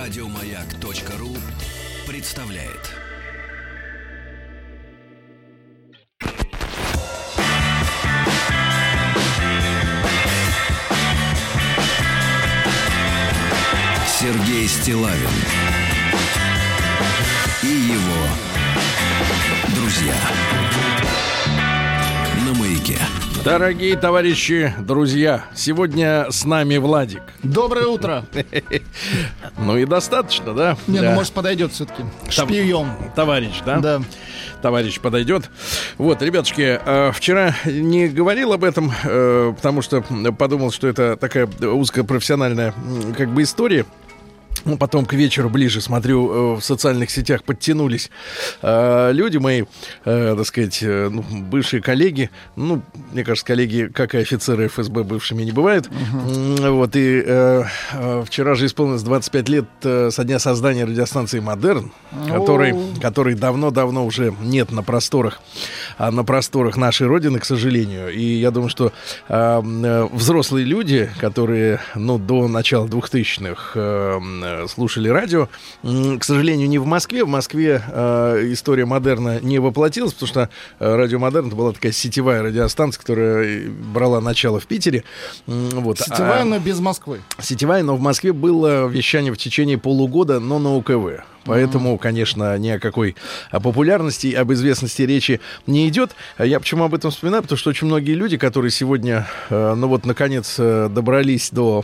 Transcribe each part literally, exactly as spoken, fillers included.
Радиомаяк.ру представляет. Сергей Стиллавин и его друзья на Маяке. Дорогие товарищи, друзья, сегодня с нами Владик. Доброе утро. Ну и достаточно, да? Не, ну может подойдет все-таки. Шпион. Товарищ, да? Да. Товарищ подойдет. Вот, ребятушки, э, вчера не говорил об этом, э, потому что подумал, что это такая узкопрофессиональная м, как бы история. Ну, потом к вечеру ближе, смотрю, э, в социальных сетях подтянулись э, люди мои, э, так сказать, э, ну, бывшие коллеги. Ну, мне кажется, коллеги, как и офицеры эф эс бэ, бывшими не бывают. Uh-huh. Вот, и э, э, вчера же исполнилось двадцать пять лет э, со дня создания радиостанции «Модерн», uh-huh. который, который давно-давно уже нет на просторах, а на просторах нашей Родины, к сожалению. И я думаю, что э, э, взрослые люди, которые, ну, до начала двухтысячных э, слушали радио. К сожалению, не в Москве. В Москве э, история «Модерна» не воплотилась, потому что э, радио «Модерн» это была такая сетевая радиостанция, которая брала начало в Питере. Вот. Сетевая, а, но без Москвы. Сетевая, но в Москве было вещание в течение полугода, но на у ка вэ. Поэтому, конечно, ни о какой о популярности, об известности речи не идет. Я почему об этом вспоминаю? Потому что очень многие люди, которые сегодня, э, ну вот, наконец, э, добрались до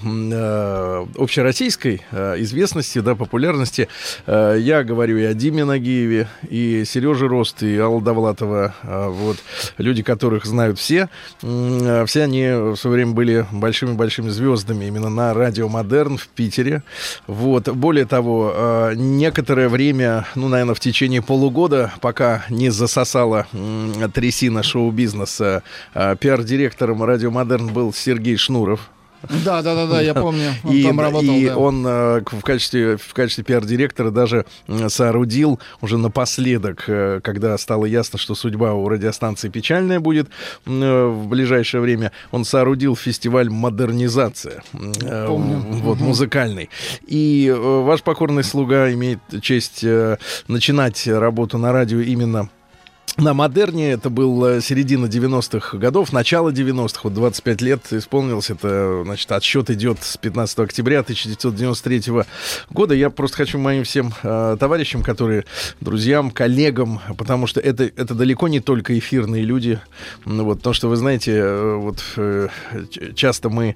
э, общероссийской э, известности, да, популярности. Э, я говорю и о Диме Нагиеве, и Сереже Рост, и Алла Довлатова. Э, вот, люди, которых знают все. Э, все они в свое время были большими-большими звездами именно на радио «Модерн» в Питере. Вот. Более того, э, некоторые Некоторое время, ну, наверное, в течение полугода, пока не засосала м, трясина шоу-бизнеса, э, пиар-директором радио «Модерн» был Сергей Шнуров. Да, да, да, да, я помню. Он и, там работал. И да. он э, в качестве, в качестве пиар-директора даже э, соорудил уже напоследок, э, когда стало ясно, что судьба у радиостанции печальная будет э, в ближайшее время, он соорудил фестиваль «Модернизация». Э, Помню. Вот, угу. Музыкальный. И э, ваш покорный слуга имеет честь э, начинать работу на радио именно на «Модерне». Это был середина девяностых годов, начало девяностых, вот двадцать пять лет исполнилось. Это, значит, отсчет идет с пятнадцатого октября тысяча девятьсот девяносто третьего года. Я просто хочу моим всем э, товарищам, которые, друзьям, коллегам, потому что это, это далеко не только эфирные люди. Вот, потому что, вы знаете, э, вот э, часто мы,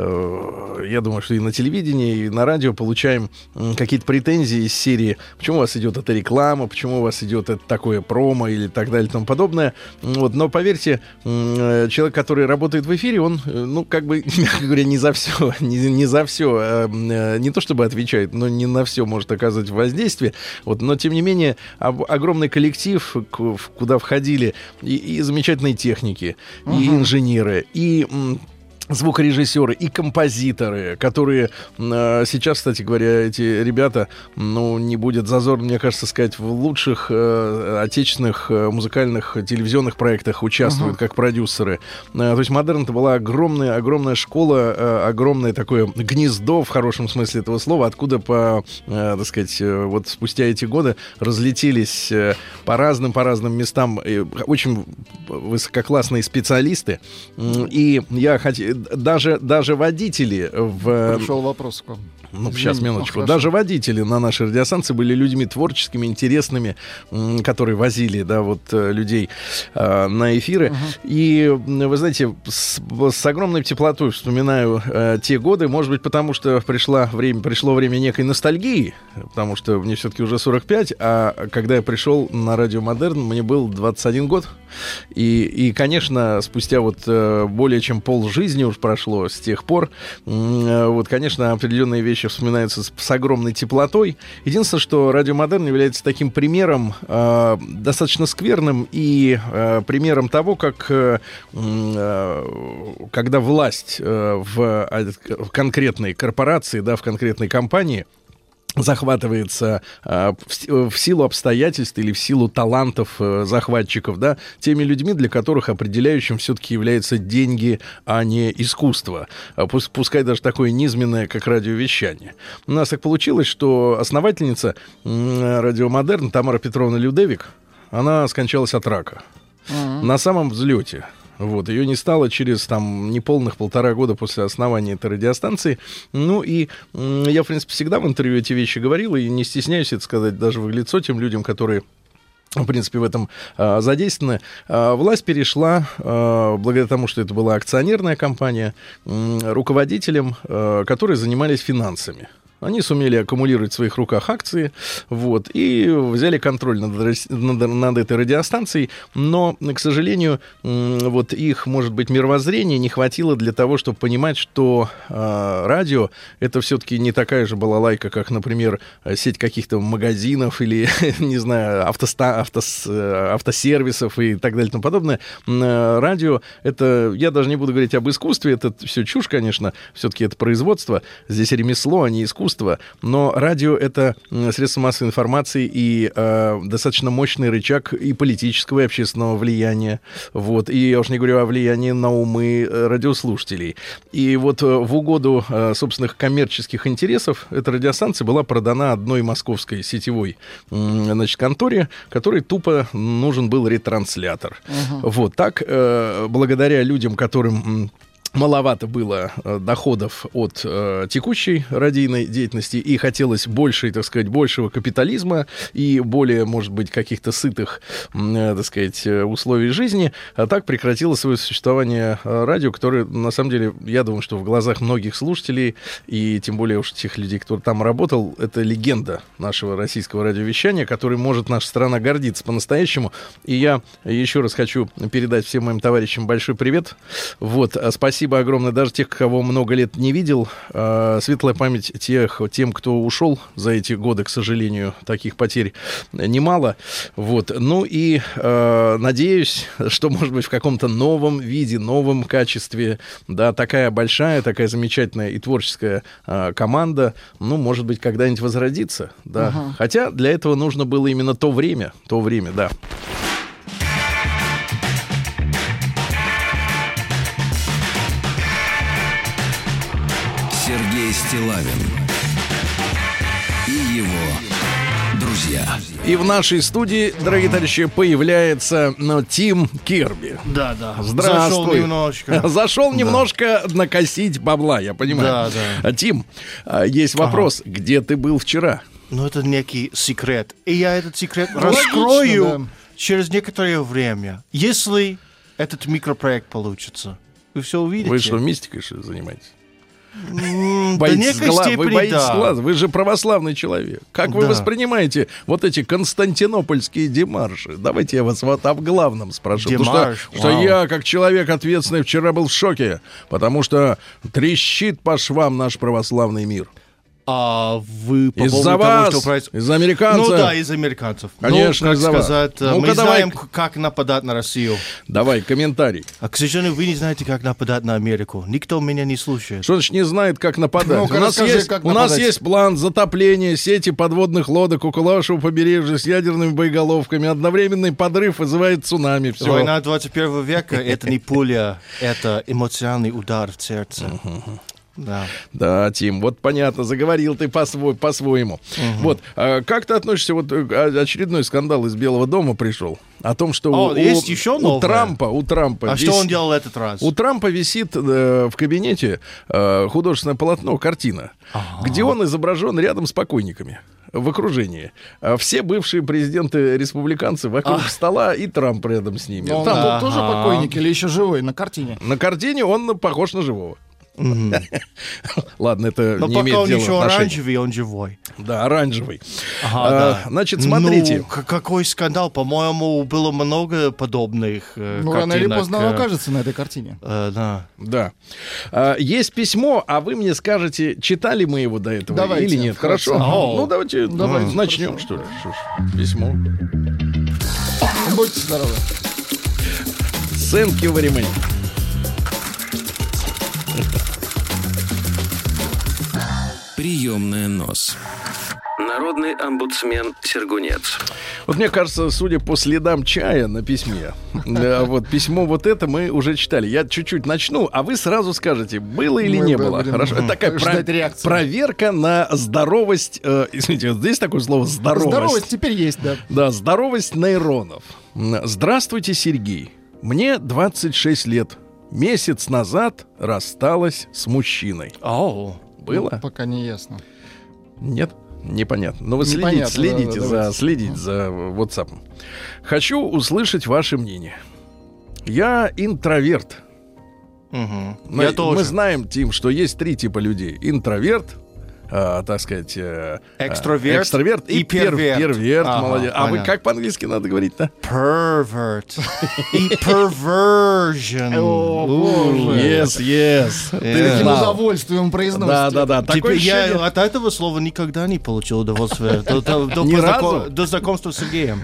э, я думаю, что и на телевидении, и на радио получаем э, какие-то претензии из серии: почему у вас идет эта реклама, почему у вас идет это такое промо или так далее и тому подобное. Вот. Но поверьте, человек, который работает в эфире, он, ну, как бы, мягко говоря, не за все, не, не за все, не то чтобы отвечает, но не на все может оказывать воздействие. Вот. Но, тем не менее, огромный коллектив, куда входили и, и замечательные техники, uh-huh. и инженеры, и звукорежиссеры и композиторы, которые э, сейчас, кстати говоря, эти ребята, ну, не будет зазорно, мне кажется, сказать, в лучших э, отечественных э, музыкальных телевизионных проектах участвуют uh-huh. как продюсеры. Э, то есть «Модерн» — это была огромная, огромная школа, э, огромное такое гнездо, в хорошем смысле этого слова, откуда по, э, так сказать, э, вот спустя эти годы разлетелись э, по разным, по разным местам э, очень высококлассные специалисты. И я хотел Даже, даже водители в... Пришел вопрос к вам. Ну, Извини. Сейчас, минуточку. О, даже водители на нашей радиостанции были людьми творческими, интересными, которые возили, да, вот, людей э, на эфиры. Uh-huh. И, вы знаете, с, с огромной теплотой вспоминаю э, те годы, может быть, потому что пришло время, пришло время некой ностальгии, потому что мне все-таки уже сорок пять, а когда я пришел на радио «Модерн», мне был двадцать один год. И, и конечно, спустя вот э, более чем полжизни уж прошло с тех пор, э, вот, конечно, определенные вещи вспоминаются с, с огромной теплотой. Единственное, что радио «Модерн» является таким примером э, достаточно скверным и э, примером того, как э, э, когда власть э, в, в конкретной корпорации, да, в конкретной компании захватывается э, в, в силу обстоятельств или в силу талантов э, захватчиков, да, теми людьми, для которых определяющим все-таки являются деньги, а не искусство. Пусть, пускай даже такое низменное, как радиовещание. У нас так получилось, что основательница э, радио Модерн Тамара Петровна Людевик, она скончалась от рака. Uh-huh. На самом взлете. Вот, ее не стало через там неполных полтора года после основания этой радиостанции. Ну и м- я, в принципе, всегда в интервью эти вещи говорил, и не стесняюсь это сказать даже в лицо тем людям, которые, в принципе, в этом а, задействованы. А, власть перешла, а, благодаря тому, что это была акционерная компания, м- руководителям, а, которые занимались финансами. Они сумели аккумулировать в своих руках акции, вот, и взяли контроль над, над, над этой радиостанцией, но, к сожалению, вот их, может быть, мировоззрения не хватило для того, чтобы понимать, что э, радио — это все-таки не такая же балалайка, как, например, сеть каких-то магазинов или, не знаю, автоста, автос, автосервисов и так далее и тому подобное. Радио — это, я даже не буду говорить об искусстве, это все чушь, конечно, все-таки это производство, здесь ремесло, а не искусство. Но радио — это средство массовой информации и э, достаточно мощный рычаг и политического, и общественного влияния. Вот. И я уж не говорю о влиянии на умы радиослушателей. И вот в угоду э, собственных коммерческих интересов эта радиостанция была продана одной московской сетевой э, значит, конторе, которой тупо нужен был ретранслятор. Uh-huh. Вот так, э, благодаря людям, которым... маловато было э, доходов от э, текущей радийной деятельности, и хотелось большей, так сказать, большего капитализма и более, может быть, каких-то сытых, э, так сказать, условий жизни, а так прекратило свое существование э, радио, которое, на самом деле, я думаю, что в глазах многих слушателей, и тем более уж тех людей, кто там работал, это легенда нашего российского радиовещания, которой может наша страна гордиться по-настоящему. И я еще раз хочу передать всем моим товарищам большой привет. Вот, спасибо. Спасибо огромное. Даже тех, кого много лет не видел. Э, светлая память тех, тем, кто ушел за эти годы, к сожалению, таких потерь немало. Вот. Ну и э, надеюсь, что, может быть, в каком-то новом виде, новом качестве, да, такая большая, такая замечательная и творческая э, команда, ну, может быть, когда-нибудь возродится. Да. Uh-huh. Хотя для этого нужно было именно то время, то время, да. Сергей Стиллавин и его друзья. И в нашей студии, дорогие товарищи, появляется ну, Тим Керби. Да, да. Здравствуй. Зашел немножко. Зашел да. немножко накосить бабла, я понимаю. Да, да. Тим, есть вопрос. Ага. Где ты был вчера? Ну, это некий секрет. И я этот секрет раскрою да. через некоторое время. Если этот микропроект получится. Вы все увидите. Вы что, мистикой что занимаетесь? Mm, боитесь до некой степени, вы боитесь да. глаза, вы же православный человек. Как да. вы воспринимаете вот эти константинопольские демарши? Давайте я вас вот об главном спрошу. Демарш, потому что, что я, как человек ответственный, вчера был в шоке, потому что трещит по швам наш православный мир. А вы по из-за поводу вас, того, что проис... из-за американцев. Ну да, из американцев. Конечно, ну, как из-за сказать, вас. мы Ну-ка, знаем, давай. как нападать на Россию. Давай, комментарий. А, к сожалению, вы не знаете, как нападать на Америку. Никто меня не слушает. Что значит не знает, как нападать? Ну-ка, у нас, расскажи, есть, как у нападать. нас есть план затопления сети подводных лодок около вашего побережья с ядерными боеголовками. Одновременный подрыв вызывает цунами. Все. Война двадцать первого века — это не пуля, это эмоциональный удар в сердце. Да. Да, Тим, вот понятно, заговорил ты по-свой, по-своему. Угу. Вот, а как ты относишься, вот очередной скандал из Белого дома пришел о том, что О, у, есть еще у Трампа, у Трампа. А вис... что он делал этот раз? У Трампа висит э, в кабинете э, художественное полотно, картина, ага. где он изображен рядом с покойниками. В окружении. Все бывшие президенты-республиканцы вокруг а. стола, и Трамп рядом с ними. Ну, Там да. тоже покойник или еще живой на картине? На картине он похож на живого. Mm-hmm. Ладно, это но не имеет дела. Но пока он еще оранжевый, он живой. Да, оранжевый. Ага, а, да. Значит, смотрите. Ну, какой скандал. По-моему, было много подобных э, ну, картинок. рано или поздно он окажется на этой картине. Э, да. Да. А, есть письмо, а вы мне скажете, читали мы его до этого давайте, или нет. Хорошо? О. Ну, давайте, давайте начнем, хорошо. что ли. Что ж, письмо. Будьте здоровы. Thank you very much. Приемная нос. Народный омбудсмен Сергунец. Вот мне кажется, судя по следам чая на письме, да, вот письмо вот это мы уже читали. Я чуть-чуть начну, а вы сразу скажете, было или Мы не будем, было. будем Хорошо. Это такая ждать про- реакции. проверка на здоровость. Э, извините, вот здесь такое слово здоровость. Здоровость теперь есть, да. Да, здоровость нейронов. Здравствуйте, Сергей. Мне двадцать шесть лет. Месяц назад рассталась с мужчиной. О, Было? Ну, пока не ясно. Нет? Непонятно. Но вы следите, Непонятно, следите, да, да, за, давайте. следите за WhatsApp. Хочу услышать ваше мнение. Я интроверт. мгм. Мы, Я тоже. мы знаем, Тим, что есть три типа людей. Интроверт, а, так сказать, э, Экстраверт экстраверт и, и пер- перверт. перверт. Ага, Молодец. А вы понятно. как по-английски надо говорить-то? Pervert. И perversion. О, У, боже. Yes, yes. Yeah. Ты Каким знал. удовольствием произносите. Да, да, да. Теперь Такое я ощущение- от этого слова никогда не получил удовольствия. До, до- до Ни познако- разу? до знакомства с Сергеем.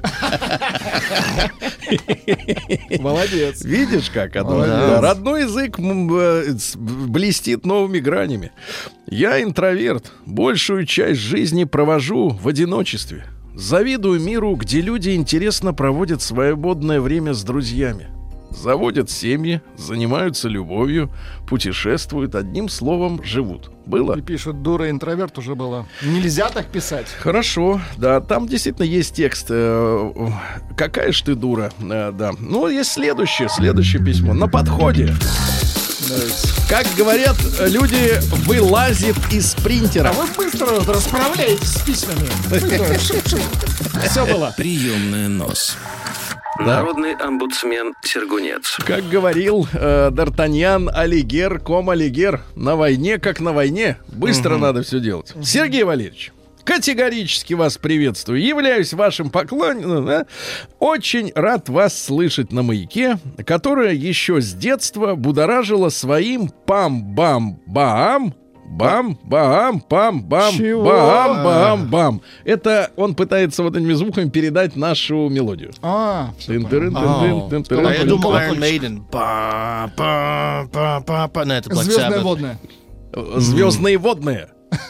Молодец. Видишь, как оно? Молодец. Да, родной язык м, э, с- блестит новыми гранями. Я интроверт. Большую часть жизни провожу в одиночестве. Завидую миру, где люди интересно проводят свободное время с друзьями. Заводят семьи, занимаются любовью, путешествуют, одним словом, живут. Было? И пишут, дура интроверт уже была. Нельзя так писать. Хорошо, да, там действительно есть текст. э, Какая ж ты дура, э, да. Ну, есть следующее, следующее письмо. На подходе. Как говорят люди, вылазит из принтера. А вы быстро вот расправляетесь с письмами. Все было. Приемная нос. Народный омбудсмен Сергунец. Как говорил э, Д'Артаньян, алигер, ком алигер. На войне, как на войне. Быстро надо все делать. Сергей Валерьевич, категорически вас приветствую. Являюсь вашим поклонником. Да? Очень рад вас слышать на «Маяке», которая еще с детства будоражила своим пам-бам-бам. Бам-бам-пам-бам, Чего? бам-бам-бам. Это он пытается вот этими звуками передать нашу мелодию. А, всё понял. Тын-тырын-тын-тын-тын-тын. А я думал Колокольчик. Iron Maiden. Ба, ба, ба, ба, ба. Ну, это Black Звездное Sabbath. водное. Звездные водные.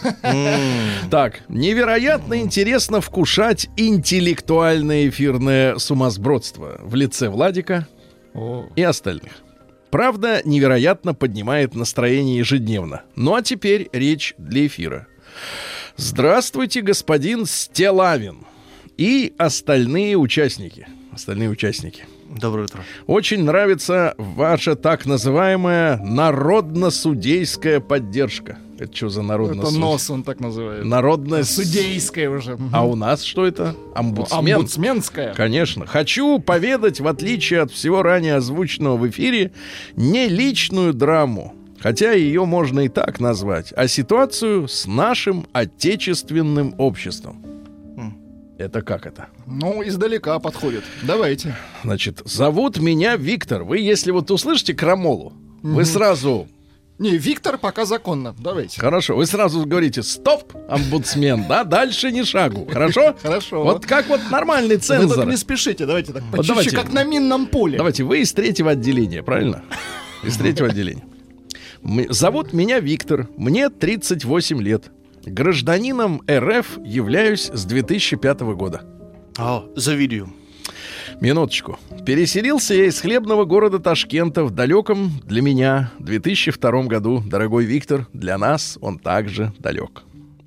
Так, невероятно интересно вкушать интеллектуальное эфирное сумасбродство в лице Владика О. и остальных. Правда, невероятно поднимает настроение ежедневно. Ну а теперь речь для эфира. Здравствуйте, господин Стелавин и остальные участники. Остальные участники. Доброе утро. Очень нравится ваша так называемая народно-судейская поддержка. Это что за народно Это нос он так называет. Народная Судейская уже. А у нас что это? Омбудсмен? Омбудсменская. Конечно. Хочу поведать, в отличие от всего ранее озвученного в эфире, не личную драму, хотя ее можно и так назвать, а ситуацию с нашим отечественным обществом. Это как это? Ну, издалека подходит. Давайте. Значит, зовут меня Виктор. Вы, если вот услышите крамолу, вы сразу... Не, Виктор пока законно. Давайте. Хорошо, вы сразу говорите «стоп, омбудсмен», да, дальше ни шагу, хорошо? Хорошо. Вот как вот нормальный Вы цензор. только не спешите, давайте так, по Вот чуть-чуть, давайте. как на минном поле. Давайте, вы из третьего отделения, правильно? Из третьего отделения. М- Зовут меня Виктор, мне тридцать восемь лет. Гражданином РФ являюсь с две тысячи пятого года. О, завидую. Минуточку. Переселился я из хлебного города Ташкента в далеком для меня две тысячи втором году. Дорогой Виктор, для нас он также далек.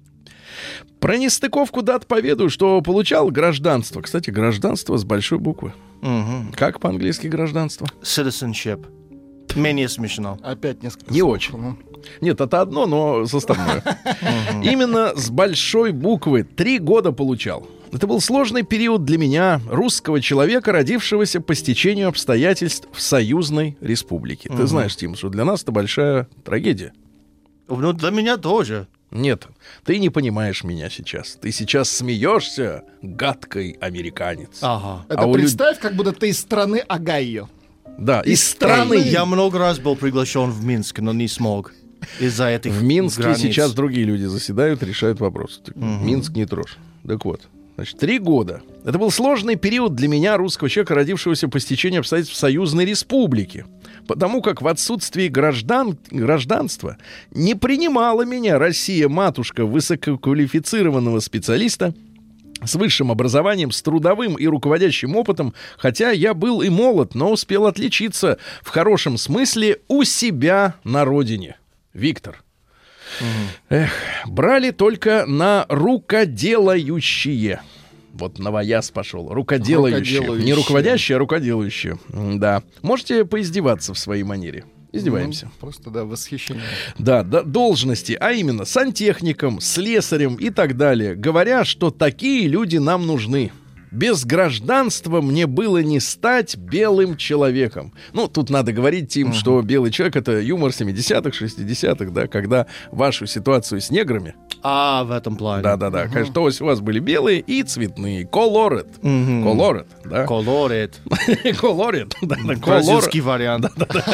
Про нестыковку дат поведаю, что получал гражданство. Кстати, гражданство с большой буквы. Мгм. Как по-английски гражданство? Citizenship. Менее смешно. Опять несколько Не слов. очень. Ну, Нет, это одно, но составное. Именно с большой буквы три года получал. Это был сложный период для меня, русского человека, родившегося по стечению обстоятельств в союзной республике. Ты знаешь, Тим, что для нас это большая трагедия. Ну, для меня тоже. Нет, ты не понимаешь меня сейчас. Ты сейчас смеешься, гадкий американец. Ага. Это А у люд- представь, как будто ты из страны Огайо. Да, из из страны. страны. Я много раз был приглашен в Минск, но не смог. Из-за этих В Минске границ. сейчас другие люди заседают, решают вопрос. Так, Минск не трожь. Так вот, Значит, три года. Это был сложный период для меня, русского человека, родившегося по стечению обстоятельств в Союзной Республике. Потому как в отсутствии граждан, гражданства не принимала меня Россия-матушка высококвалифицированного специалиста с высшим образованием, с трудовым и руководящим опытом, хотя я был и молод, но успел отличиться в хорошем смысле у себя на родине. Виктор. Угу. Эх, брали только на рукоделающие. Вот новояз пошел. Рукоделающие. рукоделающие. Не руководящие, а рукоделающие. Да. Можете поиздеваться в своей манере. Издеваемся. Ну, просто, да, восхищение. Да, да, должности, а именно сантехником, слесарем и так далее. Говоря, что такие люди нам нужны. Без гражданства мне было не стать белым человеком. Ну, тут надо говорить, Тим, uh-huh. что белый человек — это юмор семидесятых, шестидесятых, да, когда вашу ситуацию с неграми... А, в этом плане. Да-да-да, uh-huh. конечно, то есть у вас были белые и цветные. Колорит. Uh-huh. Колорит, да. Колорит. Колорит. Бразильский вариант.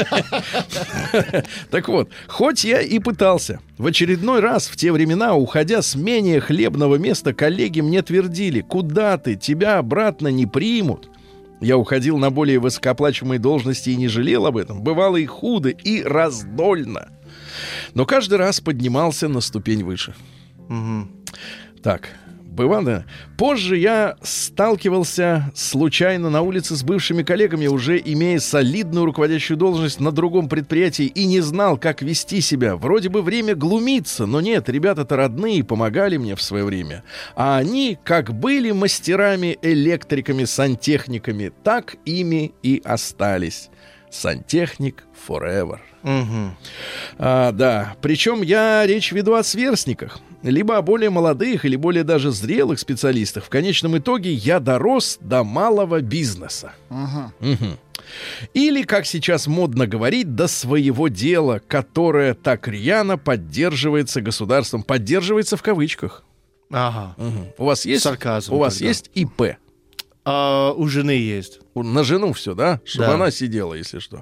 Так вот, хоть я и пытался, в очередной раз в те времена, уходя с менее хлебного места, коллеги мне твердили: куда ты, тебя обратно не примут. Я уходил на более высокооплачиваемые должности и не жалел об этом. Бывало и худо, и раздольно. Но каждый раз поднимался на ступень выше. Угу. Так, бывало. Позже я сталкивался случайно на улице с бывшими коллегами, уже имея солидную руководящую должность на другом предприятии, и не знал, как вести себя. Вроде бы время глумиться, но нет, ребята-то родные, помогали мне в свое время. А они, как были мастерами, электриками, сантехниками, так ими и остались. Сантехник forever. Угу. А, да, причем я речь веду о сверстниках, либо о более молодых или более даже зрелых специалистах. В конечном итоге я дорос до малого бизнеса. Угу. Угу. Или, как сейчас модно говорить, до своего дела, которое так рьяно поддерживается государством. Поддерживается в кавычках. Ага. Угу. У вас есть, сарказм, у вас тогда. Есть ИП? А, у жены есть. На жену все, да? Чтобы да. она сидела, если что.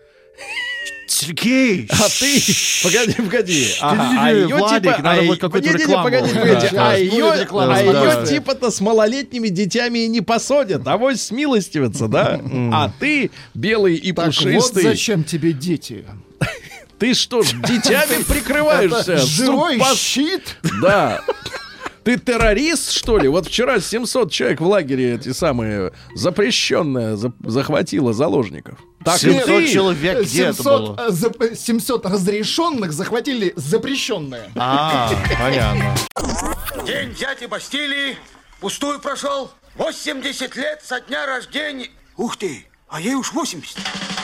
Сергей! А ты... Погоди, погоди. Ага, а ее Владик, типа... надо а вот какую-то не, не, рекламу. Погоди, Да, погоди. да, а ее, реклама, а да. ее типа-то с малолетними детьми и не посадят. Авось смилостиваться, да? А ты белый и Так пушистый. вот зачем тебе дети? Ты что ж, детьми прикрываешься? Живой Супас- щит? Да. Ты террорист, что ли? Вот вчера семьсот человек в лагере эти самые запрещенные за- захватило заложников. Так семьсот и ты. человек, где это семьсот, было? э, за- семьсот разрешенных захватили запрещенные. А, понятно. День дяди Бастилии пустую прошел. восемьдесят лет со дня рождения. Ух ты, а ей уж восемьдесят.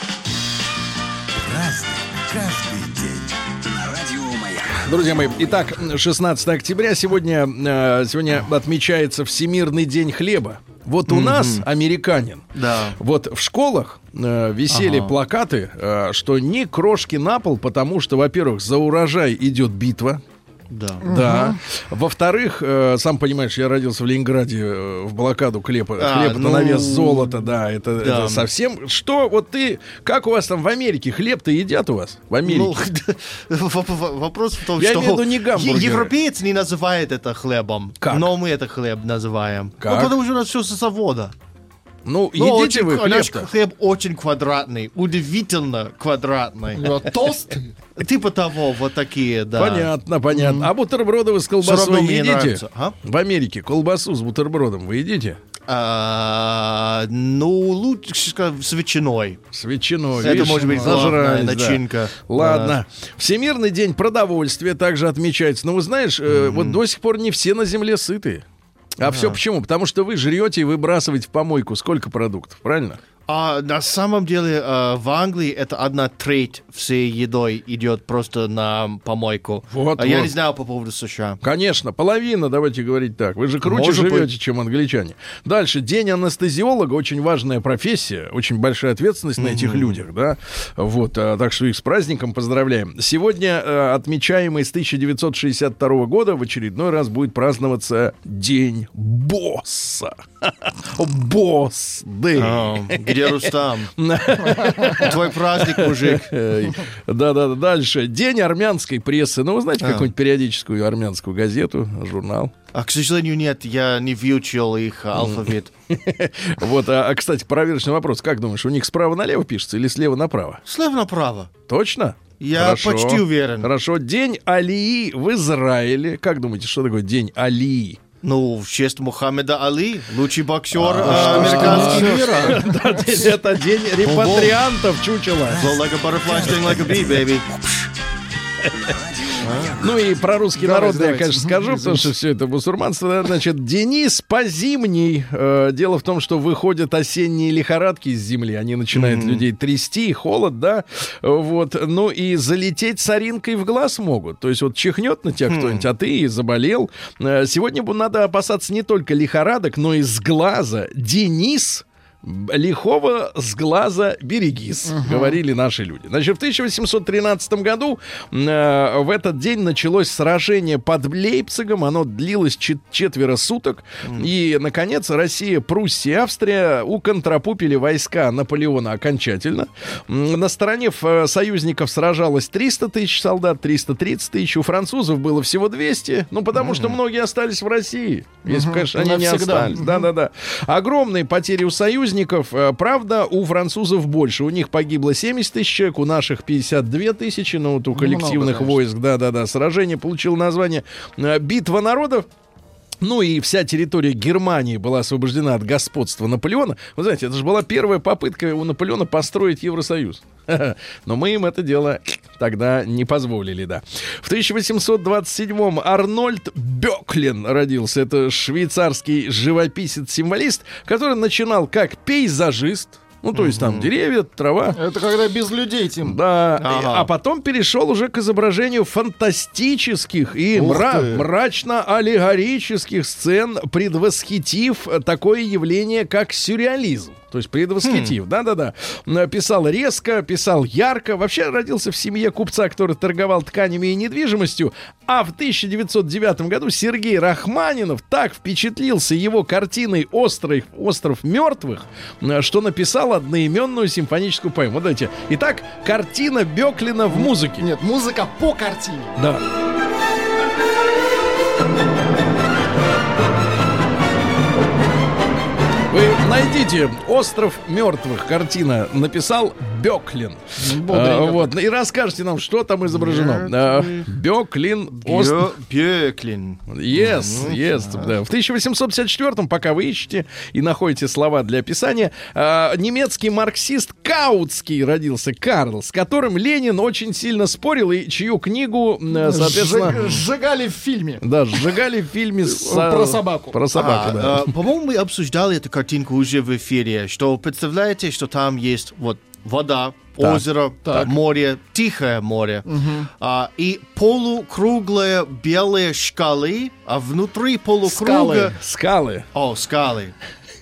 Разный, каждый день. На радио Маяк. Друзья мои, итак, шестнадцатого октября сегодня, э, сегодня отмечается Всемирный день хлеба. Вот у mm-hmm. нас, американин, да. вот в школах э, висели ага. плакаты, э, что ни крошки на пол, потому что, во-первых, за урожай идет битва. Да. Да. Угу. Во-вторых, э, сам понимаешь, я родился в Ленинграде, э, в блокаду хлеба, а, хлеба ну... на вес золота, да, это, да. это совсем... Что, вот ты, как у вас там в Америке, хлеб-то едят у вас в Америке? Ну, вопрос в том, я что... имею в виду не гамбургеры. Европеец не называет это хлебом, как? Но мы это хлеб называем. Как? Ну, потому что у нас все со завода. Ну, Но едите очень, вы наш хлеб-то? хлеб очень квадратный, удивительно квадратный. Толстый? Типа того, вот такие, да. Понятно, понятно. Mm-hmm. А бутерброды вы с колбасой едите? А? В Америке колбасу с бутербродом вы едите? А, ну, лучше с ветчиной. С ветчиной. Это видишь, может быть главная да. начинка. Ладно. Да. Всемирный день продовольствия также отмечается. Но вы знаешь, mm-hmm. э, вот до сих пор не все на земле сыты. А ага. все почему? Потому что вы жрете и выбрасываете в помойку сколько продуктов, правильно? А на самом деле э, в Англии это одна треть всей едой идет просто на помойку. Вот, а я вот. не знаю по поводу США. Конечно, половина, давайте говорить так. Вы же круче Может живете, быть. чем англичане. Дальше, день анестезиолога, очень важная профессия, очень большая ответственность mm-hmm. на этих людях, да. Вот, а, так что их с праздником поздравляем. Сегодня а, отмечаемый с тысяча девятьсот шестьдесят второго года в очередной раз будет праздноваться День босса. Босс Дэй. Где Где Рустам? Твой праздник, мужик. Да-да-да, дальше. День армянской прессы. Ну, вы знаете А. какую-нибудь периодическую армянскую газету, журнал? А, к сожалению, нет, я не выучил их алфавит. Вот, а, а, кстати, проверочный вопрос. Как думаешь, у них справа налево пишется или слева направо? Слева направо. Точно? Я Хорошо. почти уверен. Хорошо. День Алии в Израиле. Как думаете, что такое День Алии? Ну, в честь Мухаммеда Али, лучший боксер а, американского мира. Да, это день репатриантов, чучела. Flow like a butterfly, sting like a bee, baby. Ну и про русский Давайте, народ я, давайте. конечно, скажу, потому что все это бусурманство. Да. Значит, Денис Позимний. Э, дело в том, что выходят осенние лихорадки из земли. Они начинают Мгм. людей трясти, холод, да. Вот. Ну и залететь соринкой в глаз могут. То есть вот чихнет на тебя кто-нибудь, а ты заболел. Э, сегодня бу- надо опасаться не только лихорадок, но и с глаза. Денис лихого с глаза берегись, говорили наши люди. Значит, в тысяча восемьсот тринадцатом году э, в этот день началось сражение под Лейпцигом. Оно длилось чет- четверо суток. И, наконец, Россия, Пруссия и Австрия уконтрапупили войска Наполеона окончательно. М, На стороне э, союзников сражалось триста тысяч солдат, триста тридцать тысяч. У французов было всего двести. Ну, потому что многие остались в России. Если бы, конечно, они не Навсегда. остались. Да-да-да. Огромные потери у союзников. Э, Правда, у французов больше. У них погибло семьдесят тысяч человек, у наших пятьдесят две тысячи. Ну, вот у коллективных конечно. войск. Да-да-да. Сражение получило название э, «Битва народов». Ну и вся территория Германии была освобождена от господства Наполеона. Вы знаете, это же была первая попытка у Наполеона построить Евросоюз. Но мы им это дело тогда не позволили, да. В тысяча восемьсот двадцать седьмом Арнольд Бёклин родился. Это швейцарский живописец-символист, который начинал как пейзажист. Ну, то есть там деревья, трава. Это когда без людей, Тим. Да, Ага. а потом перешел уже к изображению фантастических и Ух мра- ты. мрачно-аллегорических сцен, предвосхитив такое явление, как сюрреализм. То есть предвосхитив, да-да-да. М, Писал резко, писал ярко. Вообще родился в семье купца, который торговал тканями и недвижимостью. А в тысяча девятьсот девятом году Сергей Рахманинов так впечатлился его картиной «Остров, «Остров мертвых», м, что написал одноименную симфоническую поэму. Вот давайте. Итак, картина Бёклина в музыке. Нет, музыка по картине. Да. Вы найдите «Остров мертвых». Картина написал Бёклин. А, вот. И расскажите нам, что там изображено. А, Бёклин. Ост- Бё- Бёклин. Yes, yes, да. В тысяча восемьсот пятьдесят четвёртом, пока вы ищете и находите слова для описания, а, немецкий марксист Каутский родился, Карл, с которым Ленин очень сильно спорил, и чью книгу, м, соответственно... Сжиг- Сжигали в фильме. Да, сжигали в фильме с, а, Про собаку. Про собаку, А, да. а, по-моему, мы обсуждали эту картинку уже в эфире, что представляете, что там есть вот вода, Так. озеро, Так. море, тихое море, а, и полукруглые белые шкалы, а внутри полукруга... Скалы. О, скалы.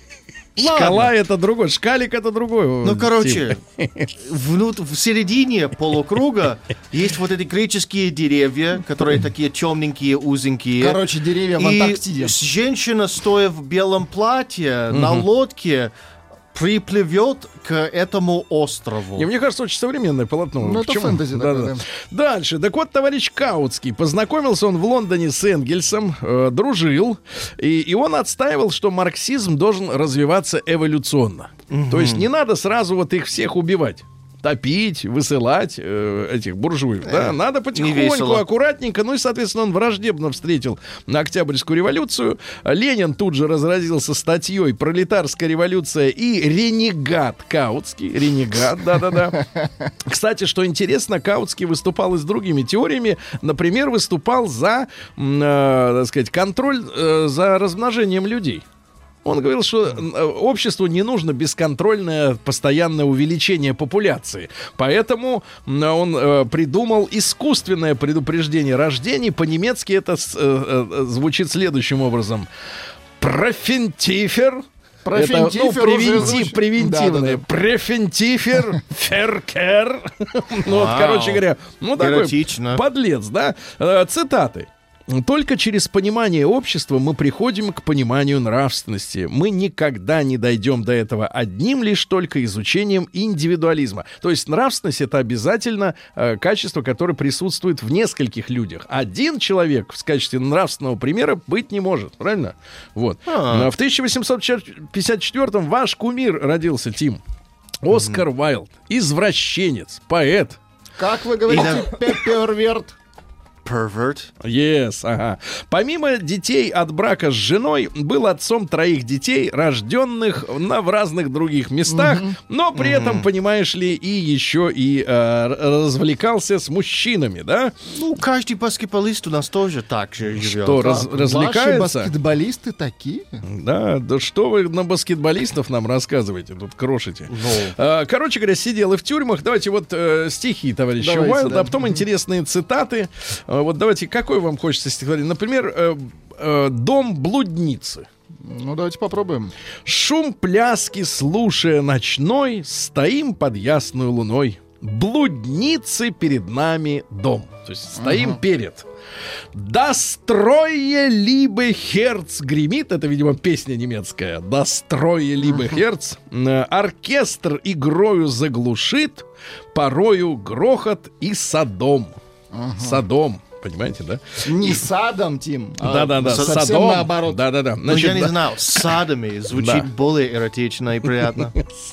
Шкала это другой, шкалик это другой. Ну, короче, внут- в середине полукруга есть вот эти греческие деревья, которые такие темненькие, узенькие. Короче, деревья в И Антарктиде. с- женщина, стоя в белом платье на лодке, приплывет к этому острову. И мне кажется, очень современное полотно. Ну, это Почему? фэнтези такое, да. Дальше. Так вот, товарищ Каутский. Познакомился он в Лондоне с Энгельсом, э, дружил, и, и он отстаивал, что марксизм должен развиваться эволюционно. То есть не надо сразу вот их всех убивать. Топить, высылать э, этих буржуев. Да? Надо потихоньку, весело. аккуратненько. Ну и, соответственно, он враждебно встретил на Октябрьскую революцию. Ленин тут же разразился статьей «Пролетарская революция» и «Ренегат Каутский». Ренегат, да-да-да. Кстати, что интересно, Каутский выступал и с другими теориями. Например, выступал за, м, э, так сказать, контроль э, за размножением людей. Он говорил, что э, обществу не нужно бесконтрольное постоянное увеличение популяции. Поэтому м, он э, придумал искусственное предупреждение рождений. По-немецки это с- э, э, звучит следующим образом. Профентифер. Профентифер Это, ну, уже превентив, звучит. превентивное. Да-да-да. Префентифер, феркер. Ну, вот, Вау. короче говоря, ну, такой Эротично. подлец, да? Э, Цитаты. Только через понимание общества мы приходим к пониманию нравственности. Мы никогда не дойдем до этого одним лишь только изучением индивидуализма. То есть нравственность — это обязательно э, качество, которое присутствует в нескольких людях. Один человек в качестве нравственного примера быть не может, правильно? Вот. А-а-а. В тысяча восемьсот пятьдесят четвёртом ваш кумир родился, Тим. Оскар mm-hmm. Уайлд. Извращенец, поэт. Как вы говорите, перверт? Pervert. Yes, ага. Помимо детей от брака с женой, был отцом троих детей, рожденных на, в разных других местах, mm-hmm. но при mm-hmm. этом, понимаешь ли, и еще и э, развлекался с мужчинами, да? Ну, каждый баскетболист у нас тоже так же живет. Что, раз, развлекается? Ваши баскетболисты такие? Да, да что вы на баскетболистов нам рассказываете, тут крошите. No. А, короче говоря, сидел и в тюрьмах. Давайте вот э, стихи товарища Уайлда, да. а потом mm-hmm. интересные цитаты. Вот давайте, какой вам хочется стихотворение? Например, э, э, «Дом блудницы». Ну, давайте попробуем. «Шум пляски, слушая ночной, стоим под ясной луной. Блудницы перед нами дом». То есть стоим ага. перед. «Да строе либо херц гремит». Это, видимо, песня немецкая. «Да строе либо ага. херц». «Оркестр игрою заглушит, порою грохот и содом». Ага. Содом. Понимаете, да? Не садом, Тим. Да-да-да, а совсем садом. наоборот. Да-да-да. Ну, я не да. знал, садами звучит да. более эротично и приятно.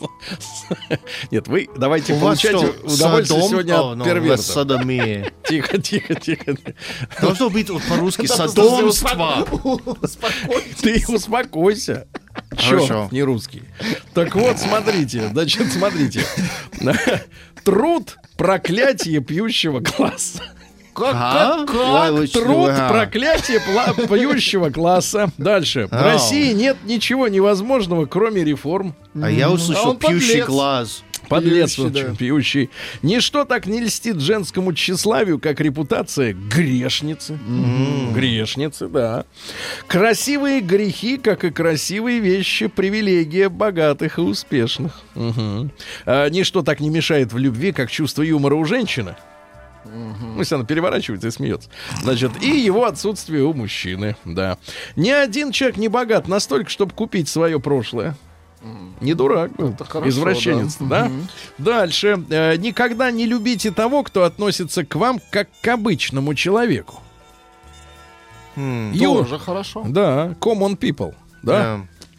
Нет, вы давайте получайте удовольствие сегодня от перверта. Садомия. Тихо, тихо, тихо. Должно быть по-русски садомство. Ты успокойся. Чё, не русский. Так вот, смотрите, значит, смотрите. Труд — проклятие пьющего класса. Как, а? как, как? Труд, проклятие пла- пьющего класса. Дальше. В России нет ничего невозможного, кроме реформ. А я услышал а пьющий глаз. Подлец, пьющий, да. пьющий. Ничто так не льстит женскому тщеславию, как репутация грешницы. Mm. Грешницы, да. Красивые грехи, как и красивые вещи, привилегия богатых и успешных. Угу. А, ничто так не мешает в любви, как чувство юмора у женщины. Ну, если она переворачивается и смеется. Значит, и его отсутствие у мужчины, да. Ни один человек не богат настолько, чтобы купить свое прошлое. Не дурак был. Хорошо, извращенец, да? да? Угу. Дальше. Э, никогда не любите того, кто относится к вам как к обычному человеку. Mm, Ю... Тоже хорошо. Да, common people, да? Yeah.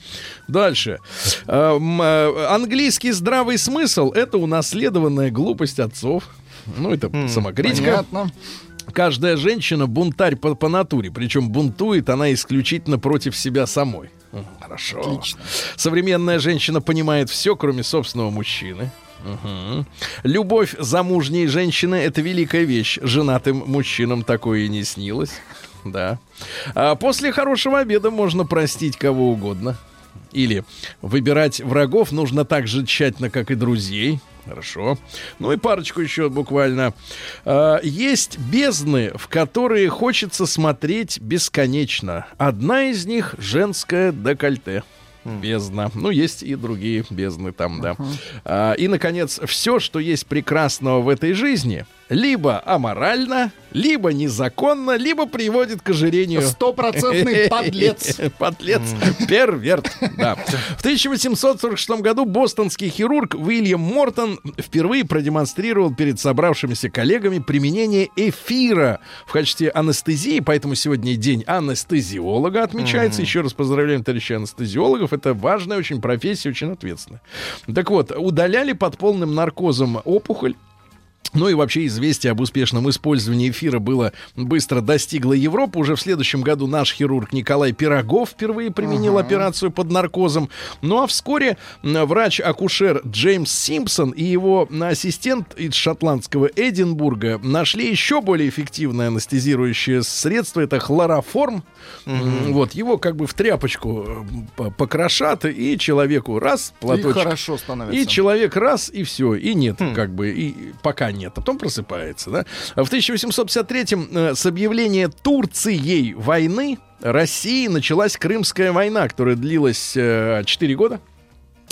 Дальше. Э, э, английский здравый смысл — это унаследованная глупость отцов. Ну, это mm, самокритика. Понятно. Каждая женщина бунтарь по, по натуре. Причем бунтует она исключительно против себя самой. Хорошо. Отлично. Современная женщина понимает все, кроме собственного мужчины. Угу. Любовь замужней женщины — это великая вещь. Женатым мужчинам такое и не снилось. Да. А после хорошего обеда можно простить кого угодно. Или выбирать врагов нужно так же тщательно, как и друзей. Хорошо. Ну и парочку еще буквально. А, есть бездны, в которые хочется смотреть бесконечно. Одна из них — женское декольте. Бездна. Ну, есть и другие бездны там, да. Uh-huh. А, и, наконец, все, что есть прекрасного в этой жизни, либо аморально, либо незаконно, либо приводит к ожирению. Стопроцентный подлец. Подлец. Перверт. Да. В тысяча восемьсот сорок шестом году бостонский хирург Уильям Мортон впервые продемонстрировал перед собравшимися коллегами применение эфира в качестве анестезии, поэтому сегодня день анестезиолога отмечается. Еще раз поздравляем товарищей анестезиологов. Это важная очень профессия, очень ответственная. Так вот, удаляли под полным наркозом опухоль. Ну и вообще известие об успешном использовании эфира было быстро достигло Европы. Уже в следующем году наш хирург Николай Пирогов впервые применил uh-huh. операцию под наркозом. Ну а вскоре врач-акушер Джеймс Симпсон и его ассистент из шотландского Эдинбурга нашли еще более эффективное анестезирующее средство. Это хлороформ. Uh-huh. Вот, его как бы в тряпочку покрошат, и человеку раз, платочек. И хорошо становится. И человек раз, и все, и нет, uh-huh. как бы, и пока нет. А потом просыпается, да? В тысяча восемьсот пятьдесят третьем э, с объявления Турцией войны России началась Крымская война, которая длилась э, четыре года.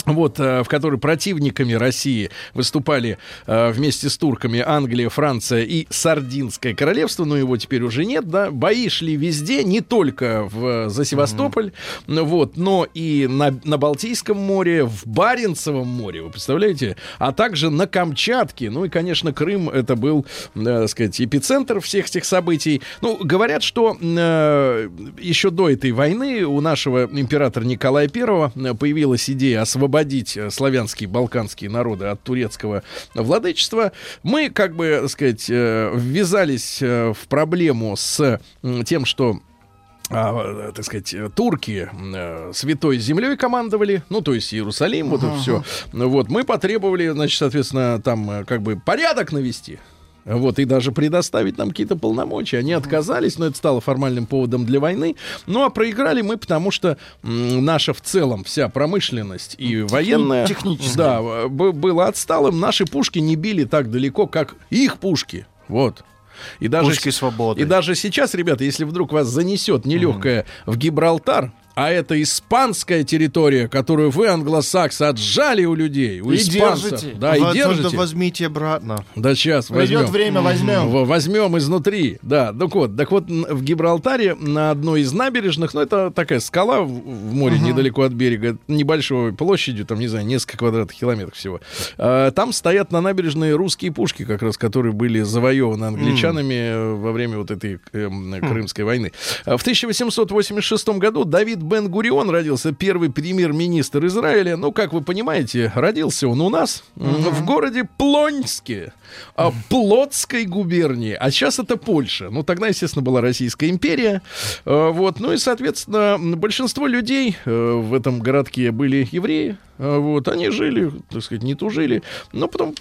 вот, в которой противниками России выступали э, вместе с турками Англия, Франция и Сардинское королевство, но его теперь уже нет, да, бои шли везде, не только в, за Севастополь, mm-hmm. вот, но и на, на Балтийском море, в Баренцевом море, вы представляете, а также на Камчатке, ну и, конечно, Крым, это был, э, так сказать, эпицентр всех этих событий. Ну, говорят, что э, еще до этой войны у нашего императора Николая Первого появилась идея освободить освободить славянские, балканские народы от турецкого владычества, мы, как бы, так сказать, ввязались в проблему с тем, что А, так сказать, турки э, святой землей командовали, ну, то есть Иерусалим, вот uh-huh. это все. Вот, мы потребовали, значит, соответственно, там, как бы, порядок навести. Вот, и даже предоставить нам какие-то полномочия. Они отказались, но это стало формальным поводом для войны. Ну, а проиграли мы, потому что м, наша в целом вся промышленность и Техни- военная... Технически. Да, б- было отсталым. Наши пушки не били так далеко, как их пушки. Вот. И даже, пушки свободы. И даже сейчас, ребята, если вдруг вас занесет нелегкое mm-hmm. в Гибралтар, а это испанская территория, которую вы, англосаксы, отжали у людей, у и испанцев. Держите. Да, вот и держите. Возьмите обратно. Да, сейчас возьмем. Придет время, возьмем. В- Возьмем изнутри. Да, так вот, так вот, н- в Гибралтаре на одной из набережных, ну, это такая скала в, в море, uh-huh. недалеко от берега, небольшой площадью, там, не знаю, несколько квадратных километров всего. А, там стоят на набережной русские пушки, как раз, которые были завоеваны англичанами mm. во время вот этой э, Крымской mm. войны. В тысяча восемьсот восемьдесят шестом году Давид Бен-Гурион родился, первый премьер-министр Израиля. Ну, как вы понимаете, родился он у нас, uh-huh. в городе Плонске, Плотской губернии. А сейчас это Польша. Ну, тогда, естественно, была Российская империя. Вот. Ну и, соответственно, большинство людей в этом городке были евреи. Вот. Они жили, так сказать, не тужили. Но потом...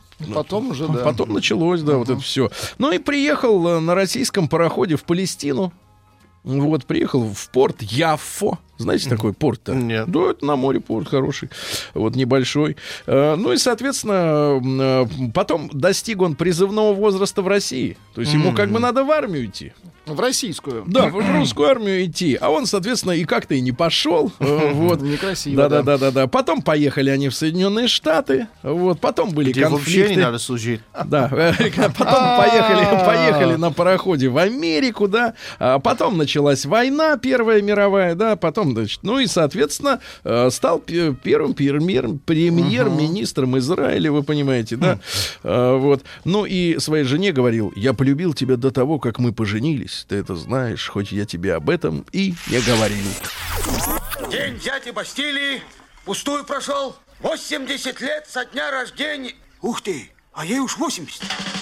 Потом уже, да. Потом началось, да, uh-huh. вот это все. Ну и приехал на российском пароходе в Палестину. Вот, приехал в порт Яффо. Знаете, такой порт-то? Нет. Да, это на море порт хороший, вот, небольшой. Ну и, соответственно, потом достиг он призывного возраста в России. То есть ему как бы надо в армию идти. В российскую. Да, в русскую армию идти. А он, соответственно, и как-то и не пошел. Вот. Некрасиво. Да, да, да, да. Потом поехали они в Соединенные Штаты. Вот. Потом были Где конфликты. вообще не надо служить. Да. Потом поехали, поехали на пароходе в Америку, да. А потом началась война Первая мировая, да. Потом, значит, ну и, соответственно, стал первым премьер, премьер-министром Израиля, вы понимаете, да. Вот. Ну и своей жене говорил: я полюбил тебя до того, как мы поженились. Ты это знаешь, хоть я тебе об этом и не говорил. День взятия Бастилии пустую прошел. восемьдесят лет со дня рождения. Ух ты, а ей уж восемьдесят.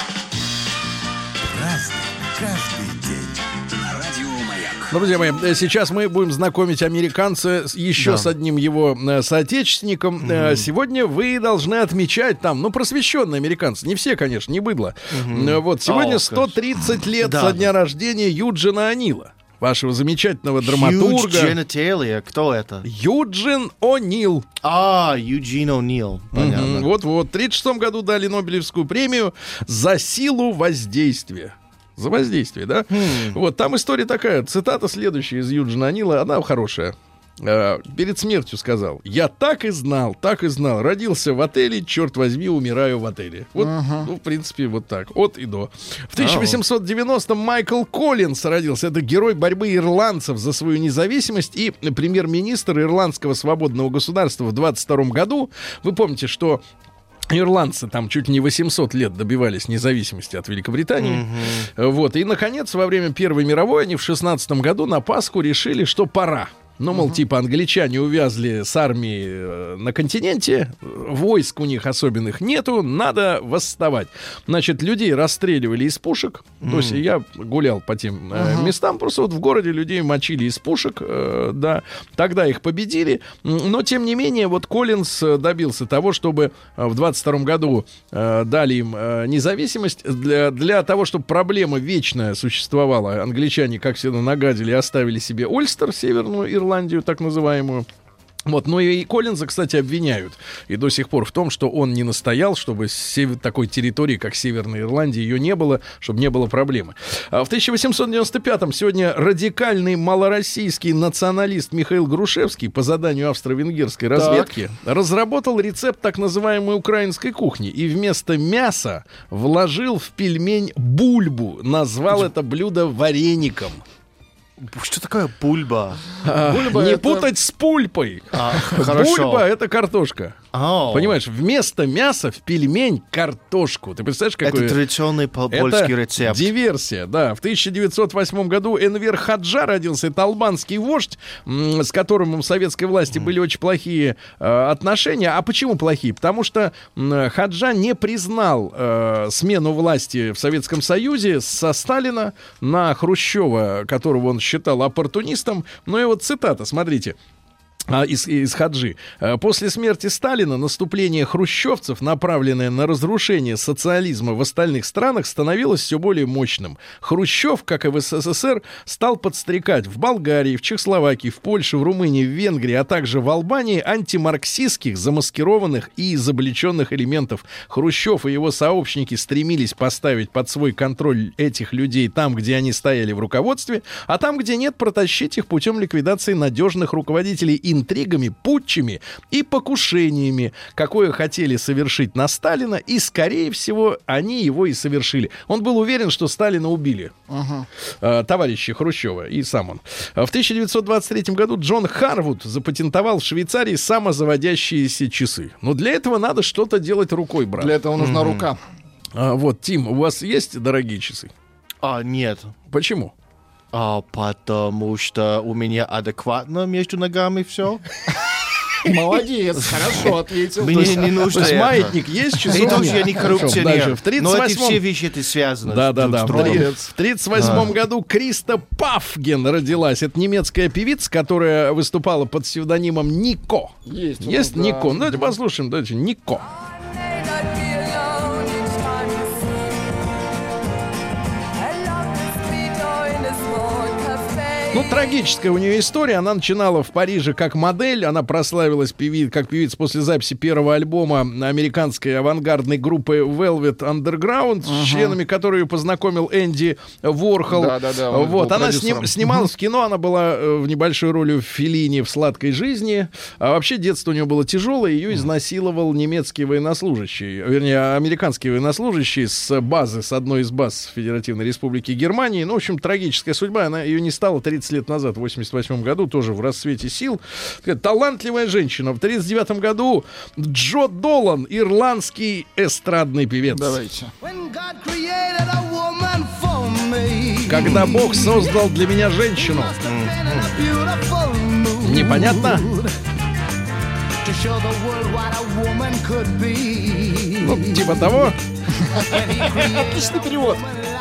Разный, каждый день. На радио Маяк. Друзья мои, сейчас мы будем знакомить американца еще Да. с одним его э, соотечественником. Mm-hmm. Э, сегодня вы должны отмечать там, ну, просвещенные американцы. Не все, конечно, не быдло. Mm-hmm. Э, вот, сегодня Oh, сто тридцать лет да. со дня рождения Юджина О'Нила, вашего замечательного драматурга. Huge genitalia. Кто это? Юджин О'Нил. А, Юджин О'Нил. Понятно. Мгм. Вот-вот. В тридцать шестом году дали Нобелевскую премию за силу воздействия. За воздействие, да? Хм. Вот, там история такая. Цитата следующая из Юджина О'Нила. Она хорошая. Э, перед смертью сказал: я так и знал, так и знал. Родился в отеле, черт возьми, умираю в отеле. Вот, uh-huh. ну, в принципе, вот так. От и до. В тысяча восемьсот девяностом Майкл Коллинс родился. Это герой борьбы ирландцев за свою независимость и премьер-министр Ирландского свободного государства в двадцать втором году. Вы помните, что ирландцы там чуть не восемьсот лет добивались независимости от Великобритании. Mm-hmm. Вот. И, наконец, во время Первой мировой они в шестнадцатом году на Пасху решили, что пора. Ну, мол, uh-huh. типа, англичане увязли с армией э, на континенте, войск у них особенных нету, надо восставать. Значит, людей расстреливали из пушек. Mm-hmm. То есть я гулял по тем э, uh-huh. местам, просто вот в городе людей мочили из пушек, э, да. Тогда их победили. Но, тем не менее, вот Коллинс добился того, чтобы в двадцать втором году э, дали им э, независимость для, для того, чтобы проблема вечная существовала. Англичане, как всегда, нагадили и оставили себе Ольстер, Северную Ирландию, так называемую. Вот, ну и Коллинза, кстати, обвиняют и до сих пор в том, что он не настоял, чтобы сев... такой территории, как Северная Ирландия, ее не было, чтобы не было проблемы. А в тысяча восемьсот девяносто пятом сегодня радикальный малороссийский националист Михаил Грушевский по заданию австро-венгерской разведки так. разработал рецепт так называемой украинской кухни и вместо мяса вложил в пельмень бульбу, назвал это блюдо вареником. Что такое бульба? А, Бульба не это... путать с пульпой. А, Бульба — это картошка. Oh. Понимаешь, вместо мяса в пельмень картошку. Ты представляешь, какой... Это традиционный польский это рецепт. Диверсия, да. В тысяча девятьсот восьмом году Энвер Хаджа родился. Это албанский вождь, с которым у советской власти mm. были очень плохие э, отношения. А почему плохие? Потому что э, Хаджа не признал э, смену власти в Советском Союзе со Сталина на Хрущева, которого он считал оппортунистом. Ну и вот цитата, смотрите. Из, из Хаджи. После смерти Сталина наступление хрущевцев, направленное на разрушение социализма в остальных странах, становилось все более мощным. Хрущев, как и в СССР, стал подстрекать в Болгарии, в Чехословакии, в Польше, в Румынии, в Венгрии, а также в Албании антимарксистских, замаскированных и изобличенных элементов. Хрущев и его сообщники стремились поставить под свой контроль этих людей там, где они стояли в руководстве, а там, где нет, протащить их путем ликвидации надежных руководителей и интригами, путчами и покушениями, какое хотели совершить на Сталина, и, скорее всего, они его и совершили. Он был уверен, что Сталина убили. Uh-huh. э, товарищи Хрущева, и сам он. В тысяча девятьсот двадцать третьем году Джон Харвуд запатентовал в Швейцарии самозаводящиеся часы. Но для этого надо что-то делать рукой, брат. Для этого нужна mm-hmm. рука. А, вот, Тим, у вас есть дорогие часы? А, нет. Почему? А, потому что у меня адекватно между ногами все. Молодец, хорошо ответил. Мне есть, не нужно. То есть маятник есть, часов это нет. Я не коррупционер. В тридцать Но восьмом... эти все вещи это связано. Да, да, да. Молодец. В тридцать восьмом а. году Криста Пафген родилась. Это немецкая певица, которая выступала под псевдонимом Нико. Есть. Есть да. Нико. Ну, давайте послушаем. Давайте Нико. Ну, трагическая у нее история. Она начинала в Париже как модель. Она прославилась певи... как певица после записи первого альбома американской авангардной группы Velvet Underground, uh-huh. с членами которой ее познакомил Энди Ворхол. Да, да, да, вот. Она сним... снималась uh-huh. в кино. Она была э, в небольшой роли в Феллини в «Сладкой жизни». А вообще детство у нее было тяжелое. Ее изнасиловал немецкий военнослужащий, вернее, американский военнослужащий с базы, с одной из баз Федеративной Республики Германии. Ну, в общем, трагическая судьба. Она ее не стала тридцать лет назад, в восемьдесят восьмом году, тоже в расцвете сил. Такая талантливая женщина. В тридцать девятом году Джо Долан, ирландский эстрадный певец. Давайте. Когда Бог создал для меня женщину. Непонятно? Ну, типа того. Отличный перевод.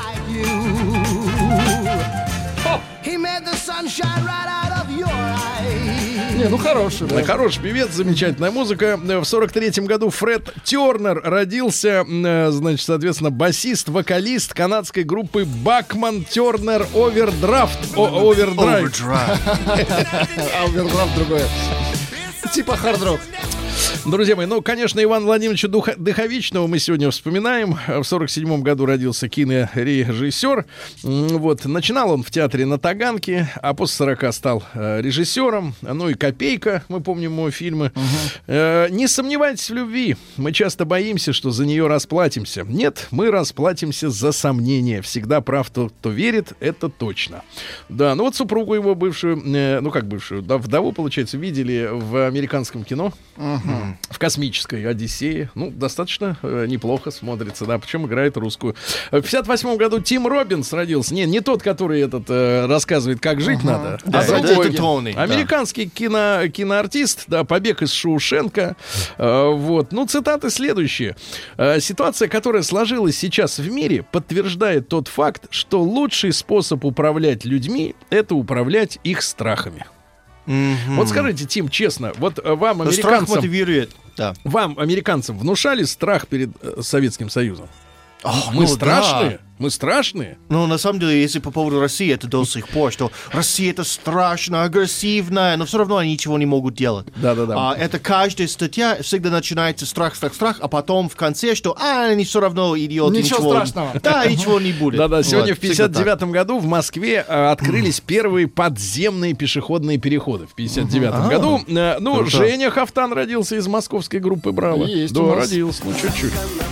Не, ну хороший, да. Хороший певец, замечательная музыка. В сорок третьем году Фред Тернер родился, значит, соответственно, басист, вокалист канадской группы Бакман Тернер Овердрафт. Овердрайв. Овердрафт другое. Типа хард-рок. Друзья мои, ну, конечно, Ивана Владимировича Духа- Духовичного мы сегодня вспоминаем. В сорок седьмом году родился кинорежиссер. Вот. Начинал он в театре на Таганке, а после сорока стал э, режиссером. Ну и «Копейка», мы помним его фильмы. Uh-huh. Э, не сомневайтесь в любви. Мы часто боимся, что за нее расплатимся. Нет, мы расплатимся за сомнения. Всегда прав тот, кто верит, это точно. Да, ну вот супругу его бывшую, э, ну как бывшую, да, вдову, получается, видели в американском кино. Uh-huh. В «Космической Одиссее». Ну, достаточно э, неплохо смотрится, да, причем играет русскую. В пятьдесят восьмом году Тим Роббинс родился. Не, не тот, который этот э, рассказывает, как жить uh-huh. надо, да, а другой. это Тони, американский да. кино, киноартист, да, «Побег из Шоушенка». Э, вот. Ну, цитаты следующие. Э, «Ситуация, которая сложилась сейчас в мире, подтверждает тот факт, что лучший способ управлять людьми — это управлять их страхами». Mm-hmm. Вот скажите, Тим, честно, вот вам, американцам, мотивирует. Да. вам, американцам, внушали страх перед э, Советским Союзом? Ох, Мы ну страшные. да. Мы страшные. Ну, на самом деле, если по поводу России, это до сих пор, что Россия это страшно, агрессивная, но все равно они ничего не могут делать. Да-да-да. А, это каждая статья всегда начинается страх, страх, страх, а потом в конце, что а, они все равно идиоты. Ничего ничего страшного. Да, ничего не будет. Да-да, сегодня Вот, в пятьдесят девятом году в Москве э, открылись первые подземные пешеходные переходы. В пятьдесят девятом году. Э, ну, Круто. Женя Хафтан родился из московской группы «Браво». Есть Да, у нас. родился, ну чуть-чуть.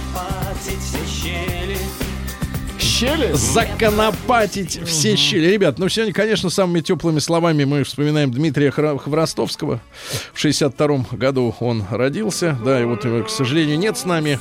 Щели? Законопатить все щели. Ребят, ну сегодня, конечно, самыми теплыми словами мы вспоминаем Дмитрия Хра- Хворостовского. В шестьдесят втором году он родился. Да, и вот его, к сожалению, нет с нами.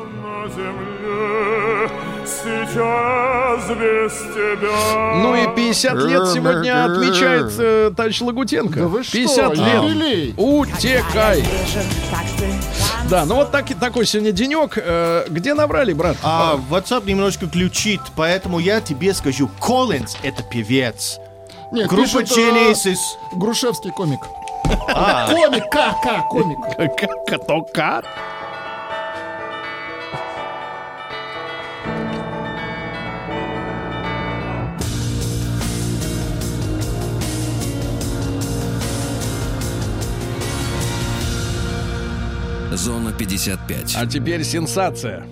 Ну и пятьдесят лет сегодня отмечает э, товарищ Лагутенко. Да вы что, пятьдесят лет. юбилей. Утекай. Да, ну вот так, такой сегодня денек. Э, где наврали, брат? А WhatsApp немножко ключит, поэтому я тебе скажу, Коллинз это певец. Нет, Группа пишет, э, Genesis. Грушевский комик. Комик, К, К, комик. Как-то. Зона пятьдесят пять. А теперь сенсация.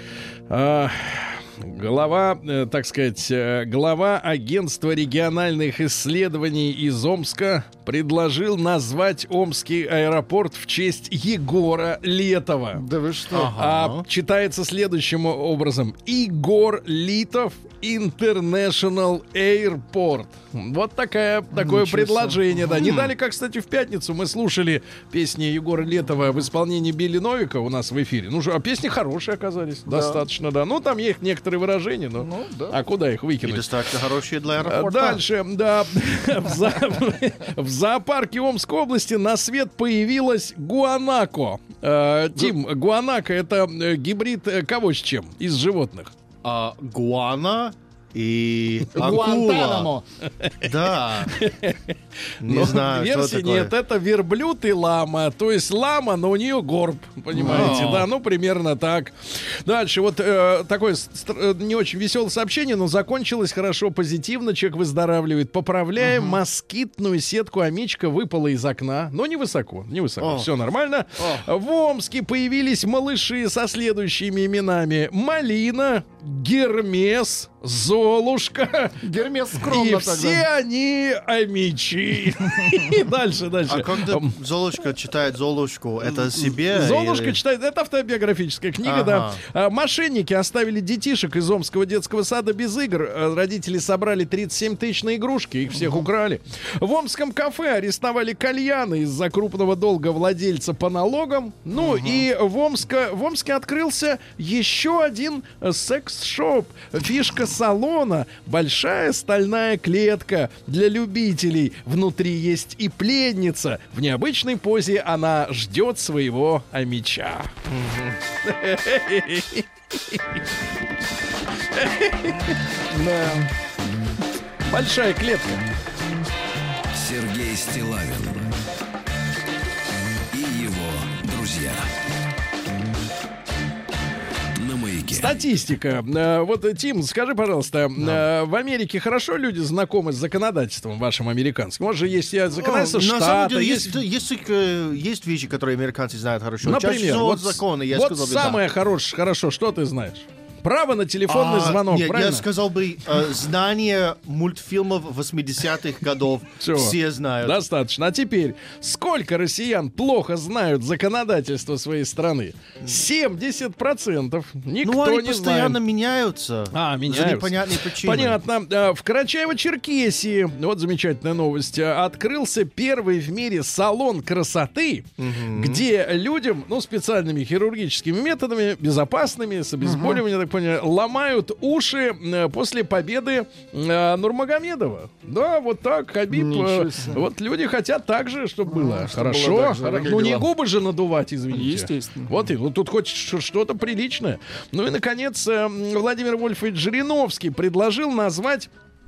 А, глава, э, так сказать, э, глава агентства региональных исследований из Омска предложил назвать Омский аэропорт в честь Егора Летова. Да вы что? А читается следующим образом: Игорь Литов International Airport. Вот такая, такое Ничего предложение, да. Не дали, как, кстати, в пятницу мы слушали песни Егора Летова в исполнении Билли Новика у нас в эфире. Ну, что, а песни хорошие оказались, Да. достаточно, да. Ну, там есть некоторые выражения, но Ну, да. а куда их И выкинуть? достаточно хорошие для А аэропорта. Дальше, да, в, зо- в зоопарке Омской области на свет появилась гуанако. Э, Тим, гуанако — это э, гибрид э, кого с чем из животных? А, гуана и акула. Гуантанамо. Да. Не Но знаю, что версии такое. нет, это верблюд и лама. То есть лама, но у нее горб, понимаете, А. да, ну примерно так. Дальше вот э, такое стр- э, не очень веселое сообщение, но закончилось хорошо, позитивно, человек выздоравливает. Поправляем, москитную сетку амичка выпала из окна, но не высоко, не высоко, О. все нормально. В Омске появились малыши со следующими именами: Малина, Гермес, Золушка. Гермес И скромно все тогда. они амичи. И дальше, дальше. А когда М, Золушка читает Золушку, это себе? Золушка или- читает, это автобиографическая книга, Ага. да. А, мошенники оставили детишек из Омского детского сада без игр. А, Родители собрали тридцать семь тысяч на игрушки, их всех украли. В Омском кафе арестовали кальяны из-за крупного долга владельца по налогам. Ну и в, Омске, в Омске открылся еще один э, секс-шоп. Фишка салона — большая стальная клетка для любителей. Внутри есть и пленница. В необычной позе она ждет своего амича. Да. Большая клетка. Сергей Стиллавин и его друзья. На маяке. Статистика. Э, Вот, э, Тим, скажи, пожалуйста, э, в Америке хорошо люди знакомы с законодательством вашим американским? У вас же есть э, законодательство Ну, на самом штата, деле, есть... есть, есть, э, есть вещи, которые американцы знают хорошо. Чаще Например, всего вот, законы, я вот сказал бы, да. самое хорошее, хорошо, что ты знаешь? Право на телефонный А, звонок, нет, правильно? я сказал бы, э, знание мультфильмов восьмидесятых годов Всё. все знают. Достаточно. А теперь, сколько россиян плохо знают законодательство своей страны? семьдесят процентов. Никто Ну, они не постоянно знает. меняются. А, За меняются. непонятные причины. Понятно. А, В Карачаево-Черкесии, вот замечательная новость, а, открылся первый в мире салон красоты, где людям, ну, специальными хирургическими методами, безопасными, с обезболиванием, я так понял, ломают уши э, после победы э, Нурмагомедова. Да, вот так, Хабиб. Ничего э, себе. Вот люди хотят так же, чтобы было. чтобы Хорошо. было так же, Хоро- выглядело. Ну, не губы же надувать, извините. Естественно. Вот и вот тут хоть ш- что-то приличное. Ну и, наконец, э, Владимир Вольфович Жириновский предложил назвать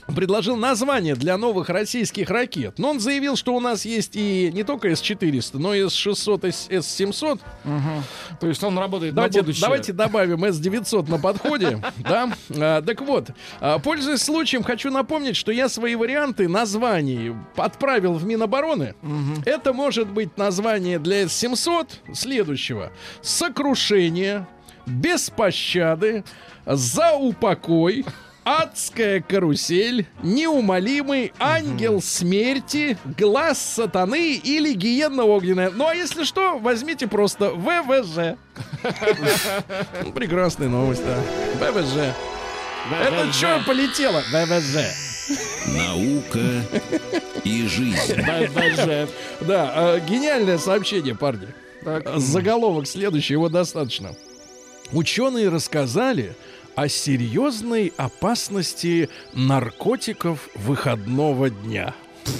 предложил название для новых российских ракет. Но он заявил, что у нас есть и не только эс четыреста, но и эс шестьсот, эс семьсот. Угу. То есть он работает Давайте, на будущее. давайте добавим эс девятьсот на подходе. Да? А, так вот, а, пользуясь случаем, хочу напомнить, что я свои варианты названий отправил в Минобороны. Угу. Это может быть название для эс семьсот следующего: «Сокрушение», «Без пощады», «За упокой», «Адская карусель», «Неумолимый», «Ангел смерти», «Глаз сатаны» или «Гиенна огненная». Ну а если что, возьмите просто вэ вэ жэ. Прекрасная новость, да. вэ вэ жэ. Это что полетело? вэ вэ жэ. Наука и жизнь. Да, гениальное сообщение, парни. Заголовок следующий, его достаточно. Ученые рассказали о серьезной опасности наркотиков выходного дня.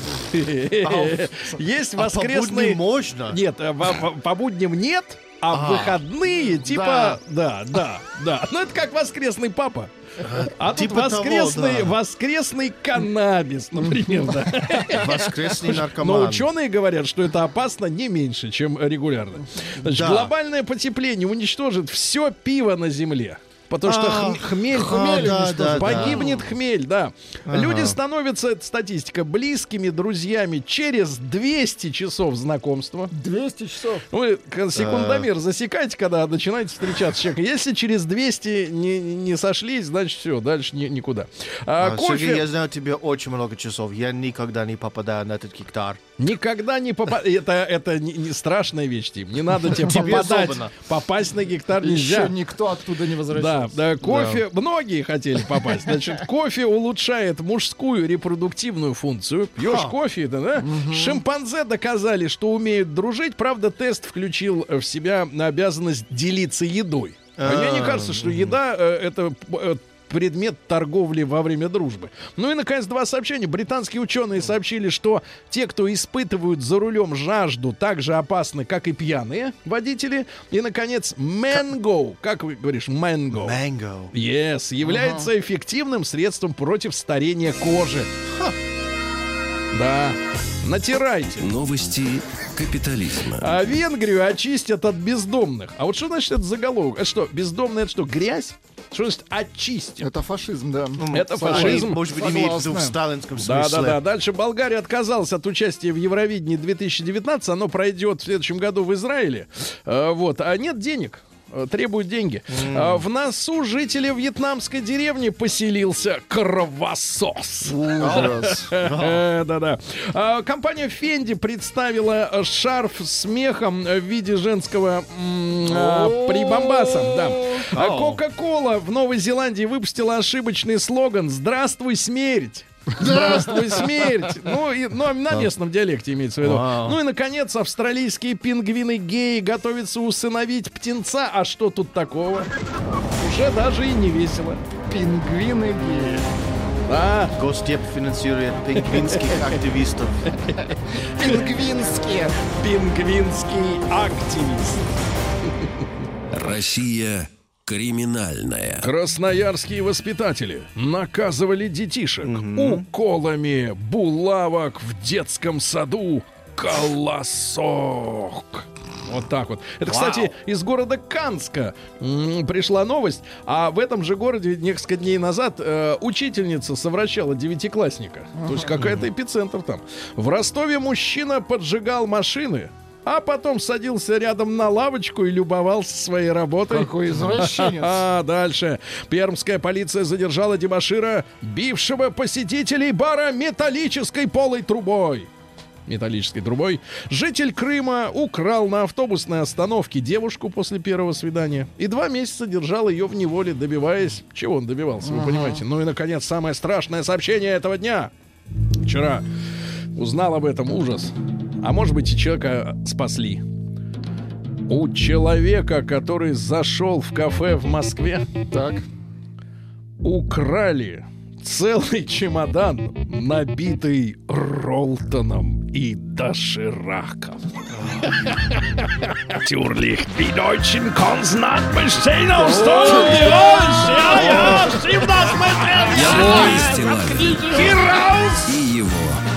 Есть воскресные... можно? Нет, по будням нет, а в выходные типа... Да, да, да. Ну это как воскресный папа. А тут воскресный, воскресный каннабис, например, да. Воскресный наркоман. Но ученые говорят, что это опасно не меньше, чем регулярно. Значит, Да. глобальное потепление уничтожит все пиво на Земле. Потому что А, хм- хмель, хмель хмель уничтожит. Да, да, погибнет да. хмель, да. Ага. Люди становятся, это статистика, близкими друзьями через двести часов знакомства. двести часов. Вы к- секундомер засекайте, когда начинаете встречаться с человеком. Если через двести не, не сошлись, значит все, дальше ни- никуда. А, А, кофе Сергей, я знаю тебе очень много часов. Я никогда не попадаю на этот гектар. никогда не попадет. Это, это не, не страшная вещь, Тим. Не надо тебе Тебе попадать. особенно. Попасть на гектар нельзя. Еще никто оттуда не возвращается. Да, да, кофе, многие хотели попасть. Значит, кофе улучшает мужскую репродуктивную функцию. Пьешь Ха. кофе, да, да? Шимпанзе доказали, что умеют дружить. Правда, тест включил в себя обязанность делиться едой. А Мне не кажется, что еда э, это э, предмет торговли во время дружбы. Ну и, наконец, два сообщения. Британские ученые сообщили, что те, кто испытывают за рулем жажду, так же опасны, как и пьяные водители. И, наконец, mango. Как вы говоришь? Mango. Mango. Yes, является эффективным средством против старения кожи. Да. Натирайте. Новости капитализма. А Венгрию очистят от бездомных. А вот что значит это заголовок? Это что, бездомные, это что, грязь? Что значит очистят? Это фашизм, да. Это Согласен. фашизм. Может быть, имеет в виду в Согласна. сталинском Да, смысле. да, да. Дальше Болгария отказалась от участия в Евровидении две тысячи девятнадцать. Оно пройдет в следующем году в Израиле. А, вот. А нет денег. А, Требуют деньги. А, в носу жителя вьетнамской деревни поселился кровосос. Ужас. Э, Да-да. А, Компания Fendi представила э, шарф с мехом в виде женского м, а, прибамбаса. Да. А Coca-Cola в Новой Зеландии выпустила ошибочный слоган «Здравствуй, смерть». Здравствуй, смерть! Ну, и, ну, на местном диалекте имеется в виду. Вау. Ну и, наконец, австралийские пингвины-геи готовятся усыновить птенца. А что тут такого? Уже даже и не весело. Пингвины геи. Да. Госдеп финансирует пингвинских активистов. Пингвинские. Пингвинский активист. Россия криминальная. Красноярские воспитатели наказывали детишек уколами булавок в детском саду «Колосок». Вот так вот. Это, кстати, из города Канска м, пришла новость. А в этом же городе несколько дней назад э, учительница совращала девятиклассника. То есть какая-то эпицентр там. В Ростове мужчина поджигал машины, а потом садился рядом на лавочку и любовался своей работой. Какой извращенец. А дальше. Пермская полиция задержала дебошира, бившего посетителей бара металлической полой трубой. Металлической трубой. Житель Крыма украл на автобусной остановке девушку после первого свидания и два месяца держал ее в неволе, добиваясь... Чего он добивался, вы понимаете? Ну и, наконец, самое страшное сообщение этого дня. Вчера узнал об этом, ужас. А может быть, и человека спасли. У человека, который зашел в кафе в Москве, Так. украли целый чемодан, набитый Ролтоном и дошираком. Natürlich, die Deutschen konstant bestehen auf Stunde. Ja, ja, stimmt das mit Сергей Стиллавин и его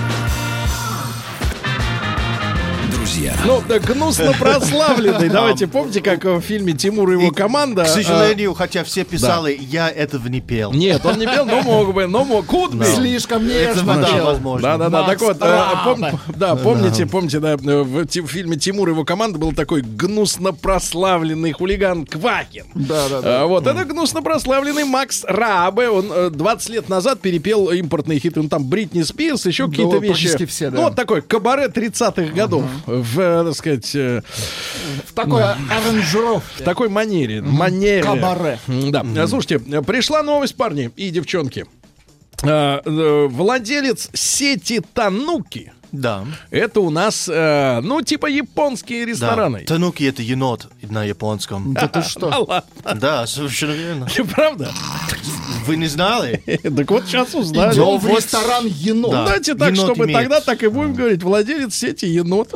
друзья. Ну, да, гнусно прославленный. Давайте, помните, как в фильме «Тимур и его команда»? К сожалению, хотя все писали, я этого не пел. Нет, он не пел, но мог бы, но мог. Could be. Слишком нежно. Да, пел. возможно. Да, да, да. Так вот, Макс, э, пом- да, помните, помните, да, в ти- в фильме «Тимур и его команда» был такой гнусно прославленный хулиган Квакин. Да, да, да. А, вот, это гнусно прославленный Макс Раабе. Он э, двадцать лет назад перепел импортные хиты. Он там Бритни Спирс, еще какие-то вещи. практически все, да. Ну, вот такой кабаре тридцатых годов. В, э, так сказать, э, В такой аранжировке. в такой манере. манере. Кабаре. Да. Слушайте, пришла новость, парни и девчонки. А, э, владелец сети Тануки. Да. Это у нас, э, ну, типа японские рестораны. Да. Тануки — это енот на японском. Да ты что? А, ладно. Да, совершенно верно. Правда? Вы не знали? Так вот сейчас узнали. Идем в вот- ресторан енот. Да. Давайте так, енот чтобы имеет. тогда так и будем говорить. Владелец сети енот.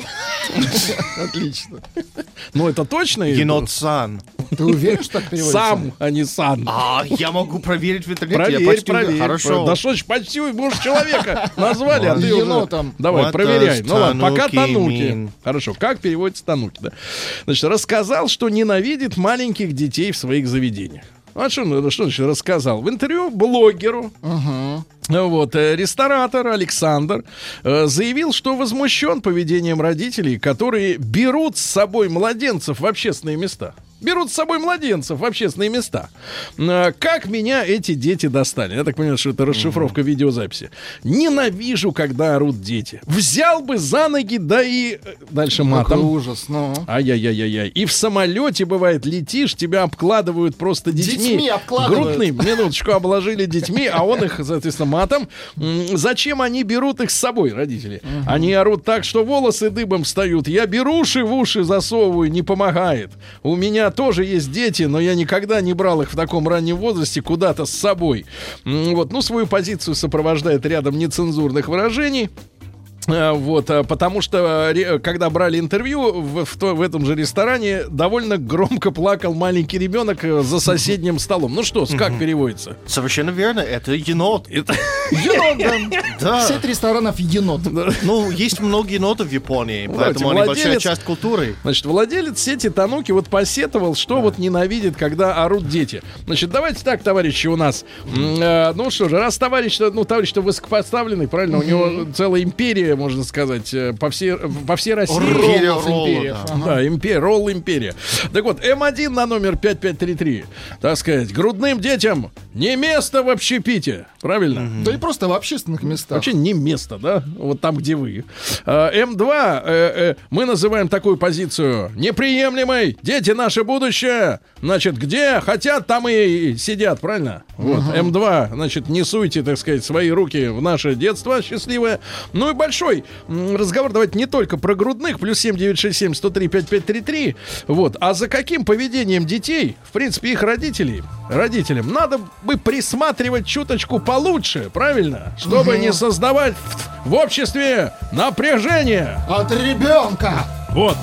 Отлично. Ну, это точно? Енот-сан. Ты уверен, что так переводится? Сам, а не сан. А, я могу проверить в интернете. я Проверь, почти- проверь. Хорошо. Да что ж, почти муж человека назвали, а ты уже... Енотом. Давай, What проверяй. does Ну ладно, пока Тануки Тануки. mean? Хорошо, как переводится Тануки, да? Значит, рассказал, что ненавидит маленьких детей в своих заведениях. А что, ну, что значит рассказал? В интервью блогеру вот, э, ресторатор Александр э, заявил, что возмущен поведением родителей, которые берут с собой младенцев в общественные места. Берут с собой младенцев в общественные места. Э, Как меня эти дети достали? Я так понимаю, что это расшифровка видеозаписи. Ненавижу, когда орут дети. Взял бы за ноги, да и... э, Дальше Какой матом. ужас, ну. Ай-яй-яй-яй. И в самолете, бывает, летишь, тебя обкладывают просто детьми. Детьми обкладывают. Грудным. Минуточку, обложили детьми, а он их, соответственно, матом. М, Зачем они берут их с собой, родители? Они орут так, что волосы дыбом встают. Я беруши в уши засовываю, не помогает. У меня тоже есть дети, но я никогда не брал их в таком раннем возрасте куда-то с собой. М, Вот, ну, свою позицию сопровождает рядом нецензурных выражений. А, Вот, а, потому что, ре- когда брали интервью в, в, то- в этом же ресторане, довольно громко плакал маленький ребенок э, за соседним столом. Ну что, с- как переводится? Совершенно верно, это енот. Это- Енот, да. Да. Сеть ресторанов енот. Ну, есть много енотов в Японии, Давайте, поэтому они большая владелец- часть культуры. Значит, владелец сети Тануки вот посетовал, что вот ненавидит, когда орут дети. Значит, давайте так, товарищи, у нас. М, э, ну что же, раз товарищ, ну, товарищ-то высокопоставленный, правильно, у него целая империя, можно сказать, э, по всей, по всей России. Империя Роллов ролла, империев. да. Ага. Да, империя, ролл империя. Так вот, эм один на номер пять пять три три. Так сказать, грудным детям не место в общепите. Правильно? Да и просто в общественных местах. Вообще не место, да? Вот там, где вы. А, эм два, э, э, мы называем такую позицию неприемлемой. Дети — наше будущее. Значит, где хотят, там и сидят, правильно? Вот, эм два, значит, не суйте, так сказать, свои руки в наше детство счастливое. Ну и большой м, разговор, давайте не только про грудных, плюс семь девять шесть семь сто три пять пять три три. Вот, а за каким поведением детей, в принципе, их родителей, родителям, надо бы присматривать чуточку получше, правильно? Чтобы не создавать в, в обществе напряжение. От ребенка. Вот.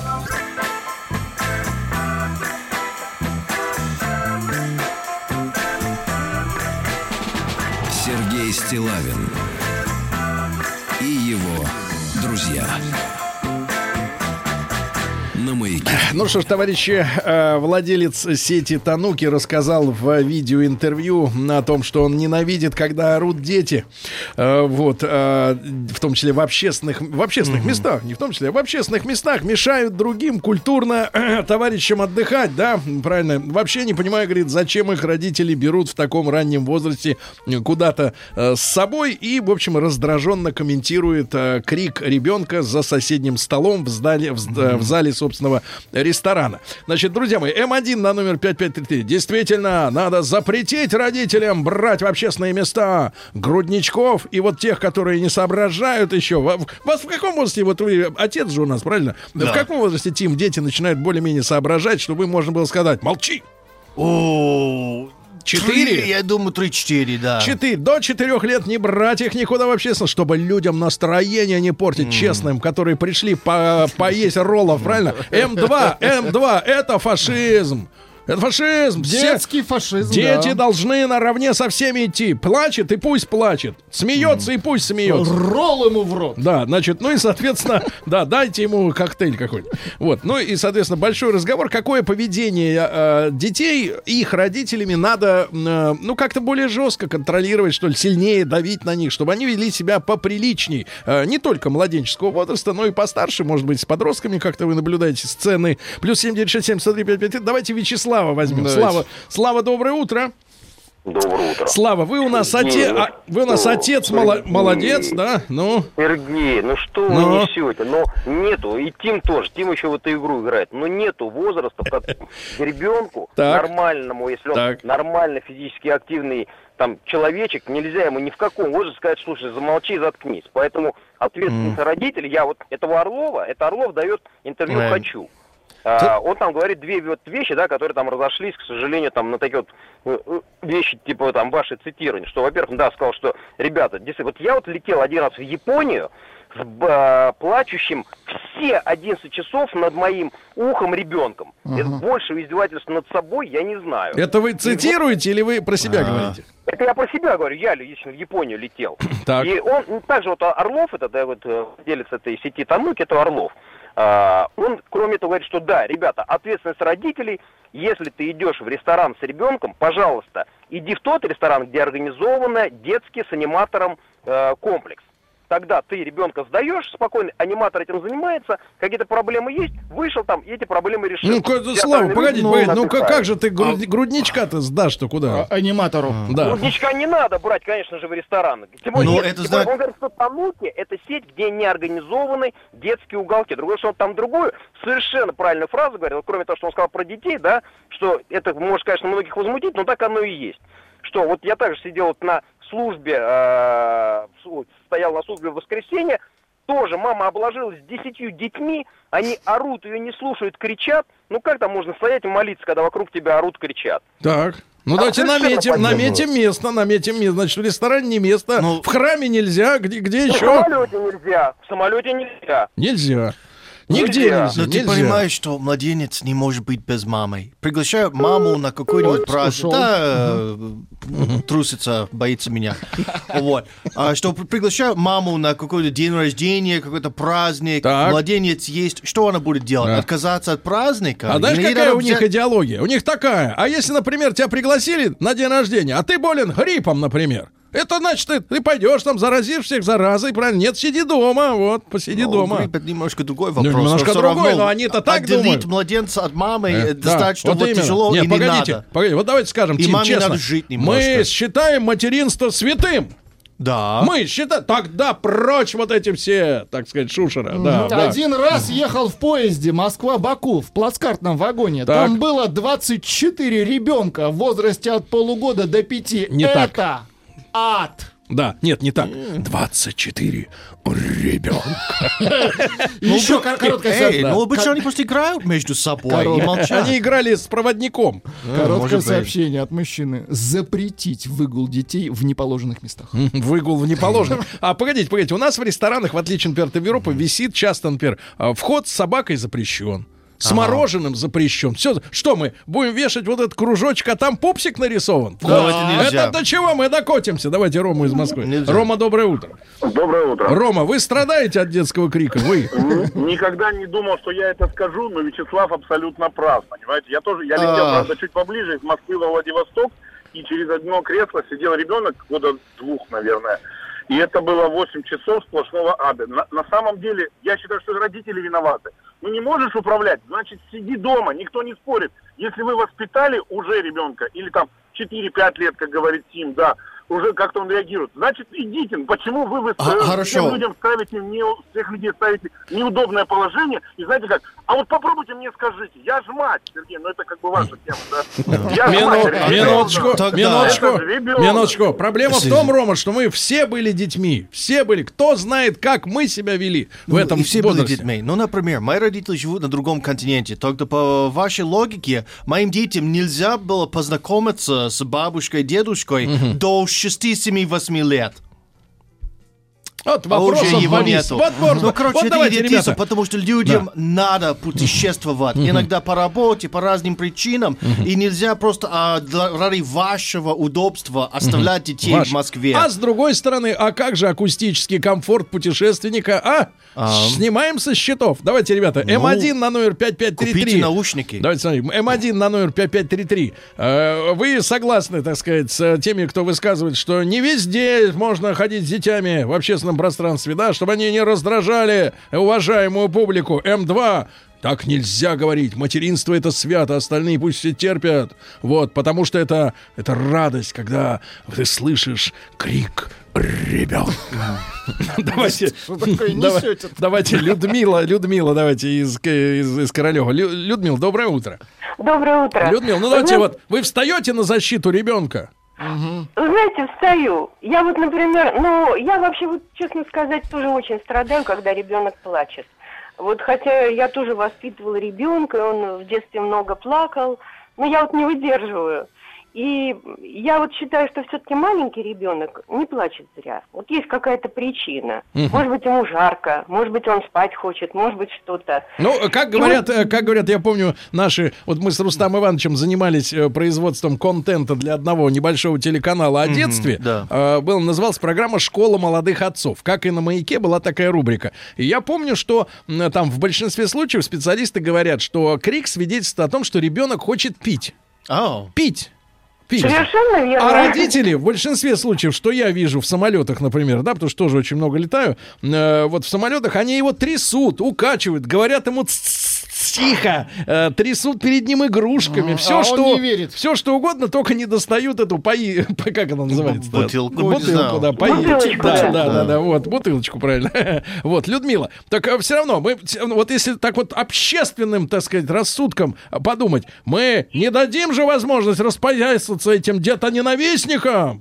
Сергей Стиллавин и его друзья. На маяке. Ну что ж, товарищи, э, владелец сети Тануки рассказал в видеоинтервью о том, что он ненавидит, когда орут дети. Э, Вот, э, в том числе в общественных, в общественных местах, не в том числе, а в общественных местах мешают другим культурно э, товарищам отдыхать, да, правильно. Вообще не понимаю, говорит, зачем их родители берут в таком раннем возрасте куда-то э, с собой, и, в общем, раздраженно комментирует э, крик ребенка за соседним столом в, зале, в, в зале собственного ресторана. Значит, друзья мои, эм один на номер пять пять три три. Действительно, надо запретить родителям брать в общественные места грудничков и вот тех, которые не соображают еще. Во- Вас в каком возрасте, вот вы отец же у нас, правильно? Да. В каком возрасте, Тим, дети начинают более-менее соображать, чтобы можно было сказать: молчи! О, Четыре? Я думаю, три-четыре, да. Четыре. До четырех лет не брать их никуда вообще, чтобы людям настроение не портить, mm. честным, которые пришли по поесть роллов, правильно? эм два, эм два, это фашизм. Это фашизм. Детский Все фашизм, дети да. должны наравне со всеми идти. Плачет и пусть плачет. Смеется mm. и пусть смеется. Ролл ему в рот. Да, значит, ну и, соответственно, да, дайте ему коктейль какой-нибудь. Вот, ну и, соответственно, большой разговор, какое поведение э, детей их родителями надо, э, ну, как-то более жестко контролировать, что ли, сильнее давить на них, чтобы они вели себя поприличней. Э, не только младенческого возраста, но и постарше, может быть, с подростками, как-то вы наблюдаете сцены. Плюс семь девять шесть семь сто три пять пять. Давайте Вячеслав Слава возьмем. Давайте. Слава, Слава, доброе утро. Доброе утро. Слава, вы у нас отец, а, вы у нас отец мало, молодец, да? Ну. Сергей, ну что но. вы несете? Но нету, и Тим тоже, Тим еще в эту игру играет, но нету возраста, в котором ребенку нормальному, если он так. нормально физически активный там человечек, нельзя ему ни в каком возрасте сказать, слушай, замолчи, заткнись. Поэтому ответственность mm. родителей, я вот этого Орлова, это Орлов дает интервью mm. «Хочу». А, он там говорит две вот вещи, да, которые там разошлись, к сожалению, там на такие вот вещи, типа там ваши цитирования, что, во-первых, да, сказал, что, ребята, действительно, вот я вот летел один раз в Японию с а, плачущим все одиннадцать часов над моим ухом ребенком. Uh-huh. Это больше издевательства над собой, я не знаю. Это вы цитируете и или вы про себя uh-huh. говорите? Это я про себя говорю, я лично в Японию летел. Так. И он, ну, также вот Орлов, это, да, вот владелец этой сети Тануки, это Орлов. Uh, он, кроме того, говорит, что да, ребята, ответственность родителей, если ты идешь в ресторан с ребенком, пожалуйста, иди в тот ресторан, где организовано детский с аниматором uh, комплекс. Тогда ты ребенка сдаешь, спокойно, аниматор этим занимается, какие-то проблемы есть, вышел там, и эти проблемы решил. Ну, Слава, погоди, ну, погоди, ну как, как же ты груд, грудничка-то сдашь-то куда? А, аниматору. А, да. Грудничка не надо брать, конечно же, в ресторан. Тем более, нет, это тем более, он говорит, что Тануки — это сеть, где не организованы детские уголки. Другое, что он там другую, совершенно правильную фразу говорил, кроме того, что он сказал про детей, да, что это может, конечно, многих возмутить, но так оно и есть. Что вот я также сидел вот на службе, э, стоял на службе в воскресенье, тоже мама обложилась десятью детьми, они орут, ее не слушают, кричат. Ну как там можно стоять и молиться, когда вокруг тебя орут, кричат? Так, ну а давайте наметим, наметим место, наметим место. Значит, в ресторане не место, ну, в храме нельзя, где, где еще? В самолете нельзя, в самолете нельзя. Нельзя. Нигде нельзя. Но ты нельзя. понимаешь, что младенец не может быть без мамы. Приглашаю маму на какой-нибудь праздник. Да, угу. трусится, боится меня. Вот. А, что приглашаю маму на какой-то день рождения, какой-то праздник. Так. Младенец есть. Что она будет делать? Да. Отказаться от праздника? А знаешь, какая у них взять... идеология? У них такая. А если, например, тебя пригласили на день рождения, а ты болен гриппом, например, это значит, ты, ты пойдешь там, заразишь всех заразой, правильно? Нет, сиди дома, вот, посиди ну, дома. Это немножко другой вопрос. Ну, немножко другой, равно, но они-то так отделить думают. Младенца от мамы э, достаточно да, вот вот тяжело. Нет, и погодите, не надо. погодите, вот давайте скажем, и Тим, маме честно, надо жить немножко. Мы считаем материнство святым. Да. Мы считаем, тогда прочь вот эти все, так сказать, шушера. Да, да. Один раз ехал в поезде Москва-Баку в плацкартном вагоне. Так. Там было двадцать четыре ребенка в возрасте от полугода до пяти. Не Это так. ад. Да, нет, не так. двадцать четыре ребенка. Еще короткое сообщение. Ну, обычно они просто играют между собой и молчат. Они играли с проводником. Короткое сообщение от мужчины. Запретить выгул детей в неположенных местах. Выгул в неположенных. А, погодите, погодите. У нас в ресторанах, в отличие, например, от Европы, висит часто, например, вход с собакой запрещен. С ага. мороженым запрещен. Все, что мы будем вешать вот этот кружочек, а там пупсик нарисован? Да, это нельзя. Это до чего мы докотимся? Давайте Рому из Москвы. Нельзя. Рома, доброе утро. Доброе утро. Рома, вы страдаете от детского крика? Вы? Никогда не думал, что я это скажу, но Вячеслав абсолютно прав, понимаете? Я тоже, я летел, правда, чуть поближе, из Москвы во Владивосток, и через одно кресло сидел ребенок, года двух, наверное. И это было восемь часов сплошного ада. На, на самом деле, я считаю, что родители виноваты. Ну не можешь управлять, значит сиди дома, никто не спорит. Если вы воспитали уже ребенка, или там четыре-пять лет, как говорит Тим, да, уже как-то он реагирует. Значит, идите. Почему вы, вы а, э, всем людям ставите, не, всех людей ставите неудобное положение? И знаете как? А вот попробуйте мне скажите. Я ж мать, Сергей, ну это как бы ваша тема, да? Я ж мать. Минуточку, минуточку, минуточку. Проблема в том, Рома, что мы все были детьми. Все были. Кто знает, как мы себя вели в этом возрасте. И все были детьми. Ну, например, мои родители живут на другом континенте. Тогда по вашей логике, моим детям нельзя было познакомиться с бабушкой и дедушкой угу. до шести-семи-восьми лет. Вот вопросов а его нету. Вот, вот, ну, короче, вот это давайте, идиотизм, ребята. потому что людям да. надо путешествовать. Mm-hmm. Иногда по работе, по разным причинам. Mm-hmm. И нельзя просто а, для, ради вашего удобства оставлять mm-hmm. детей Ваш. в Москве. А с другой стороны, а как же акустический комфорт путешественника? А? Um, Снимаем со счетов. Давайте, ребята, ну, эм один на номер пять пять три три. Купите наушники. Давайте смотрим. эм один на номер пять пять три три. Вы согласны, так сказать, с теми, кто высказывает, что не везде можно ходить с детьми в общественном пространстве, да, чтобы они не раздражали уважаемую публику. эм два. Так нельзя говорить. Материнство — это свято, остальные пусть все терпят. Вот, потому что это, это радость, когда ты слышишь крик ребенка. Давайте, давайте, Людмила, Людмила, давайте из, из, из Королева. Людмила, доброе утро. Доброе утро. Людмила, ну давайте вот, вы встаете на защиту ребенка? Угу. Знаете, встаю. Я вот, например, ну, я вообще, вот, честно сказать, тоже очень страдаю, когда ребенок плачет. Вот, хотя я тоже воспитывала ребенка, он в детстве много плакал, но я вот не выдерживаю. И я вот считаю, что все-таки маленький ребенок не плачет зря. Вот есть какая-то причина. Угу. Может быть, ему жарко, может быть, он спать хочет, может быть, что-то. Ну, как говорят, вот... как говорят, я помню, наши, вот мы с Рустамом Ивановичем занимались производством контента для одного небольшого телеканала о детстве. Угу, да. Был, называлась программа «Школа молодых отцов». Как и на «Маяке» была такая рубрика. И я помню, что там в большинстве случаев специалисты говорят, что крик свидетельствует о том, что ребенок хочет пить. Oh. Пить. Пить. Совершенно верно. А родители, в большинстве случаев, что я вижу в самолетах, например, да, потому что тоже очень много летаю, э, вот в самолетах они его трясут, укачивают, говорят ему тихо, э, трясут перед ним игрушками, все, а что, он не верит. все что угодно, только не достают эту пои, как она называется? Бутылку. Бутылку, да, пои. Бутылочку, да, да. да, да, да, вот, бутылочку, правильно. Вот, Людмила, так все равно, мы, вот если так вот общественным, так сказать, рассудком подумать, мы не дадим же возможность распоясаться этим детоненавистникам.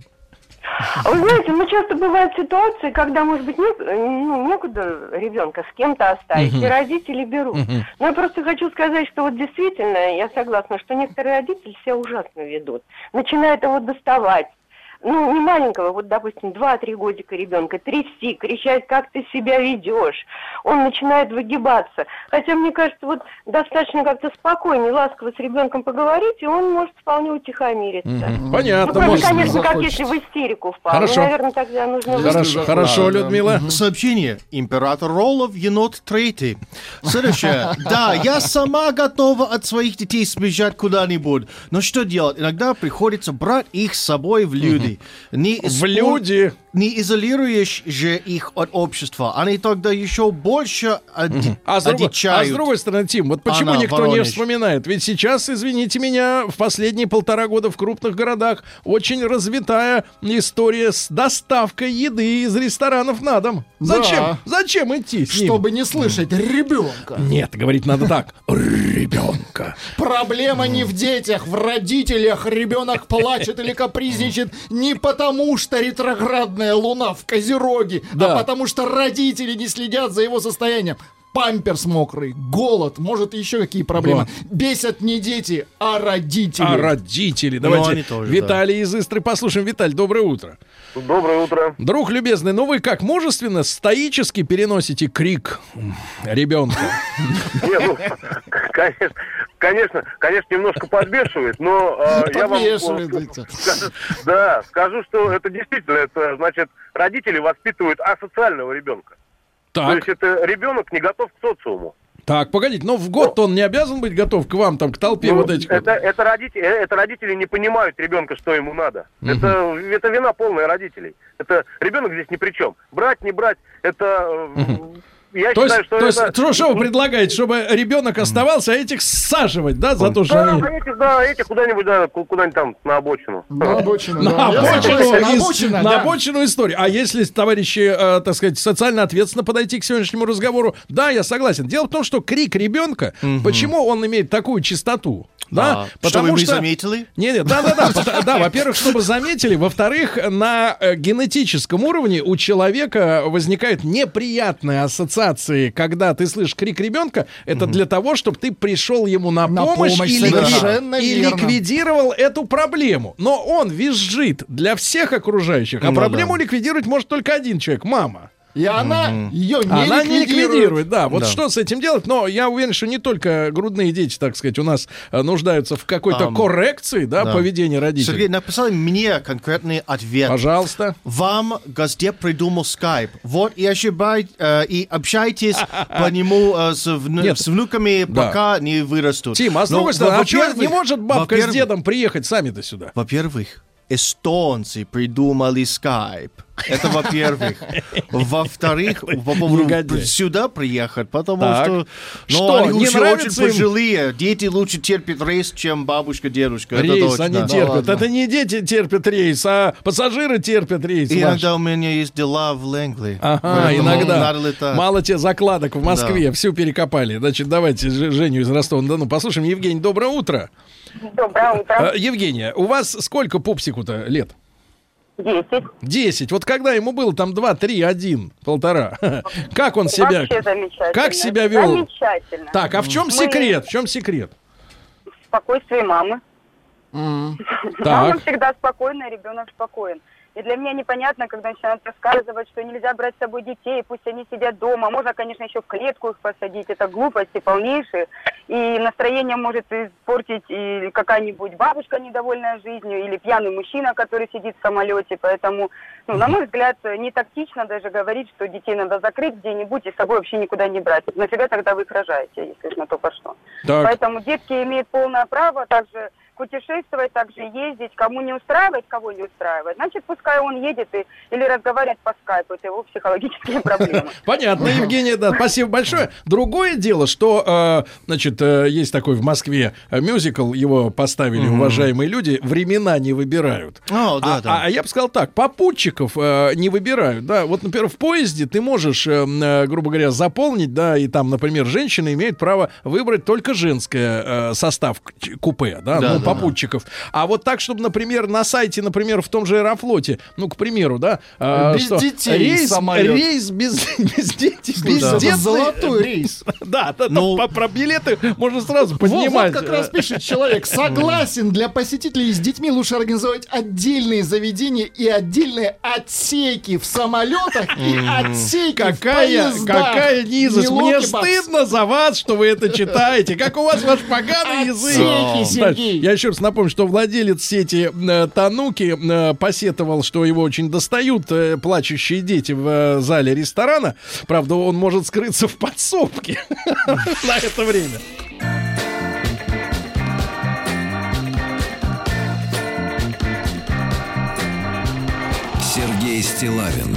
Вы знаете, ну часто бывают ситуации, когда, может быть, не, ну, некуда ребенка с кем-то оставить, uh-huh. и родители берут. Uh-huh. Но я просто хочу сказать, что вот действительно, я согласна, что некоторые родители себя ужасно ведут. Начинают его доставать. Ну, не маленького, вот, допустим, два-три годика ребенка, трясти, кричать, как ты себя ведешь. Он начинает выгибаться. Хотя, мне кажется, вот достаточно как-то спокойнее, ласково с ребенком поговорить, и он может вполне утихомириться. Mm-hmm. Понятно. Ну, может, конечно, как если в истерику впал. Хорошо. Ну, наверное, тогда нужно... Хорошо, хорошо, Людмила. Mm-hmm. Сообщение. Император Роллов, енот третий. Следующее. Да, я сама готова от своих детей сбежать куда-нибудь. Но что делать? Иногда приходится брать их с собой в люди. Не в исп... люди. Не изолируешь же их от общества. Они тогда еще больше оди... а, с друг... а с другой стороны, Тим, вот почему Она, никто Воронеж. не вспоминает? Ведь сейчас, извините меня, в последние полтора года в крупных городах очень развитая история с доставкой еды из ресторанов на дом. Зачем? Да. Зачем идти с ним? Чтобы не слышать ребенка. Нет, говорить надо так. Ребенка. Проблема не в детях, в родителях. Ребенок плачет или капризничает не потому, что ретроградная луна в Козероге, да. а потому что родители не следят за его состоянием. Памперс мокрый, голод, может, еще какие проблемы. Да. Бесят не дети, а родители. А родители. Давайте тоже, Виталий да. из Истры послушаем. Виталий, доброе утро. Доброе утро. Друг любезный, ну вы как, мужественно, стоически переносите крик ребенка? Нет, ну, конечно, конечно, конечно, немножко подбешивает, но э, я вам скажу, да, скажу, что это действительно, это значит, родители воспитывают асоциального ребенка. Так. То есть это ребенок не готов к социуму. Так, погодите, но в год он не обязан быть готов к вам, там, к толпе ну, вот этих это, вот. это, родители, это родители не понимают ребенка, что ему надо. Угу. Это, это вина полная родителей. Это ребенок здесь ни при чем. Брать, не брать, это... Угу. я то считаю, есть, что то это... есть, что, что вы предлагаете, чтобы ребенок оставался, а этих саживать, да, за то, что Да, они... этих, да, этих куда-нибудь, да, куда-нибудь там на обочину. На обочину, На да. обочину, На из- обочину, на да. обочину истории. А если, товарищи, э, так сказать, социально ответственно подойти к сегодняшнему разговору, да, я согласен. Дело в том, что крик ребенка, почему он имеет такую частоту? Да, А, чтобы мы заметили? Не, не, да, да, да, пото- да, во-первых, чтобы заметили, во-вторых, на э, генетическом уровне у человека возникают неприятные ассоциации, когда ты слышишь крик ребенка, это для того, чтобы ты пришел ему на, На помощь, помощь, и, ликви- совершенно и верно. ликвидировал эту проблему. Но он визжит для всех окружающих, а Ну проблему да. ликвидировать может только один человек — мама. И она ее не Она не ликвидирует. ликвидирует, да. Вот Да. что с этим делать? Но я уверен, что не только грудные дети, так сказать, у нас э, нуждаются в какой-то Ам, коррекции, да, да. поведения родителей. Сергей, написали мне конкретный ответ. Пожалуйста. Вам Госдеп придумал Skype. Вот и ошибай, э, и общайтесь по нему э, с, вну- Нет. с внуками, Да. пока не вырастут. Тим, а с Но, другой стороны, а во-первых- чё, не может бабка с во-первых- дедом приехать сами-то сюда? Во-первых, эстонцы придумали Skype. Это во-первых. Во-вторых, по поводу негодяй. сюда приехать, потому Так. что, ну, Что, они не уже нравится очень им? пожилые. Дети лучше терпят рейс, чем бабушка, дедушка. Это Рейс точно. они Да терпят. ладно. Это не дети терпят рейс, а пассажиры терпят рейс. И Маш. иногда у меня есть дела в Лэнгли. Ага, Поэтому иногда. надо летать. Мало тебе закладок в Москве, всю перекопали. Значит, давайте Ж- Женю из Ростова-на-Дону послушаем. Евгений, доброе утро. Доброе утро. Э, Евгения, у вас сколько пупсику-то лет? Десять. Десять. Вот когда ему было там два, три, один, полтора. Как он себя... Вообще замечательно. Как себя вел? Замечательно. Так, а в чем Мы- секрет? В чем секрет? Спокойствие мамы. Так. Мама всегда спокойна, ребенок спокоен. И для меня непонятно, когда начинают рассказывать, что нельзя брать с собой детей, пусть они сидят дома. Можно, конечно, еще в клетку их посадить. Это глупости полнейшие. И настроение может испортить и какая-нибудь бабушка, недовольная жизнью, или пьяный мужчина, который сидит в самолете. Поэтому, ну, на мой взгляд, не тактично даже говорить, что детей надо закрыть где-нибудь и с собой вообще никуда не брать. Нафига тогда вы их рожаете, если уж на то пошло. Так. Поэтому детки имеют полное право также путешествовать, также ездить. Кому не устраивает, кого не устраивает, значит, пускай он едет и, или разговаривает по скайпу. Это его психологические проблемы. Понятно, Евгения, да, спасибо большое. Другое дело, что, э, значит, э, есть такой в Москве э, мюзикл, его поставили уважаемые люди, «Времена не выбирают». О, да, а, да. а- а я бы сказал так, попутчиков э, не выбирают, да. Вот, например, в поезде ты можешь, э, э, грубо говоря, заполнить, да, и там, например, женщины имеют право выбрать только женское э, состав к- купе, да, Да, ну, да, попутчиков. А вот так, чтобы, например, на сайте, например, в том же Аэрофлоте, ну, к примеру, да, э, Без что, детей рейс, самолет. рейс без, без детей, Слушай, это золотой рейс. Да, да, Ну- ну, про билеты можно сразу Вот, поднимать. вот как раз пишет человек. Согласен, для посетителей с детьми лучше организовать отдельные заведения и отдельные отсеки в самолетах и отсеки в Какая, поездах. какая низость. Не Мне локи-бокс. стыдно за вас, что вы это читаете. Как у вас ваш поганый язык. Отсеки, Сергей. Я еще раз напомню, что владелец сети э, Тануки э, посетовал, что его очень достают э, плачущие дети в э, зале ресторана. Правда, он может скрыться в подсобке на это время. Сергей Стиллавин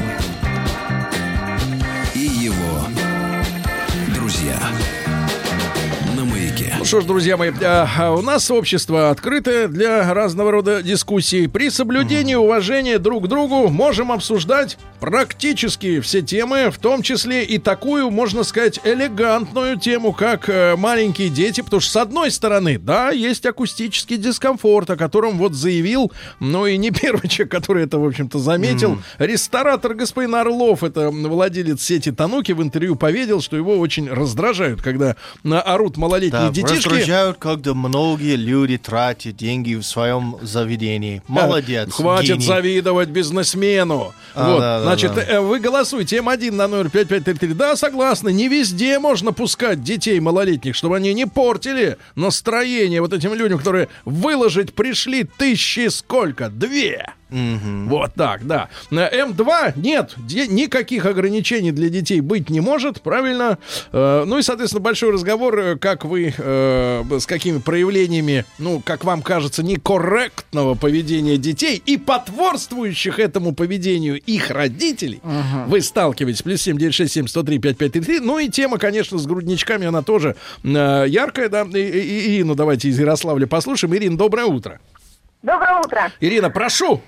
и его друзья на Маяке. Ну что ж, друзья мои, а, у нас общество открытое для разного рода дискуссий. При соблюдении уважения друг к другу можем обсуждать практически все темы, в том числе и такую, можно сказать, элегантную тему, как э, маленькие дети. Потому что, с одной стороны, да, есть акустический дискомфорт, о котором вот заявил, ну и не первый человек, который это, в общем-то, заметил. Ресторатор господин Орлов, это владелец сети Тануки, в интервью поведал, что его очень раздражают, когда на- орут малолетние Да, детишки. раздражают, когда многие люди тратят деньги в своем заведении. Молодец. Хватит гений. завидовать бизнесмену. А, вот, да, да, значит, да. э, вы голосуйте эм один на номер пять пять три три. Да, согласны, не везде можно пускать детей малолетних, чтобы они не портили настроение вот этим людям, которые выложить пришли тысячи сколько? Две. Mm-hmm. Вот так, да. эм два нет, де- никаких ограничений для детей быть не может, правильно? Э, ну и, соответственно, большой разговор, как вы, э, с какими проявлениями, ну, как вам кажется, некорректного поведения детей и потворствующих этому поведению их родителей, uh-huh. вы сталкиваетесь. Плюс семь девять шесть семь сто три пять пять три три. Ну и тема, конечно, с грудничками, она тоже э, яркая, да. И, и, Ирину давайте из Ярославля послушаем. Ирина, доброе утро. Доброе утро. Ирина, прошу.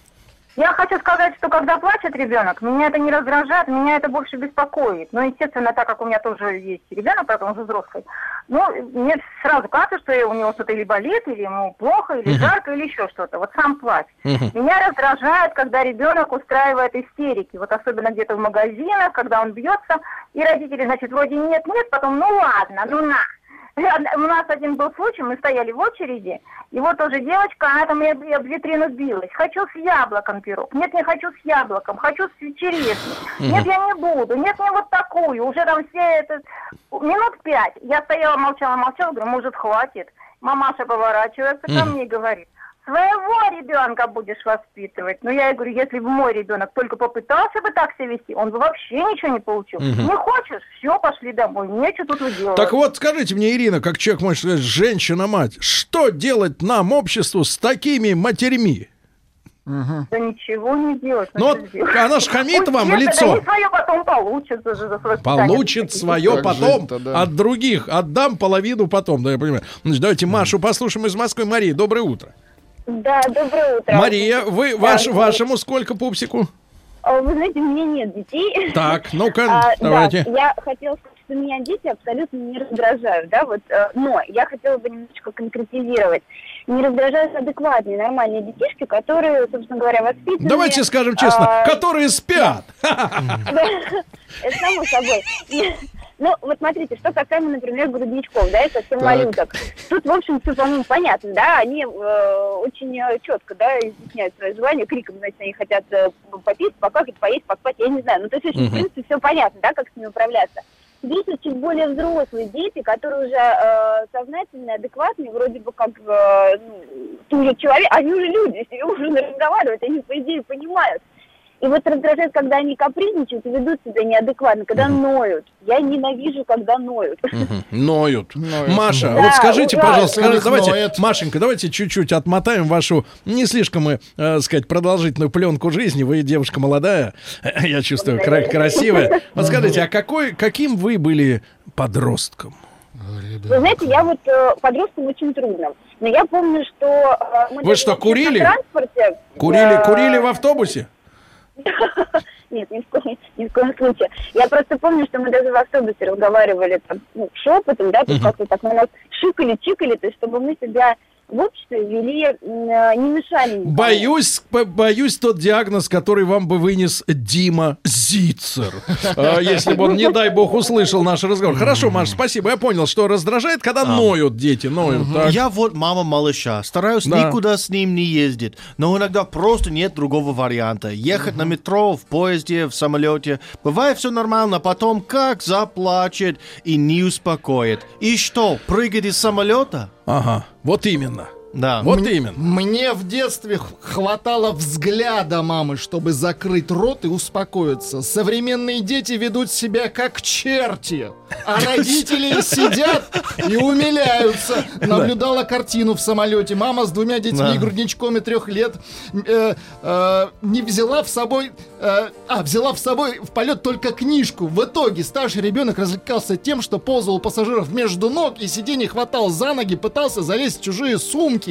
Я хочу сказать, что когда плачет ребенок, меня это не раздражает, меня это больше беспокоит. Но, естественно, так как у меня тоже есть ребенок, поэтому уже взрослый, ну, мне сразу кажется, что у него что-то или болит, или ему плохо, или uh-huh. жарко, или еще что-то. Вот сам плач. Uh-huh. Меня раздражает, когда ребенок устраивает истерики. Вот особенно где-то в магазинах, когда он бьется, и родители, значит, вроде нет-нет, потом ну ладно, ну на. У нас один был случай, мы стояли в очереди, и вот тоже девочка, она там и об витрину билась. Хочу с яблоком пирог. Нет, не хочу с яблоком, хочу с черешней. Mm-hmm. Нет, я не буду. Нет, не вот такую. Уже там все это... Минут пять. Я стояла, молчала, молчала, говорю, может, хватит. Мамаша поворачивается mm-hmm. ко мне и говорит: своего ребенка будешь воспитывать. Ну, я ей говорю, если бы мой ребенок только попытался бы так себя вести, он бы вообще ничего не получил. Угу. Не хочешь? Все, пошли домой. Нечего тут делать. Так вот, скажите мне, Ирина, как человек, может сказать, женщина-мать, что делать нам, обществу, с такими матерьми? Угу. Да ничего не делать. Ну, вот она ж хамит вам в лицо. Они свое потом получат. За, за Получит свое потом да. от других. Отдам половину потом, да, я понимаю. Значит, давайте Машу послушаем из Москвы. Мария, доброе утро. Да, доброе утро. Мария, вы, ваш, вашему сколько пупсику? Вы знаете, у меня нет детей. Так, ну-ка, а, давайте. Да, я хотела сказать, что меня дети абсолютно не раздражают, да, вот, но я хотела бы немножечко конкретизировать. Не раздражают адекватные, нормальные детишки, которые, собственно говоря, воспитаны... Давайте скажем честно, а, которые спят. Это само собой. Ну, вот смотрите, что касаемо, например, грудничков, да, и совсем малюток. Тут, в общем, все, по-моему, понятно, да, они э, очень четко, да, изъясняют свои желания, криком, значит, они хотят э, попить, покакать, поесть, поспать, я не знаю. Ну, то есть, uh-huh. в принципе, все понятно, да, как с ними управляться. Здесь вот чуть более взрослые дети, которые уже э, сознательные, адекватные, вроде бы как, э, ну, ты уже человек, они уже люди, с ними уже разговаривать, они, по идее, понимают. И вот раздражает, когда они капризничают и ведут себя неадекватно, когда uh-huh. ноют. Я ненавижу, когда ноют. Uh-huh. Ноют. ноют. Маша, да, вот скажите, да, пожалуйста, скажите, давайте, ноет. Машенька, давайте чуть-чуть отмотаем вашу не слишком, э, сказать, продолжительную пленку жизни. Вы девушка молодая, я чувствую, кра- красивая. Вот скажите, а какой, каким вы были подростком? Вы знаете, я вот э, подросткам очень трудно. Но я помню, что... Э, мы вы что, курили? На транспорте, курили, э, курили в автобусе? Нет, ни в, коем, ни в коем случае. Я просто помню, что мы даже в автобусе разговаривали там, ну, шепотом, да, то есть uh-huh. как-то так на нас шикали, чикали, то есть чтобы мы себя в обществе вели, э, не мешали. Боюсь, боюсь тот диагноз, который вам бы вынес Дима Зицер, если бы он, не дай бог, услышал наш разговор. Хорошо, Маш, спасибо, я понял, что раздражает, когда ноют дети, ноют. Я вот мама малыша, стараюсь никуда с ним не ездить, но иногда просто нет другого варианта. Ехать на метро, в поезде, в самолете, бывает все нормально, потом как заплачет и не успокоит. И что, прыгать из самолета? Ага, вот именно. Да. Вот мне, именно. Мне в детстве хватало взгляда мамы, чтобы закрыть рот и успокоиться. Современные дети ведут себя как черти, а родители сидят и умиляются. Наблюдала картину в самолете. Мама с двумя детьми, грудничком и трех лет, э, э, не взяла в собой, э, а взяла в собой в полет только книжку. В итоге старший ребенок развлекался тем, что ползал у пассажиров между ног и сиденье хватал за ноги, пытался залезть в чужие сумки.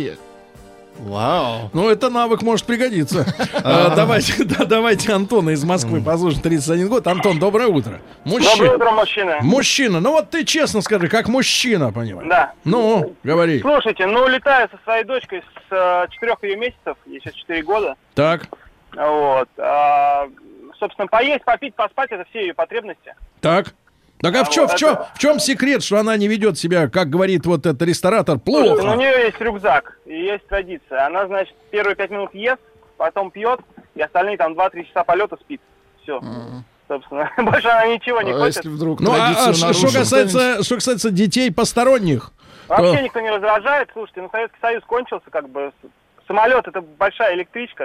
Вау. Ну, это навык может пригодиться. Давайте, давайте Антона из Москвы послушаем, тридцать один год. Антон, доброе утро. Доброе утро, мужчина. Мужчина. Ну вот ты честно скажи, как мужчина, понимаешь? Да. Ну, говори. Слушайте, ну, улетаю со своей дочкой с четырех ее месяцев, ей сейчас четыре года. Так. Вот. Собственно, поесть, попить, поспать — это все ее потребности. Так. Так а, а в, чем, в, чем, в чем секрет, что она не ведет себя, как говорит вот этот ресторатор, плохо? Слушайте, ну, у нее есть рюкзак и есть традиция. Она, значит, первые пять минут ест, потом пьет, и остальные там два-три часа полета спит. Все. Mm. Собственно, больше она ничего не а хочет. Если вдруг ну, а, а что, касается, что касается детей посторонних? Вообще то... никто не раздражает. Слушайте, ну, Советский Союз кончился, как бы. Самолет — это большая электричка.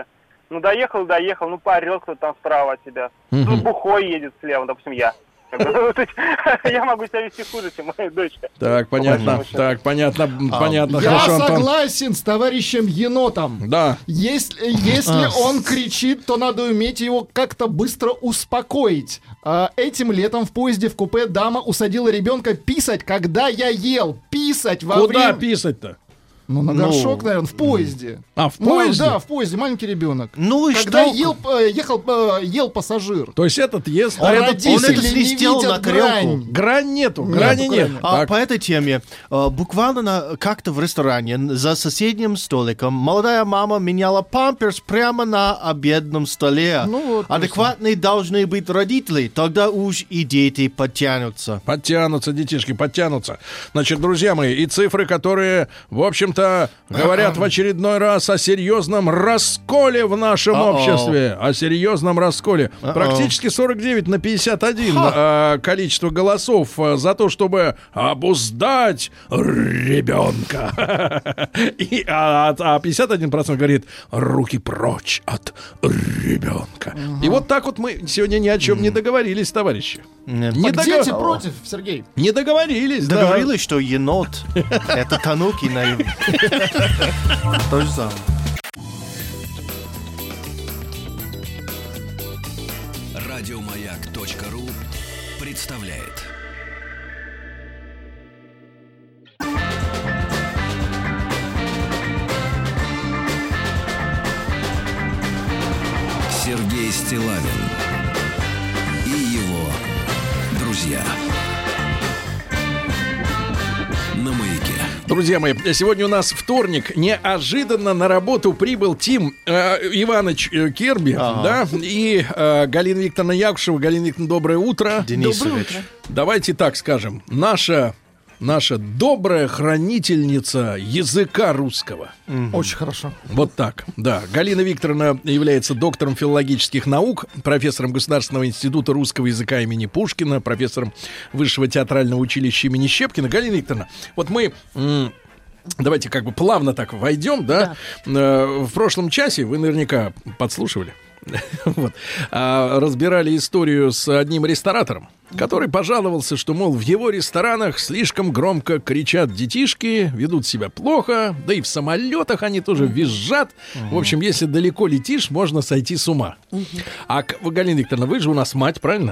Ну, доехал, доехал, ну, поорет кто-то там справа от тебя. Угу. Тут бухой едет слева, допустим, я. Я могу себя вести хуже, чем моя дочка. Так, понятно. Так, понятно, понятно. Я Хорошо, Антон. согласен с товарищем енотом. Да. Если, если он кричит, то надо уметь его как-то быстро успокоить. А, этим летом в поезде в купе дама усадила ребенка писать, когда я ел. Писать во Куда время... писать-то? Ну, на горшок, наверное, в поезде. А, в поезде? Ну, да, в поезде, маленький ребенок. Ну и Когда что? ел, э, ехал, э, ел пассажир. То есть этот ест, А а этот родители он это не свистел видят на тарелку. грань. Грань нету, Нету грани нет. грани. А, Так. по этой теме, э, буквально на- как-то в ресторане за соседним столиком молодая мама меняла памперс прямо на обедном столе. Ну вот, Адекватные должны быть родители, тогда уж и дети подтянутся. Подтянутся, детишки, подтянутся. Значит, друзья мои, и цифры, которые, в общем-то, говорят в очередной раз о серьезном расколе в нашем Uh-oh. обществе. О серьезном расколе. Uh-oh. Практически сорок девять на пятьдесят один э, количество голосов э, за то, чтобы обуздать ребенка. И, а, а пятьдесят один процент говорит: руки прочь от ребенка. И вот так вот мы сегодня ни о чем не договорились, товарищи. Нет. Не Так догов- дети против, Сергей. Не договорились, да. Договорились, что енот — это тануки на... То же самое. Радиомаяк.ру представляет. Сергей Стиллавин и его друзья на Маяке. Друзья мои, сегодня у нас вторник. Неожиданно на работу прибыл Тим э, Иванович э, Керби, Ага. да, и э, Галина Викторовна Якушева. Галина Викторовна, доброе утро. Денисович. Давайте так скажем. Наша, наша добрая хранительница языка русского. Очень хорошо. Вот так, да. Галина Викторовна является доктором филологических наук, профессором Государственного института русского языка имени Пушкина, профессором Высшего театрального училища имени Щепкина. Галина Викторовна, вот мы... м- давайте как бы плавно так войдем, да? Э, в прошлом часе вы наверняка подслушивали. Вот. А, разбирали историю с одним ресторатором, который пожаловался, что, мол, в его ресторанах слишком громко кричат детишки, ведут себя плохо, да и в самолетах они тоже визжат. В общем, если далеко летишь, можно сойти с ума. А, к- вы, Галина Викторовна, вы же у нас мать, правильно?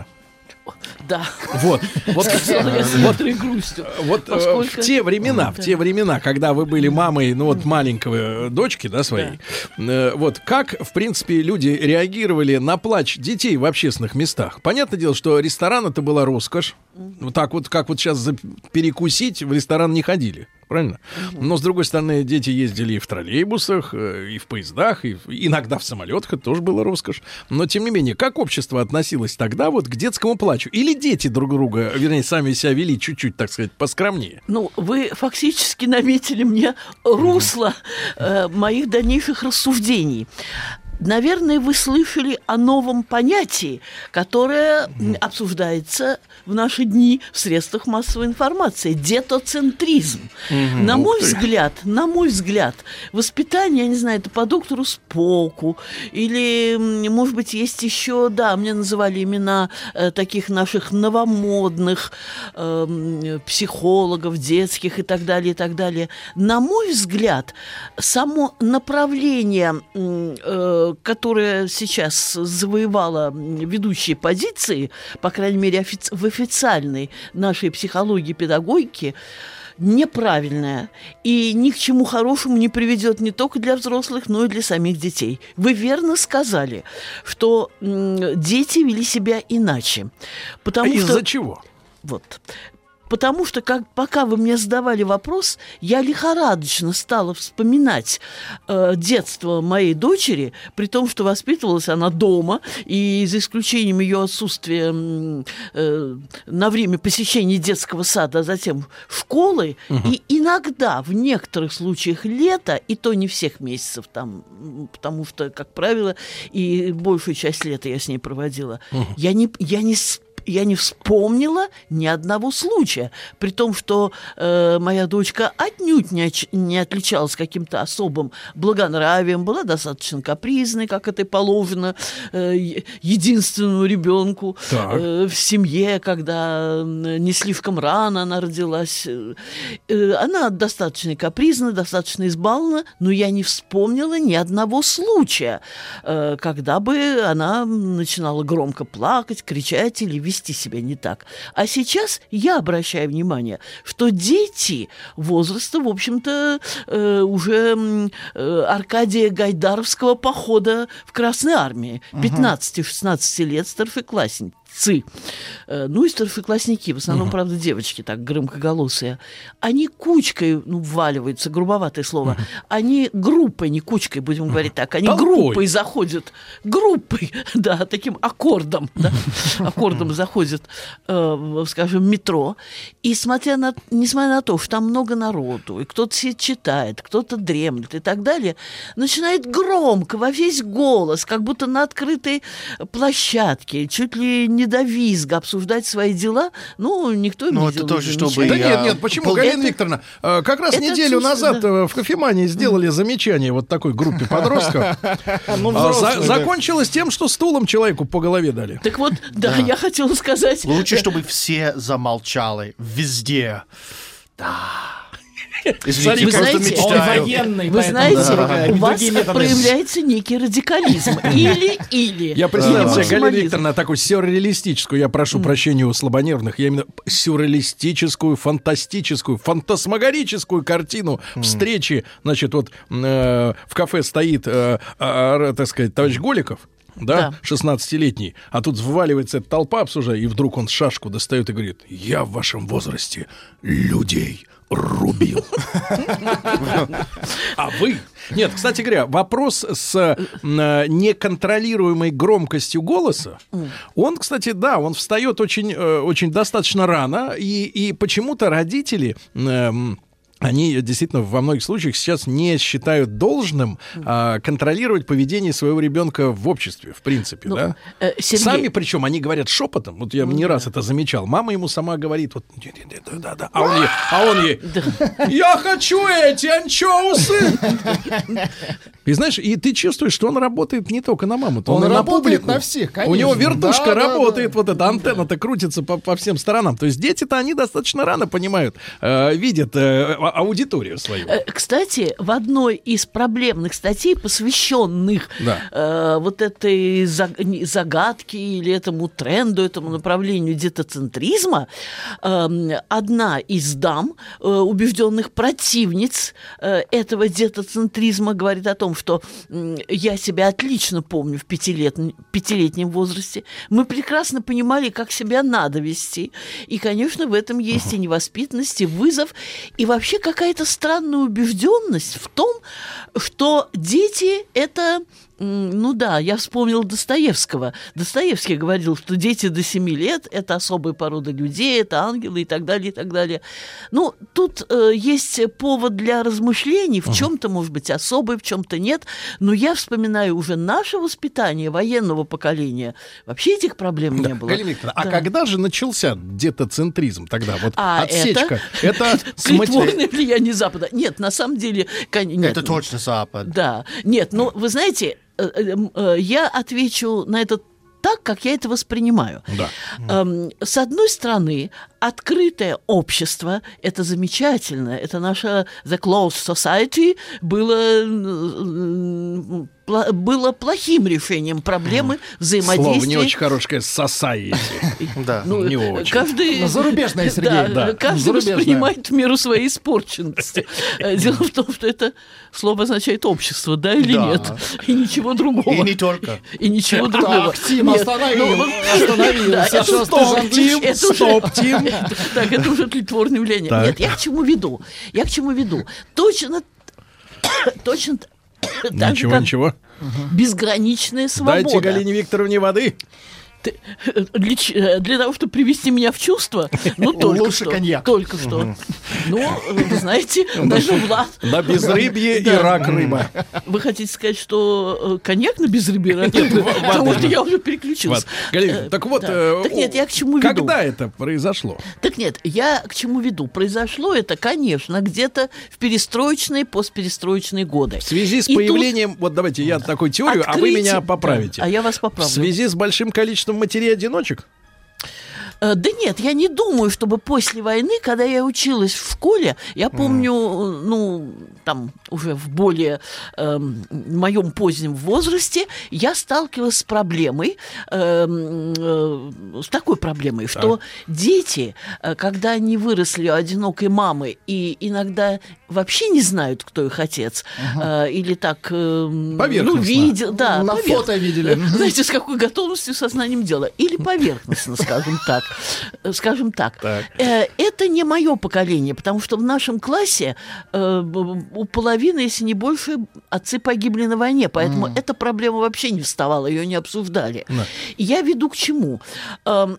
Да. Вот, вот, Я с вот, некоторой грустью. вот э, Поскольку- в те времена, в те времена, когда вы были мамой, ну вот маленького э, дочки, да, своей, э, вот как, в принципе, люди реагировали на плач детей в общественных местах? Понятное дело, что ресторан это была роскошь. Вот так вот, как вот сейчас за- перекусить в ресторан не ходили. Правильно? Но, с другой стороны, дети ездили и в троллейбусах, э, и в поездах, и в- иногда в самолетах, это тоже была роскошь. Но, тем не менее, как общество относилось тогда вот к детскому плачу? Или дети друг друга, вернее, сами себя вели чуть-чуть, так сказать, поскромнее? Ну, вы фактически наметили мне русло э, моих дальнейших рассуждений. Наверное, вы слышали о новом понятии, которое м, обсуждается в наши дни в средствах массовой информации. Детоцентризм. Мгм. На Ух мой ты. взгляд, на мой взгляд, воспитание, я не знаю, это по доктору Споку, или, м, может быть, есть еще, да, мне называли имена э, таких наших новомодных э, м, психологов детских и так далее, и так далее. На мой взгляд, само направление, м, э, которое сейчас завоевало м, ведущие позиции, по крайней мере, офици- в официальной нашей психологии, педагогике, неправильная и ни к чему хорошему не приведет не только для взрослых, но и для самих детей. Вы верно сказали, что м, дети вели себя иначе. Потому А из-за что... чего? Вот. Потому что, как, пока вы мне задавали вопрос, я лихорадочно стала вспоминать э, детство моей дочери, при том, что воспитывалась она дома, и за исключением ее отсутствия м, э, на время посещения детского сада, а затем школы, Мгм. и иногда, в некоторых случаях, лето, и то не всех месяцев, там, м, потому что, как правило, и большую часть лета я с ней проводила, Мгм. я не, я не с- я не вспомнила ни одного случая, при том, что э, моя дочка отнюдь не, оч- не отличалась каким-то особым благонравием, была достаточно капризной, как это и положено э, единственному ребенку э, в семье, когда не слишком рано она родилась. Э, она достаточно капризна, достаточно избалована, но я не вспомнила ни одного случая, э, когда бы она начинала громко плакать, кричать или вести себя не так. А сейчас я обращаю внимание, что дети возраста, в общем-то, э, уже э, Аркадия Гайдаровского похода в Красной армии, пятнадцати-шестнадцати лет, старшеклассницы. Ну и старшеклассники, в основном, uh-huh. правда, девочки так громкоголосые, они кучкой, ну, вваливаются, грубоватое слово, uh-huh. они группой, не кучкой, будем uh-huh. говорить так, они Толпой. группой заходят, группой, да, таким аккордом, да, аккордом заходят, э, скажем, в метро, и смотря на, несмотря на то, что там много народу, и кто-то сидит, читает, кто-то дремлет и так далее, начинает громко, во весь голос, как будто на открытой площадке, чуть ли не до визга обсуждать свои дела, ну, никто ну, не это тоже, чтобы Да я... нет, нет, почему, Галина это... Викторовна, как раз это неделю назад да. в кофемании сделали замечание вот такой группе подростков. Закончилось тем, что стулом человеку по голове дали. Так вот, да, я хотела сказать... Лучше, чтобы все замолчали везде. Да. Извините, вы знаете, он военный, вы знаете, да. у вас проявляется некий радикализм. Или-или. Я представил себе, Галина Викторовна, такую сюрреалистическую, я прошу mm. прощения у слабонервных, я именно сюрреалистическую, фантастическую, фантасмагорическую картину mm. встречи. Значит, вот э, в кафе стоит, э, э, так сказать, товарищ Голиков, да, да, шестнадцатилетний, а тут вваливается эта толпа, обсуждая, и вдруг он шашку достает и говорит: я в вашем возрасте людей рубил. А вы? Нет, кстати говоря, вопрос с э, неконтролируемой громкостью голоса, он, кстати, да, он встает очень, э, очень достаточно рано, и, и почему-то родители... Э, они действительно во многих случаях сейчас не считают должным а, контролировать поведение своего ребенка в обществе, в принципе, ну, да? Э, Сергей... Сами, причем, они говорят шепотом. Вот я не раз это замечал. Мама ему сама говорит, вот, да, да, да, а он ей, а он ей, я хочу эти анчоусы. И знаешь, и ты чувствуешь, что он работает не только на маму, он, он и на публику. На всех, конечно. У него вертушка да, работает, да, вот эта да. антенна-то крутится по, по всем сторонам. То есть дети-то они достаточно рано понимают, э, видят э, аудиторию свою. Кстати, в одной из проблемных статей, посвященных да. э, вот этой загадке или этому тренду, этому направлению детоцентризма, э, одна из дам, э, убежденных противниц э, этого детоцентризма, говорит о том, что э, я себя отлично помню в пятилетнем, пятилетнем возрасте. Мы прекрасно понимали, как себя надо вести. И, конечно, в этом есть и невоспитанность, и вызов, и вообще какая-то странная убежденность в том, что дети — это... Ну да, я вспомнил Достоевского. Достоевский говорил, что дети до семи лет — это особая порода людей, это ангелы и так далее, и так далее. Ну, тут э, есть повод для размышлений, в чем-то, может быть, особый, в чем-то нет. Но я вспоминаю уже наше воспитание военного поколения. Вообще этих проблем да. не было. Галина Викторовна, да. а когда же начался детоцентризм тогда? Вот а отсечка. Это, это тлетворное влияние Запада. Нет, на самом деле... Нет, это точно Запад. Да. Нет, ну, вы знаете... Я отвечу на этот так, как я это воспринимаю. Да. С одной стороны, открытое общество — это замечательно. Это наша The Closed Society было, было плохим решением проблемы взаимодействия. Слово не очень хорошее «society». Да, ну, не очень. Каждый, зарубежное, Сергей. Да, да. Каждый зарубежное. Воспринимает в меру своей испорченности. Дело в том, что это слово означает общество, да или да. нет? И ничего другого. И не только. И ничего другого. Так, Тим, остановил. Остановил. Да, это стоп, Тим, это стоп, Тим. Так, это уже тлетворное явление. Так. Нет, я к чему веду? Я к чему веду? Точно, точно так ничего, же, ничего. Безграничная свобода. Дайте Галине Викторовне воды. Для, для того, чтобы привести меня в чувство, ну, только Лучше что. коньяк. Только что. Угу. Ну, вы знаете, даже Влад... На безрыбье и рак рыба. Вы хотите сказать, что коньяк на безрыбье и рак рыба? Потому что я уже переключился. Так вот, так нет, я к чему веду? Когда это произошло? Так нет, я к чему веду? Произошло это, конечно, где-то в перестроечные, постперестроечные годы. В связи с появлением, вот давайте я такую теорию, а вы меня поправите. А я вас поправлю. В связи с большим количеством матерей-одиночек? Да нет, я не думаю, чтобы после войны, когда я училась в школе, я помню, mm. ну, там, уже в более э, моем позднем возрасте, я сталкивалась с проблемой, э, э, с такой проблемой, так. что дети, когда они выросли у одинокой мамы и иногда вообще не знают, кто их отец, uh-huh. э, или так, э, ну, видел, да, на фото видели. Знаете, с какой готовностью, сознанием дела, или поверхностно, скажем так. Скажем так, так. Э, это не мое поколение, потому что в нашем классе э, у половины, если не больше, отцы погибли на войне, поэтому mm. эта проблема вообще не вставала, ее не обсуждали. Mm. И я веду к чему? Э,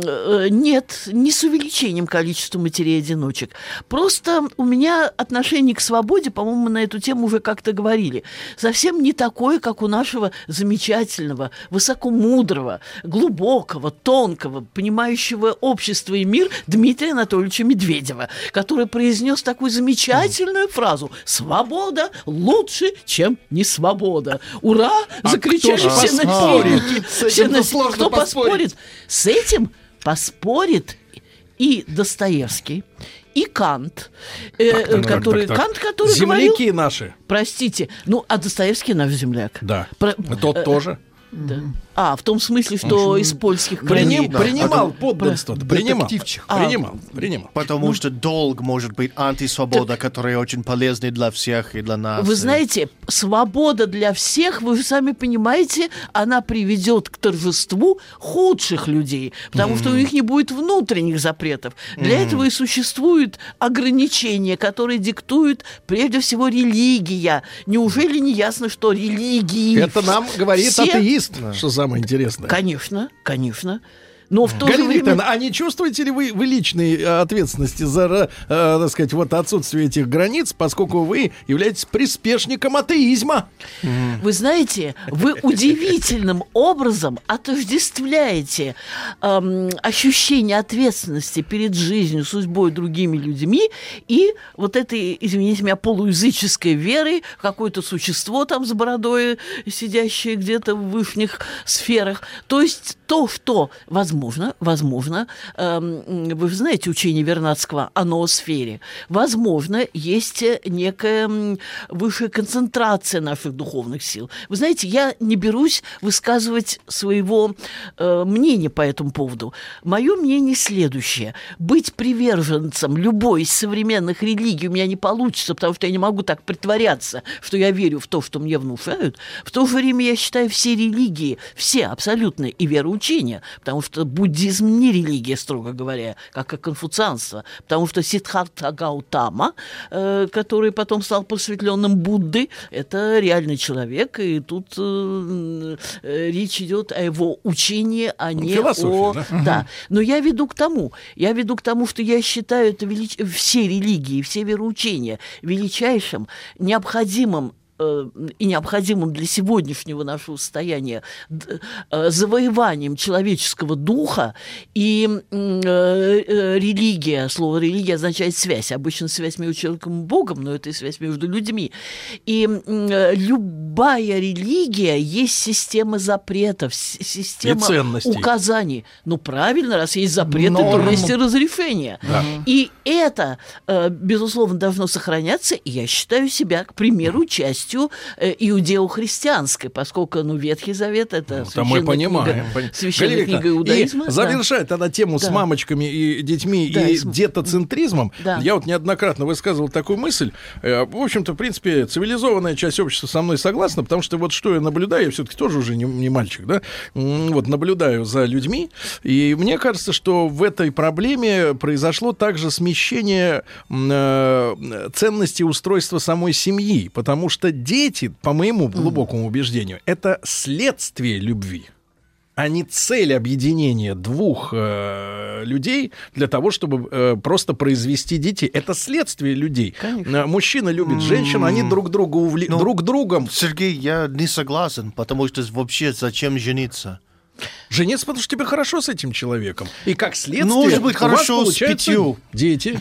э, нет, не с увеличением количества матерей-одиночек. Просто у меня отношение к свободе, по-моему, мы на эту тему уже как-то говорили, совсем не такое, как у нашего замечательного, высокомудрого, глубокого, тонкого, понимающего общество и мир Дмитрия Анатольевича Медведева, который произнес такую замечательную фразу: «Свобода лучше, чем не свобода». Ура! А закричали все насильники. Все нас... Кто поспорить. поспорит? С этим поспорит и Достоевский, и Кант, э, так, так, который, так, так, так. Кант, который земляки говорил... наши. Простите, ну, а Достоевский наш земляк. Да, Про... тот э, тоже. Да. А, в том смысле, что Он из польских корней. Да. Принимал подданство. Принимал. А, принимал. Принимал. Потому ну, что долг может быть антисвобода, так, которая очень полезна для всех и для нас. Вы знаете, свобода для всех, вы сами понимаете, она приведет к торжеству худших людей, потому mm. что у них не будет внутренних запретов. Для mm. этого и существуют ограничения, которые диктуют прежде всего религия. Неужели не ясно, что религии... Это нам говорит все... атеист, да. что самое интересное. Конечно, конечно. Но в то Галина же время... Викторовна, а не чувствуете ли вы, вы личной ответственности за, э, так сказать, вот отсутствие этих границ, поскольку вы являетесь приспешником атеизма? Вы знаете, вы удивительным образом отождествляете эм, ощущение ответственности перед жизнью, судьбой, другими людьми и вот этой, извините меня, полуязыческой верой в какое-то существо там с бородой, сидящее где-то в вышних сферах. То есть то, что возможно, Возможно, возможно, э, вы знаете учение Вернадского о ноосфере. Возможно, есть некая высшая концентрация наших духовных сил. Вы знаете, я не берусь высказывать своего э, мнения по этому поводу. Мое мнение следующее. Быть приверженцем любой из современных религий у меня не получится, потому что я не могу так притворяться, что я верю в то, что мне внушают. В то же время я считаю все религии, все абсолютно, и вероучения, потому что буддизм не религия, строго говоря, как и конфуцианство, потому что Сиддхартха Гаутама, э, который потом стал просветленным Буддой, это реальный человек, и тут э, э, речь идет о его учении, а не Философия, о... Да? Да. Но я веду к тому, я веду к тому, что я считаю это велич... все религии, все вероучения величайшим, необходимым и необходимым для сегодняшнего нашего состояния завоеванием человеческого духа, и религия, слово религия означает связь, обычно связь между человеком и Богом, но это и связь между людьми. И любая религия есть система запретов, система указаний. Ну, правильно, раз есть запреты, Норм. то есть и разрешения. Да. И это, безусловно, должно сохраняться, и я считаю себя, к примеру, частью иудео-христианской, поскольку, ну, Ветхий Завет — это ну, священная книга, священная книга иудаизма. И завершая да. тогда тему да. с мамочками и детьми да, и с... детоцентризмом, да. я вот неоднократно высказывал такую мысль. В общем-то, в принципе, цивилизованная часть общества со мной согласна, потому что вот что я наблюдаю, я все-таки тоже уже не, не мальчик, да, вот наблюдаю за людьми, и мне кажется, что в этой проблеме произошло также смещение э, ценности устройства самой семьи, потому что дети, по моему глубокому убеждению, это следствие любви. а не цель объединения двух э, людей для того, чтобы э, просто произвести детей. Это следствие людей. Конечно. Мужчина любит женщину, они друг друга увле... Ну, друг другом. Сергей, я не согласен, потому что вообще зачем жениться? Жениться, потому что тебе хорошо с этим человеком. И как следствие, может быть, у вас хорошо с пятью. Дети.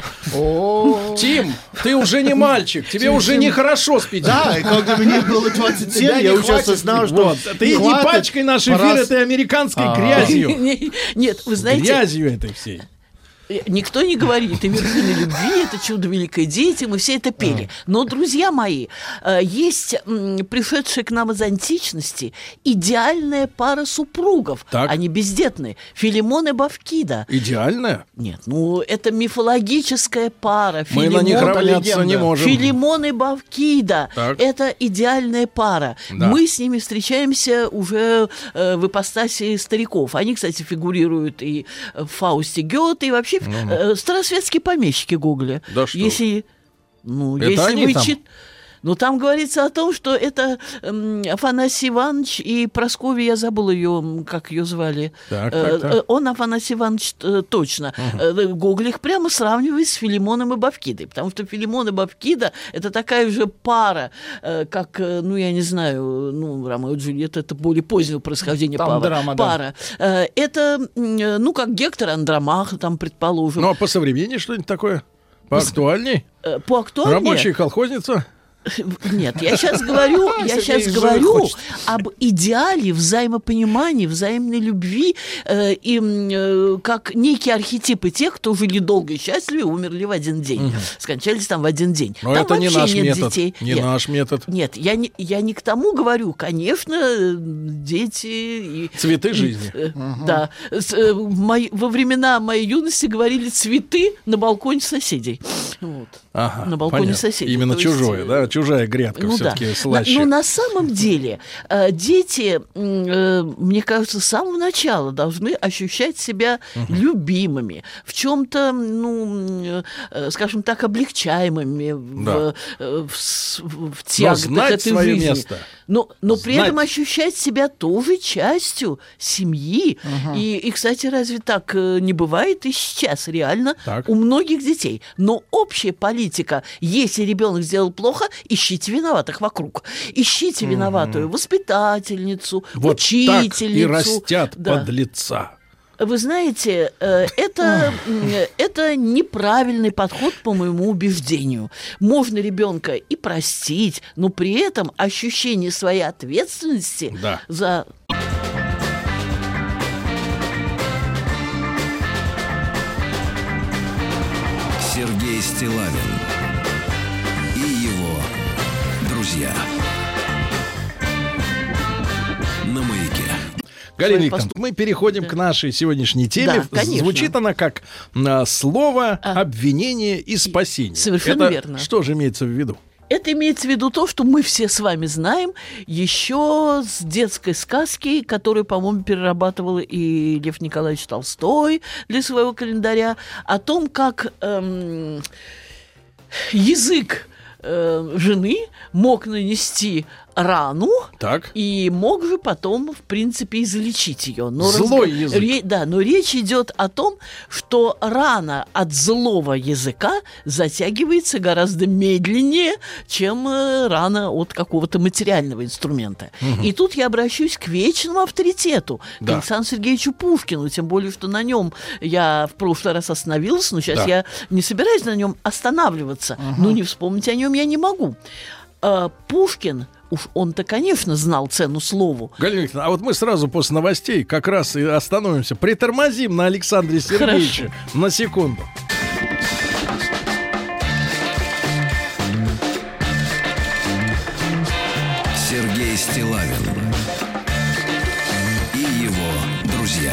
Тим, ты уже не мальчик, тебе уже нехорошо с пятью. Да, и когда мне было двадцать семь, я уже осознал, что... Ты не пачкай наш эфир этой американской грязью. Нет, вы знаете... Грязью этой всей. Никто не говорит, и вершина любви, это чудо великое дети, мы все это пели. Но, друзья мои, есть пришедшая к нам из античности идеальная пара супругов. Так. Они бездетные. Филимон и Бавкида. Идеальная? Нет, ну это мифологическая пара. Мы Филимон, на них равняться не можем. Филимон и Бавкида. Так. Это идеальная пара. Да. Мы с ними встречаемся уже э, в ипостаси стариков. Они, кстати, фигурируют и в Фаусте Гёте, и вообще Ну-ну. Старосветские помещики Гоголя. Да что? Если, ну, это если они вы там? чит... Ну, там говорится о том, что это эм, Афанасий Иванович и Прасковья, я забыла ее, как ее звали. Так, э, так, так. Он, Афанасий Иванович, э, точно. Uh-huh. Э, Гоголь их прямо сравнивает с Филимоном и Бавкидой, потому что Филимон и Бавкида – это такая же пара, э, как, э, ну, я не знаю, ну, Ромео и Джульетта – это более позднего происхождения там пара. драма, пара. Да. Э, это, э, ну, как Гектор Андромах, там, предположим. Ну, а по современнее что-нибудь такое? Поактуальней? Э, поактуальнее? Рабочая колхозница? Нет, я сейчас говорю, я сейчас говорю об идеале взаимопонимания, взаимной любви э, и э, как некие архетипы тех, кто жили долго и счастливо, умерли в один день, угу. скончались там в один день. Но там это не наш нет метод. Детей. Не нет, наш метод. Нет, я не, я не к тому говорю. Конечно, дети и цветы и, жизни. Э, угу. Да, с, э, мои, во времена моей юности говорили цветы на балконе соседей. Вот. Ага, на балконе понятно. соседей. Именно То чужое, есть, да, чужая грядка ну все-таки да. слаще. Но на самом деле э, дети, э, мне кажется, с самого начала должны ощущать себя угу. любимыми, в чем-то, ну, э, скажем так, облегчаемыми да. в, э, в, в тяготах но знать этой свое жизни. Место. Но, но при знать. этом ощущать себя тоже частью семьи. Угу. И, и, кстати, разве так э, не бывает и сейчас реально так. у многих детей? Но общая политика, если ребенок сделал плохо, ищите виноватых вокруг. Ищите угу. виноватую воспитательницу, вот учительницу. Так и растят да. подлеца. Вы знаете, это, это неправильный подход, по моему убеждению. Можно ребенка и простить, но при этом ощущение своей ответственности да. за... Сергей Стиллавин и его друзья. На маяке. Галина Викторовна, мы переходим да. к нашей сегодняшней теме. Да, звучит она как а, слово, а. обвинение и спасение. Совершенно Это верно. Что же имеется в виду? Это имеется в виду то, что мы все с вами знаем еще с детской сказки, которую, по-моему, перерабатывал и Лев Николаевич Толстой для своего календаря, о том, как эм, язык э, жены мог нанести рану, так. и мог же потом, в принципе, излечить ее. Но Злой разг... язык. Ре... Да, но речь идет о том, что рана от злого языка затягивается гораздо медленнее, чем э, рана от какого-то материального инструмента. Угу. И тут я обращусь к вечному авторитету, да. к Александру Сергеевичу Пушкину, тем более, что на нем я в прошлый раз остановился, но сейчас да. я не собираюсь на нем останавливаться, угу. но не вспомнить о нем я не могу. А, Пушкин, уж он-то, конечно, знал цену слову. Галина Викторовна, а вот мы сразу после новостей как раз и остановимся. Притормозим на Александре Сергеевиче на секунду. Сергей Стиллавин и его друзья.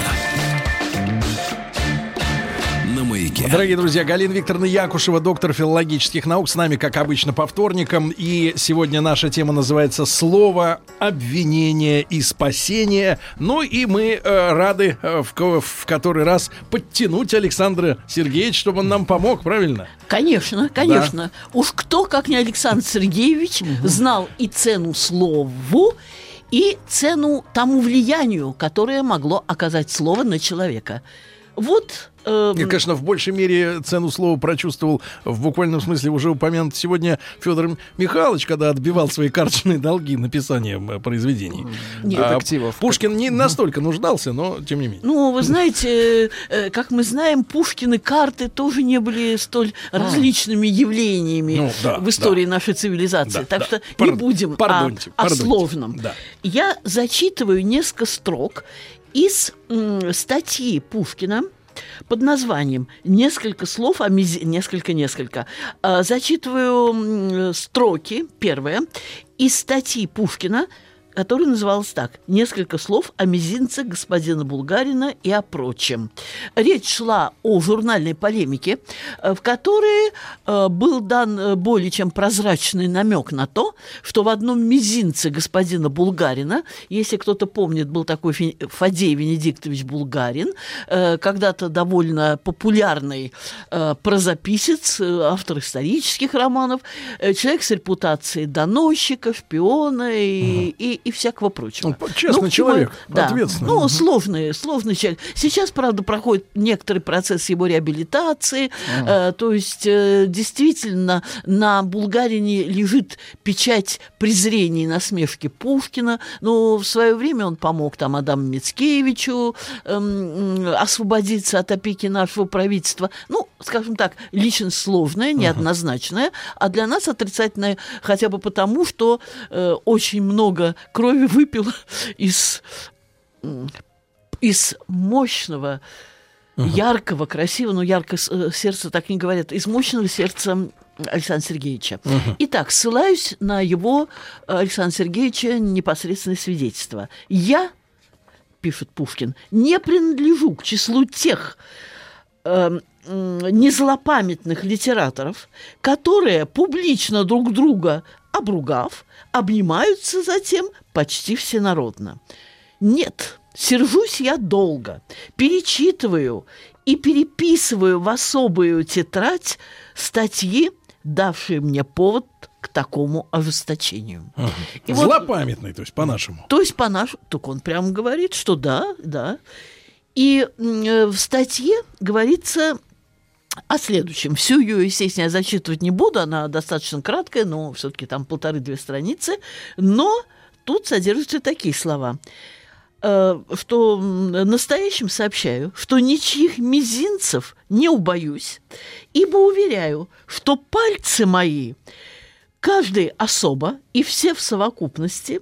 Дорогие друзья, Галина Викторовна Якушева, доктор филологических наук, с нами, как обычно, по вторникам. И сегодня наша тема называется «Слово, обвинение и спасение». Ну и мы э, рады э, в, в который раз подтянуть Александра Сергеевича, чтобы он нам помог, правильно? Конечно, конечно. Да. Уж кто, как не Александр Сергеевич, знал и цену слову, и цену тому влиянию, которое могло оказать слово на человека. Вот... Э, Я, конечно, в большей мере цену слова прочувствовал в буквальном смысле уже упомянут сегодня Федор Михайлович, когда отбивал свои карточные долги написанием произведений. Нет, а активов. Пушкин не настолько нуждался, но тем не менее. Ну, вы знаете, э, как мы знаем, Пушкин и карты тоже не были столь различными явлениями ну, да, в истории да. нашей цивилизации. Да, так да. что Пар- не будем пардоньте, о, пардоньте. о сложном. Да. Я зачитываю несколько строк из м, статьи Пушкина под названием «Несколько слов о мизи...» Несколько-несколько. А, зачитываю м, строки, первые, из статьи Пушкина, которая называлась так: «Несколько слов о мизинце господина Булгарина и о прочем». Речь шла о журнальной полемике, в которой э, был дан более чем прозрачный намек на то, что в одном мизинце господина Булгарина, если кто-то помнит, был такой Фи... Фадей Венедиктович Булгарин, э, когда-то довольно популярный э, прозаписец, э, автор исторических романов, э, человек с репутацией доносчика, шпиона и, угу. и и всякого прочего. Ну, честный ну, человек, да, ответственный. Ну, сложный, сложный человек. Сейчас, правда, проходит некоторый процесс его реабилитации. А. Э, то есть, э, действительно, на Булгарине лежит печать презрения и насмешки Пушкина. Но в свое время он помог там Адаму Мицкевичу э, освободиться от опеки нашего правительства. Ну, скажем так, личность сложная, неоднозначная, uh-huh. а для нас отрицательная хотя бы потому, что э, очень много крови выпил из, из мощного, uh-huh. яркого, красивого, но яркое сердце так не говорят, из мощного сердца Александра Сергеевича. Uh-huh. Итак, ссылаюсь на его, Александра Сергеевича, непосредственное свидетельство. «Я, — пишет Пушкин, — не принадлежу к числу тех э, незлопамятных литераторов, которые, публично друг друга обругав, обнимаются затем почти всенародно. Нет, сержусь я долго, перечитываю и переписываю в особую тетрадь статьи, давшие мне повод к такому ожесточению». Ага. Злопамятный, вот, то есть по-нашему. То есть по-нашему. Так он прямо говорит, что да, да. И э, в статье говорится о следующем. Всю ее, естественно, я зачитывать не буду, она достаточно краткая, но все-таки там полторы-две страницы. Но тут содержатся такие слова, что настоящим сообщаю, что ничьих мизинцев не убоюсь, ибо уверяю, что пальцы мои, каждый особо и все в совокупности,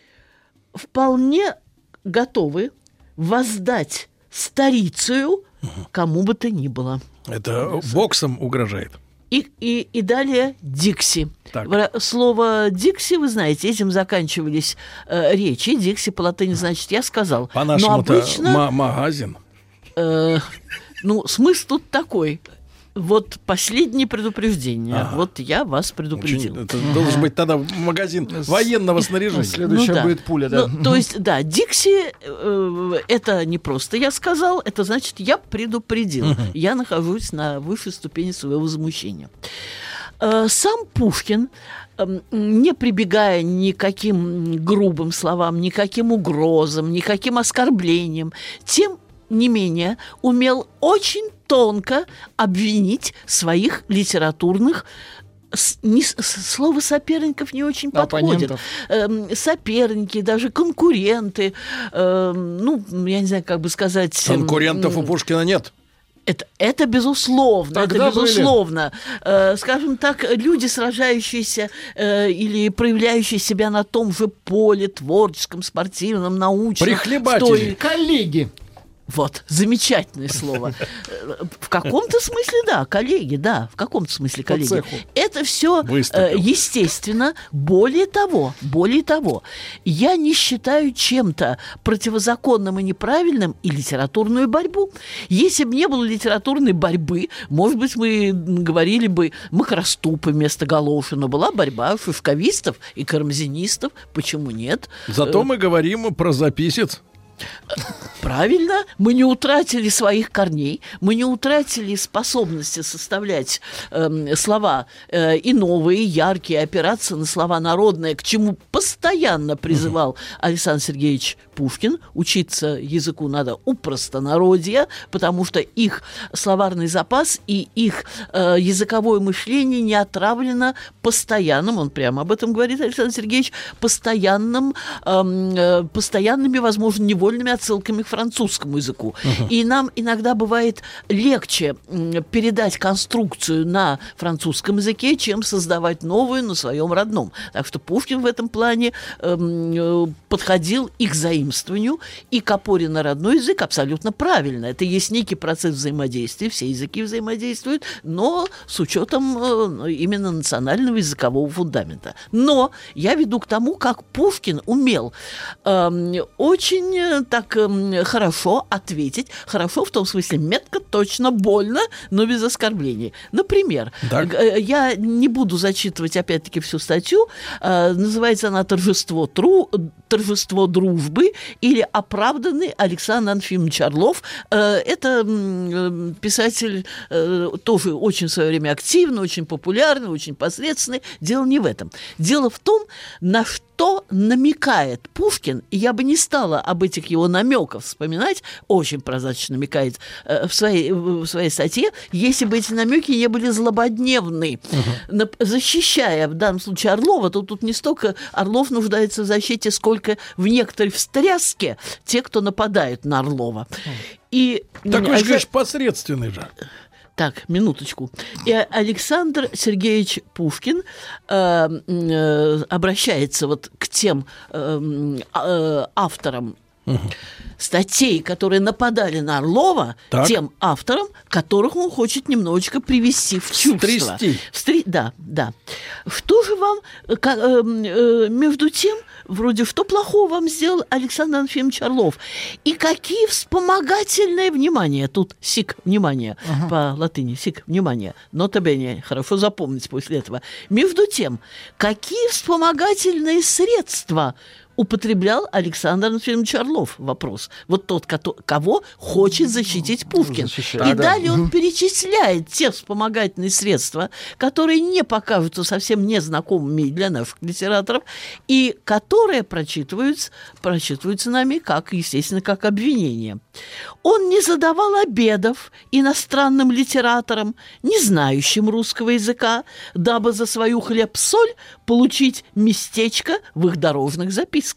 вполне готовы воздать старицею кому бы то ни было. Это боксом угрожает. И, и, и далее Дикси. Так. Слово Дикси, вы знаете, этим заканчивались э, речи. Дикси по латыни значит «я сказал». По-нашему-то обычно, ма- магазин. Э, ну, смысл тут такой. Вот последнее предупреждение. Ага. Вот я вас предупредил. Очень, это должен быть тогда магазин военного снаряжения. Следующая ну, да. будет пуля, да. Ну, то есть, да, Дикси э, это не просто я сказал, это значит я предупредил. Uh-huh. Я нахожусь на высшей ступени своего возмущения. Э, сам Пушкин, э, не прибегая ни к каким грубым словам, ни к каким угрозам, ни к каким оскорблениям, тем не менее умел очень тонко обвинить своих литературных, с, не, слово соперников не очень подходит. Э, соперники, даже конкуренты, э, ну, я не знаю, как бы сказать... Конкурентов э, у Пушкина нет. Это, это безусловно, Тогда это безусловно. Э, скажем так, люди, сражающиеся э, или проявляющие себя на том же поле, творческом, спортивном, научном. Прихлебатели. Той... Коллеги. Вот, замечательное слово. В каком-то смысле, да, коллеги, да, в каком-то смысле коллеги. Это все, естественно. Более того, более того, я не считаю чем-то противозаконным и неправильным и литературную борьбу. Если бы не было литературной борьбы, может быть, мы говорили бы Макроступы вместо Голошина. Была борьба шишковистов и карамзинистов. Почему нет? Зато мы говорим про записец. Правильно, мы не утратили своих корней, мы не утратили способности составлять э, слова э, и новые, и яркие, опираться на слова народные, к чему постоянно призывал Александр Сергеевич Пушкин. Учиться языку надо у простонародья, потому что их словарный запас и их э, языковое мышление не отравлено постоянным, он прямо об этом говорит, Александр Сергеевич, постоянным, э, постоянными, возможно, невольными отсылками к французскому языку. Uh-huh. И нам иногда бывает легче передать конструкцию на французском языке, чем создавать новую на своем родном. Так что Пушкин в этом плане э, подходил и к заимствованию, и к опоре на родной язык абсолютно правильно. Это есть некий процесс взаимодействия, все языки взаимодействуют, но с учетом э, именно национального языкового фундамента. Но я веду к тому, как Пушкин умел э, очень э, так э, хорошо ответить, хорошо в том смысле метко, точно, больно, но без оскорблений. Например, э, я не буду зачитывать опять-таки всю статью, э, называется она «Торжество, тру, торжество дружбы» или «Оправданный Александр Анфимович Орлов». Э, это э, писатель э, тоже очень в свое время активный, очень популярный, очень посредственный. Дело не в этом. Дело в том, на что намекает Пушкин, и я бы не стала об этих его намеках вспоминать, очень прозрачно намекает э, в, своей, в своей статье, если бы эти намеки не были злободневны. Uh-huh. Защищая в данном случае Орлова, то тут не столько Орлов нуждается в защите, сколько в некоторой встряске те, кто нападают на Орлова. И, так вы же, конечно, посредственный же. Так, минуточку. И Александр Сергеевич Пушкин э, э, обращается вот к тем э, э, авторам угу. статей, которые нападали на Орлова, так. тем авторам, которых он хочет немножечко привести в чувство. Стрясти. Встр... Да, да. Что же вам, как, э, э, между тем, вроде, что плохого вам сделал Александр Анфимович Орлов? И какие вспомогательные, внимание, тут сик, внимание, ага. по латыни, сик, внимание, нота бене, хорошо запомнить после этого. Между тем, какие вспомогательные средства употреблял Александр Анфимович Орлов? Вопрос. Вот тот, кого хочет защитить Пушкин. Защищать. И да, далее да. он перечисляет те вспомогательные средства, которые не покажутся совсем незнакомыми для наших литераторов, и которые прочитываются, прочитываются нами, как, естественно, как обвинение. Он не задавал обедов иностранным литераторам, не знающим русского языка, дабы за свою хлеб-соль получить местечко в их дорожных записках.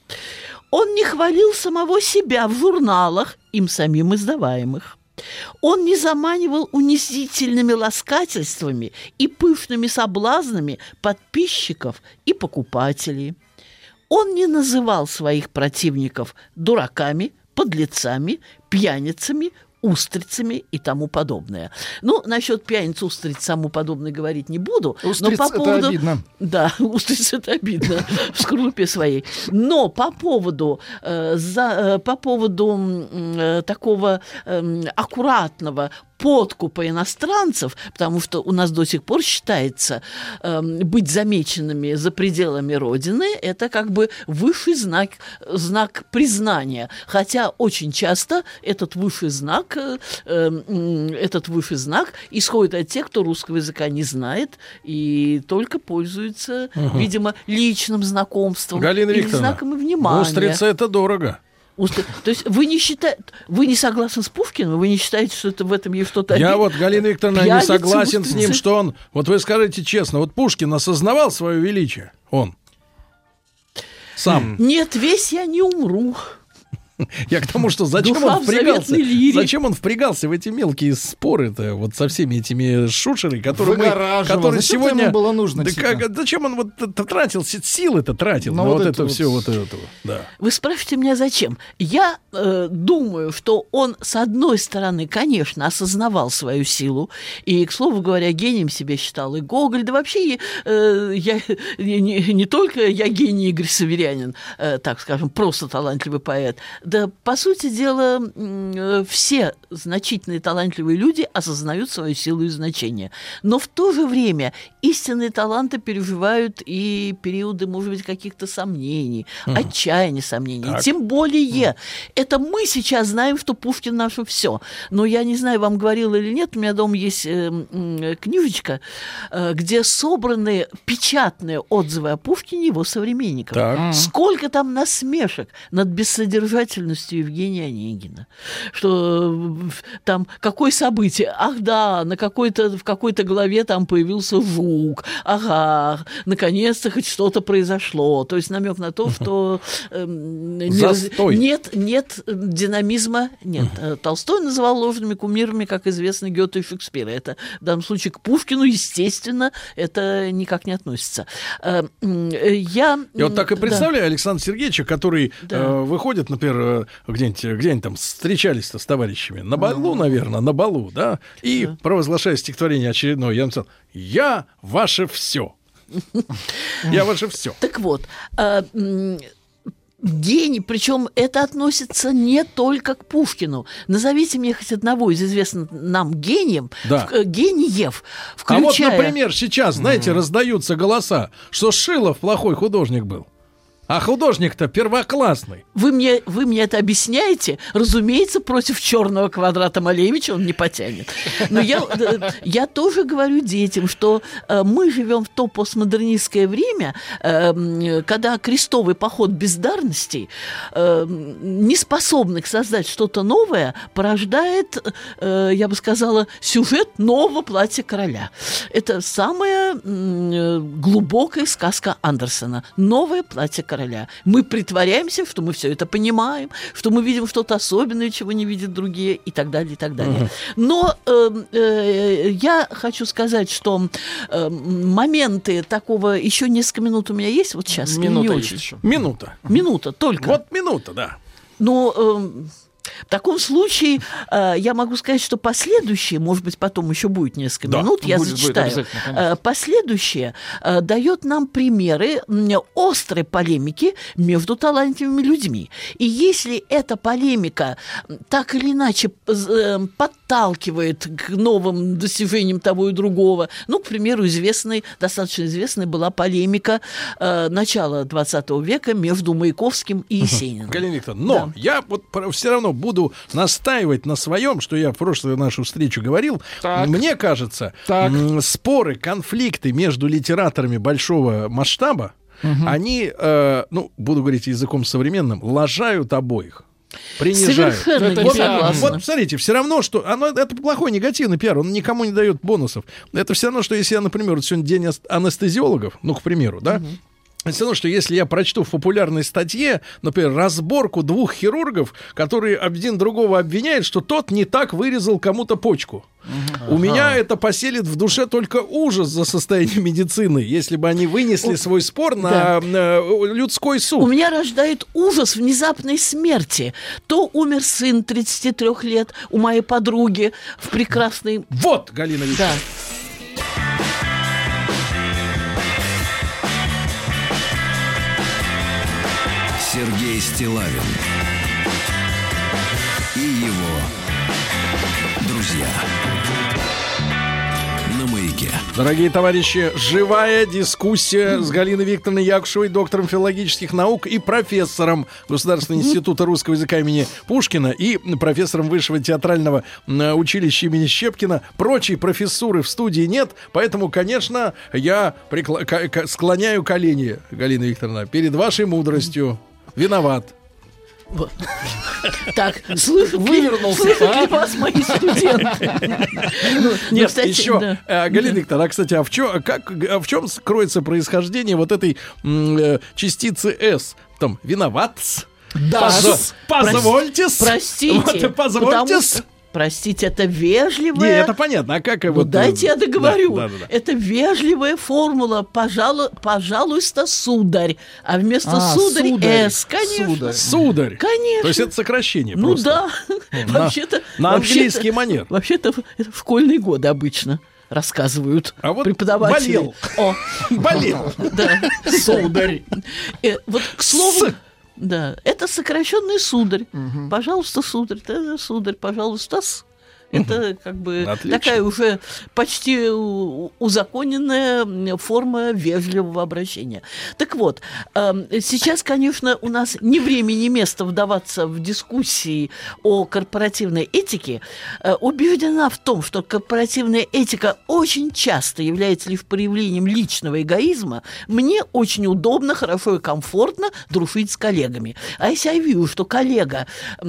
Он не хвалил самого себя в журналах, им самим издаваемых. Он не заманивал унизительными ласкательствами и пышными соблазнами подписчиков и покупателей. Он не называл своих противников дураками, подлецами, пьяницами, устрицами и тому подобное. Ну, насчет пьяниц, устриц, тому подобное говорить не буду. Устриц но по это поводу... обидно. Да, устриц это обидно в скорлупе своей. Но по поводу, э, за, э, по поводу э, такого э, аккуратного подкупа иностранцев, потому что у нас до сих пор считается э, быть замеченными за пределами Родины, это как бы высший знак, знак признания. Хотя очень часто этот высший знак, э, э, этот высший знак исходит от тех, кто русского языка не знает и только пользуется, угу. видимо, личным знакомством. Галина Викторовна, знаком и внимания. Устрица – это дорого. То есть вы не считаете, вы не согласны с Пушкиным, вы не считаете, что это в этом есть что-то... Я вот, Галина Викторовна, не согласен с ним, что он... Вот вы скажите честно, вот Пушкин осознавал свое величие? Он? Сам? Нет, весь я не умру. Я к тому, что зачем Душа он впрягался? Зачем он впрягался в эти мелкие споры-то вот со всеми этими шушерами, которые мы, которые сегодня ему было нужно. Да как, зачем он вот тратил силы-то тратил на вот, вот это вот все вот это? Да. Вы спрашиваете меня, зачем? Я э, думаю, что он с одной стороны, конечно, осознавал свою силу и, к слову говоря, гением себя считал и Гоголь, да вообще э, я не, не только я гений Игорь Северянин, э, так скажем, просто талантливый поэт. Да, по сути дела, все значительные талантливые люди осознают свою силу и значение. Но в то же время истинные таланты переживают и периоды, может быть, каких-то сомнений, uh-huh. отчаяния, сомнений. Так. Тем более, uh-huh. это мы сейчас знаем, что Пушкин наше все. Но я не знаю, вам говорила или нет, у меня дома есть э, э, книжечка, э, где собраны печатные отзывы о Пушкине и его современников. Uh-huh. Сколько там насмешек над бессодержательностью Евгения Онегина. Что там какое событие? Ах да, на какой-то, в какой-то главе там появился жук. Ага, наконец-то хоть что-то произошло. То есть намек на то, что э, не, нет, нет динамизма, нет. Толстой называл ложными кумирами, как известно, Гёте и Шекспира. Это в данном случае к Пушкину, естественно, это никак не относится. Я, Я вот так и представляю да. Александра Сергеевича, который да. э, выходит, например, где-нибудь, где-нибудь там встречались-то с товарищами, на балу, наверное, на балу, да, и да. провозглашая стихотворение очередное, я написал: «Я ваше все». Я ваше все. Так вот, гений, причем это относится не только к Пушкину. Назовите мне хоть одного из известных нам гением, да. в, гениев, включая... А вот, например, сейчас, знаете, mm-hmm. раздаются голоса, что Шилов плохой художник был. А художник-то первоклассный. Вы мне, вы мне это объясняете? Разумеется, против черного квадрата Малевича он не потянет. Но я, я тоже говорю детям, что э, мы живем в то постмодернистское время, э, когда крестовый поход бездарностей, э, неспособных создать что-то новое, порождает, э, я бы сказала, сюжет нового платья короля. Это самая э, глубокая сказка Андерсона. Новое платье короля. Мы притворяемся, что мы все это понимаем, что мы видим что-то особенное, чего не видят другие, и так далее, и так далее. Uh-huh. Но э, э, я хочу сказать, что э, моменты такого... Еще несколько минут у меня есть вот сейчас? Минута не есть очень. еще. Минута. Минута только. Вот минута, да. Но... Э, В таком случае э, я могу сказать, что последующее, может быть, потом еще будет несколько да, минут, я будет, зачитаю. Будет, э, последующее э, дает нам примеры э, острой полемики между талантливыми людьми. И если эта полемика так или иначе э, подталкивает к новым достижениям того и другого, ну, к примеру, известной, достаточно известной была полемика э, начала двадцатого века между Маяковским и Есениным. Галина Викторовна, но да. я вот все равно буду настаивать на своем, что я в прошлую нашу встречу говорил. Так. Мне кажется, так. споры, конфликты между литераторами большого масштаба, угу. они, э, ну, буду говорить языком современным, лажают обоих. Принижают. Совершенно вот, согласна. вот, посмотрите, все равно, что оно, это плохой негативный пиар, он никому не дает бонусов. Это все равно, что если я, например, вот сегодня день анестезиологов, ну, к примеру, да, угу. это все равно, что если я прочту в популярной статье, например, разборку двух хирургов, которые один другого обвиняют, что тот не так вырезал кому-то почку. Uh-huh. У ага. меня это поселит в душе только ужас за состояние медицины, если бы они вынесли свой спор на, да. на людской суд. У меня рождает ужас внезапной смерти. То умер сын тридцати трёх лет у моей подруги в прекрасной... Вот, Галина Викторовна. Да. Сергей Стиллавин и его друзья на Маяке. Дорогие товарищи, живая дискуссия с Галиной Викторовной Якушевой, доктором филологических наук и профессором Государственного института русского языка имени Пушкина и профессором Высшего театрального училища имени Щепкина. Прочей профессуры в студии нет, поэтому, конечно, я прикла- к- склоняю колени, Галина Викторовна, перед вашей мудростью. Виноват. Вот. Так, слышат ли, Вывернулся, слышат а? ли вас мои студенты? Ну, Нет, кстати, еще, да. а, Галина Викторовна, а, кстати, а в, чем, как, а в чем скроется происхождение вот этой м, частицы «с»? Там, виноват. Да. Поз- позвольте. Простите. Вот, позвольте. Простите, это вежливая... Не, это понятно, а как... Ну, вот, дайте я договорю. Да, да, да. Это вежливая формула «пожалуй, пожалуйста, сударь». А вместо а, сударь, сударь «с», конечно. Сударь. Сударь. Конечно. То есть это сокращение ну, просто. Ну да. На, вообще-то, на английский манер. Вообще-то в школьные годы обычно рассказывают а вот преподаватели. Болел. О. Болел. Да. Сударь. Вот, к слову... Да, это сокращенный сударь. Угу. Пожалуйста, сударь, да, сударь, пожалуйста. Это как бы Отлично. Такая уже почти узаконенная форма вежливого обращения. Так вот, сейчас, конечно, у нас ни время, ни место вдаваться в дискуссии о корпоративной этике. Убеждена в том, что корпоративная этика очень часто является лишь проявлением личного эгоизма. Мне очень удобно, хорошо и комфортно дружить с коллегами. А если я вижу, что коллега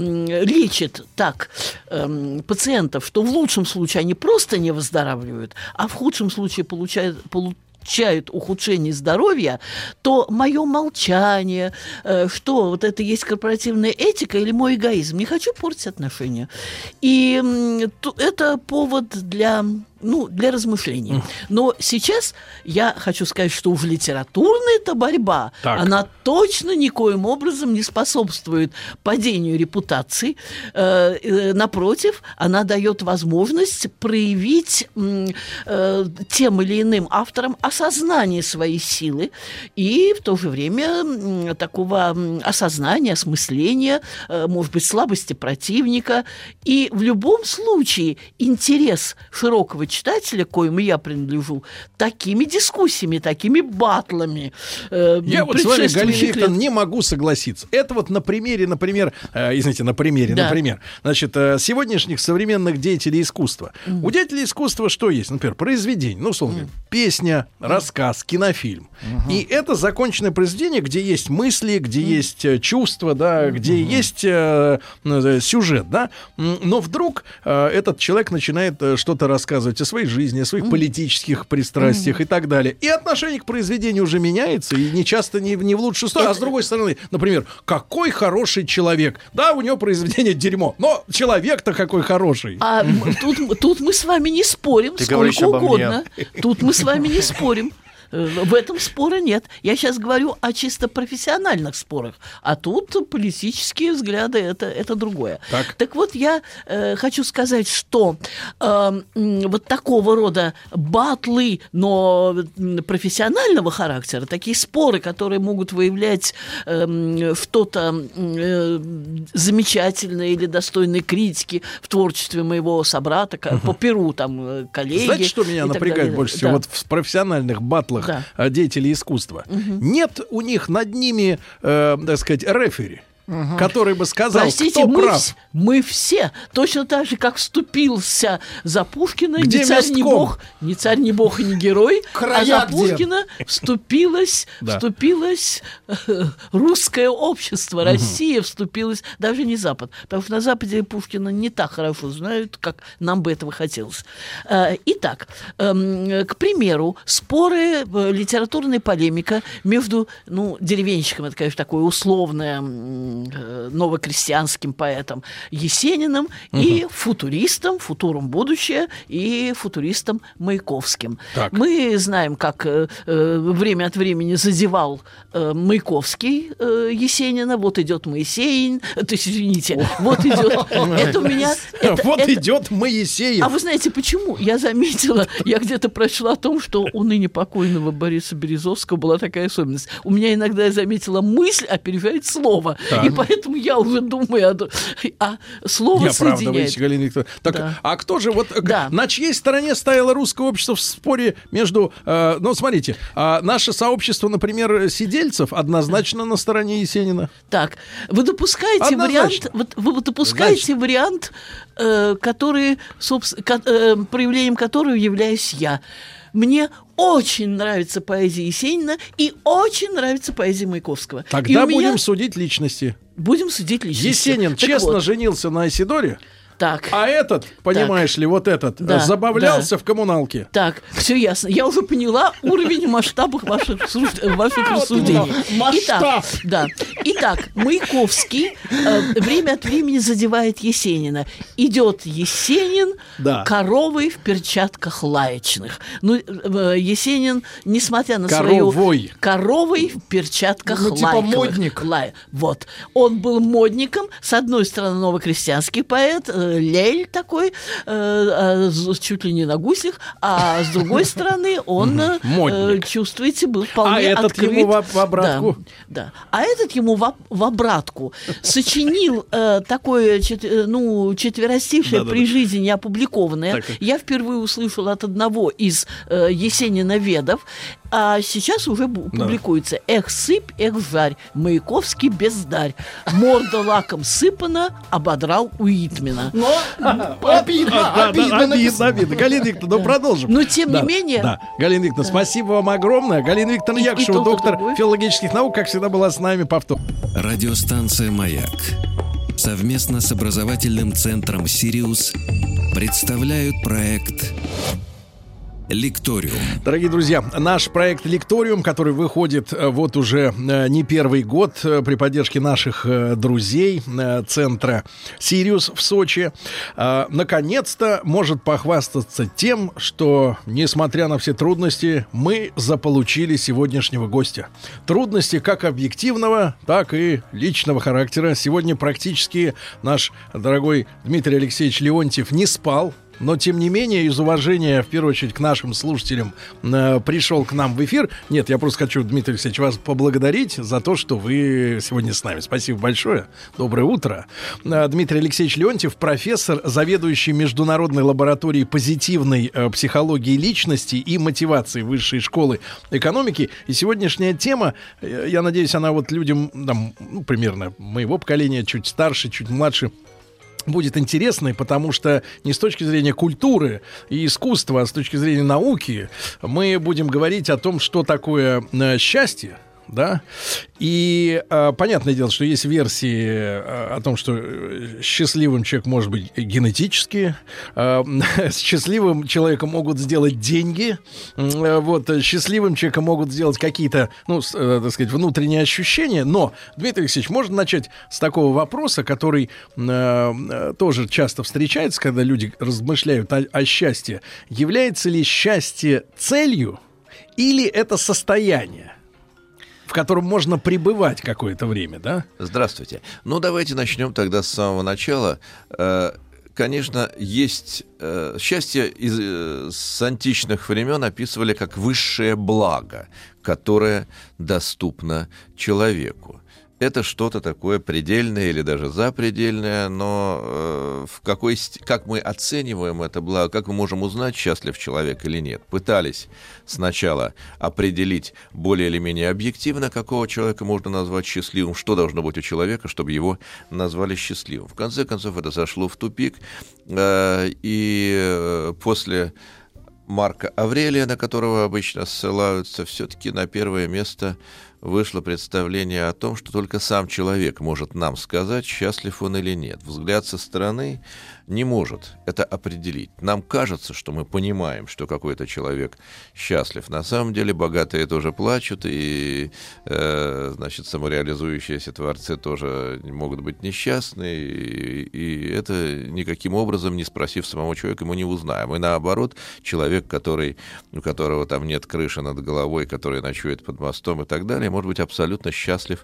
лечит так пациента, что в лучшем случае они просто не выздоравливают, а в худшем случае получают, получают ухудшение здоровья, то мое молчание, что вот это есть корпоративная этика или мой эгоизм, не хочу портить отношения. И это повод для... Ну, для размышлений. Но сейчас я хочу сказать, что уж литературная-то борьба, так. она точно никоим образом не способствует падению репутации. Э, э, напротив, она дает возможность проявить э, тем или иным авторам осознание своей силы и в то же время э, такого осознания, осмысления, э, может быть, слабости противника. И в любом случае интерес широкого читателя, к коему я принадлежу, такими дискуссиями, такими батлами. Э, я вот с вами, Галина Викторовна, не могу согласиться. Это вот на примере, например, э, извините, на примере, да. например, значит, э, сегодняшних современных деятелей искусства. Mm. У деятелей искусства что есть? Например, произведение, ну, условно, mm. песня, mm. рассказ, кинофильм. Mm-hmm. И это законченное произведение, где есть мысли, где mm. есть э, чувства, да, mm-hmm. где есть э, э, сюжет, да. Но вдруг э, этот человек начинает э, что-то рассказывать о своей жизни, о своих mm-hmm. политических пристрастиях mm-hmm. и так далее. И отношение к произведению уже меняется, и не часто не, не в лучшую сторону. Это... А с другой стороны, например, какой хороший человек. Да, у него произведение дерьмо, но человек-то какой хороший. А тут, тут мы с вами не спорим, Ты сколько угодно. Тут мы с вами не спорим. В этом спора нет. Я сейчас говорю о чисто профессиональных спорах. А тут политические взгляды это, это другое. Так, так вот, я э, хочу сказать, что э, вот такого рода батлы, но профессионального характера, такие споры, которые могут выявлять э, что-то э, замечательное или достойное критики в творчестве моего собрата, угу. по перу, там, коллеги. Знаете, что меня напрягает больше всего? Да. Вот в профессиональных батлах Да. деятелей искусства. Угу. Нет у них над ними, э, так сказать, рефери, угу. который бы сказал, Простите, кто мы прав. В, мы все, точно так же, как вступился за Пушкина, где ни царь, ни бог, ни царь, ни бог и ни герой, Края а за где? Пушкина вступилось, да. вступилось э, русское общество, Россия угу. вступилась, даже не Запад, потому что на Западе Пушкина не так хорошо знают, как нам бы этого хотелось. Э, итак, э, к примеру, споры, э, литературная полемика между, ну, деревенщиком, это, конечно, такое условное, новокрестьянским поэтом Есениным угу. и футуристом, футуром будущее, и футуристом Маяковским. Так. Мы знаем, как э, время от времени задевал э, Маяковский э, Есенина. Вот идет Моисеин. То есть, извините, вот идет... Это у меня... Вот идет Моисеин. А вы знаете, почему? Я заметила, я где-то прочла о том, что у ныне покойного Бориса Березовского была такая особенность. У меня иногда, я заметила, мысль опережает слово. Так. И поэтому я уже думаю, а, а слово я соединяет. Галина Викторовна. Так, да. А кто же, вот да. на чьей стороне стояло русское общество в споре между... Э, ну, смотрите, э, наше сообщество, например, сидельцев однозначно на стороне Есенина. Так, вы допускаете вариант, вот, вы допускаете Значит. вариант, э, который, собственно, э, проявлением которого являюсь я. Мне очень нравится поэзия Есенина и очень нравится поэзия Маяковского. Тогда будем меня... судить личности. Будем судить личности. Есенин так честно вот. женился на Айседоре. Так. А этот, понимаешь так. ли, вот этот, да, забавлялся да. в коммуналке. Так, все ясно. Я уже поняла уровень масштабов ваших, ваших рассуждений. Масштаб! Итак, да. Итак, Маяковский э, время от времени задевает Есенина. Идет Есенин да. коровой в перчатках лаечных. Ну, э, Есенин, несмотря на Коровой. свою... Коровой в перчатках ну, лайковых. типа модник. Лай. Вот. Он был модником. С одной стороны, новокрестьянский поэт, лель такой, э, чуть ли не на гусях, а с другой стороны он, э, чувствуете, был вполне открыт. А этот открыт. ему в, в обратку? Да, да. А этот ему в, в обратку сочинил э, такое, чет, ну, четверостишее при жизни не опубликованное. Так. Я впервые услышала от одного из э, Есенина-ведов, а сейчас уже публикуется. Да. Эх, сыпь, эх, жарь, Маяковский бездарь. Морда лаком сыпана, ободрал Уитмена. Но обидно, обидно. Обидно, обидно. Галина Викторовна, ну продолжим. Но тем не менее... Да, Галина Викторовна, спасибо вам огромное. Галина Викторовна Якушева, доктор филологических наук, как всегда, была с нами. Повтор. Радиостанция «Маяк» совместно с образовательным центром «Сириус» представляют проект «Лекториум». Дорогие друзья, наш проект «Лекториум», который выходит вот уже не первый год при поддержке наших друзей центра «Сириус» в Сочи, наконец-то может похвастаться тем, что, несмотря на все трудности, мы заполучили сегодняшнего гостя. Трудности как объективного, так и личного характера. Сегодня практически наш дорогой Дмитрий Алексеевич Леонтьев не спал. Но, тем не менее, из уважения, в первую очередь, к нашим слушателям, э, пришел к нам в эфир. Нет, я просто хочу, Дмитрий Алексеевич, вас поблагодарить за то, что вы сегодня с нами. Спасибо большое. Доброе утро. Э, Дмитрий Алексеевич Леонтьев, профессор, заведующий Международной лабораторией позитивной э, психологии личности и мотивации Высшей школы экономики. И сегодняшняя тема, э, я надеюсь, она вот людям, там, ну, примерно моего поколения, чуть старше, чуть младше, будет интересной, потому что не с точки зрения культуры и искусства, а с точки зрения науки мы будем говорить о том, что такое э, счастье. Да? И э, понятное дело, что есть версии э, о том, что счастливым человек может быть генетически, э, с счастливым человеком могут сделать деньги, э, вот, счастливым человеком могут сделать какие-то, ну, с, э, так сказать, внутренние ощущения. Но, Дмитрий Алексеевич, можно начать с такого вопроса, который э, тоже часто встречается, когда люди размышляют о, о счастье. Является ли счастье целью или это состояние, в котором можно пребывать какое-то время, да? Здравствуйте. Ну, давайте начнем тогда с самого начала. Конечно, есть счастье из, с античных времен описывали как высшее благо, которое доступно человеку. Это что-то такое предельное или даже запредельное, но э, в какой, как мы оцениваем это благо, как мы можем узнать, счастлив человек или нет. Пытались сначала определить более или менее объективно, какого человека можно назвать счастливым, что должно быть у человека, чтобы его назвали счастливым. В конце концов, это зашло в тупик, э, и после Марка Аврелия, на которого обычно ссылаются, все-таки на первое место вышло представление о том, что только сам человек может нам сказать, счастлив он или нет. Взгляд со стороны не может это определить. Нам кажется, что мы понимаем, что какой-то человек счастлив. На самом деле богатые тоже плачут, и, э, значит, самореализующиеся творцы тоже могут быть несчастны, и, и это никаким образом, не спросив самого человека, мы не узнаем. И наоборот, человек, который, у которого там нет крыши над головой, который ночует под мостом и так далее, может быть абсолютно счастлив,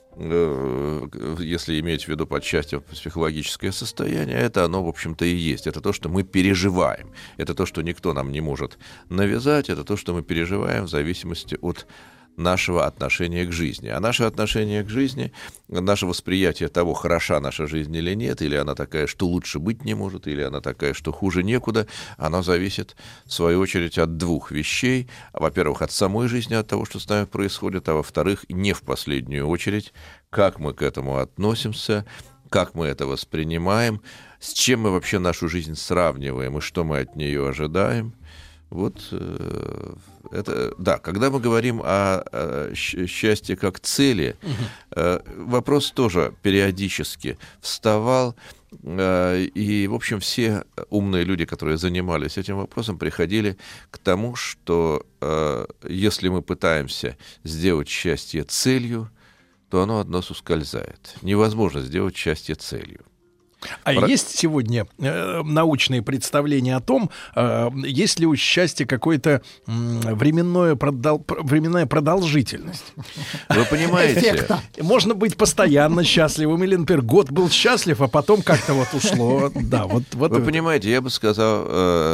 если иметь в виду под счастьем психологическое состояние. Это оно, в общем-то, и есть. Это то, что мы переживаем. Это то, что никто нам не может навязать. Это то, что мы переживаем в зависимости от нашего отношения к жизни. А наше отношение к жизни, наше восприятие того, хороша наша жизнь или нет, или она такая, что лучше быть не может, или она такая, что хуже некуда, оно зависит, в свою очередь, от двух вещей. Во-первых, от самой жизни, от того, что с нами происходит, а во-вторых, не в последнюю очередь, как мы к этому относимся, как мы это воспринимаем, с чем мы вообще нашу жизнь сравниваем и что мы от нее ожидаем. Вот э, это, да, когда мы говорим о, о счастье как цели, э, вопрос тоже периодически вставал, э, и, в общем, все умные люди, которые занимались этим вопросом, приходили к тому, что э, если мы пытаемся сделать счастье целью, то оно от нас ускользает. Невозможно сделать счастье целью. А Про... есть сегодня э, научные представления о том, э, есть ли у счастья какое-то э, временное продол... временная продолжительность? Вы понимаете? Эффекта. Можно быть постоянно счастливым, или, например, год был счастлив, а потом как-то вот ушло. Да, вот, вот Вы это. понимаете, я бы сказал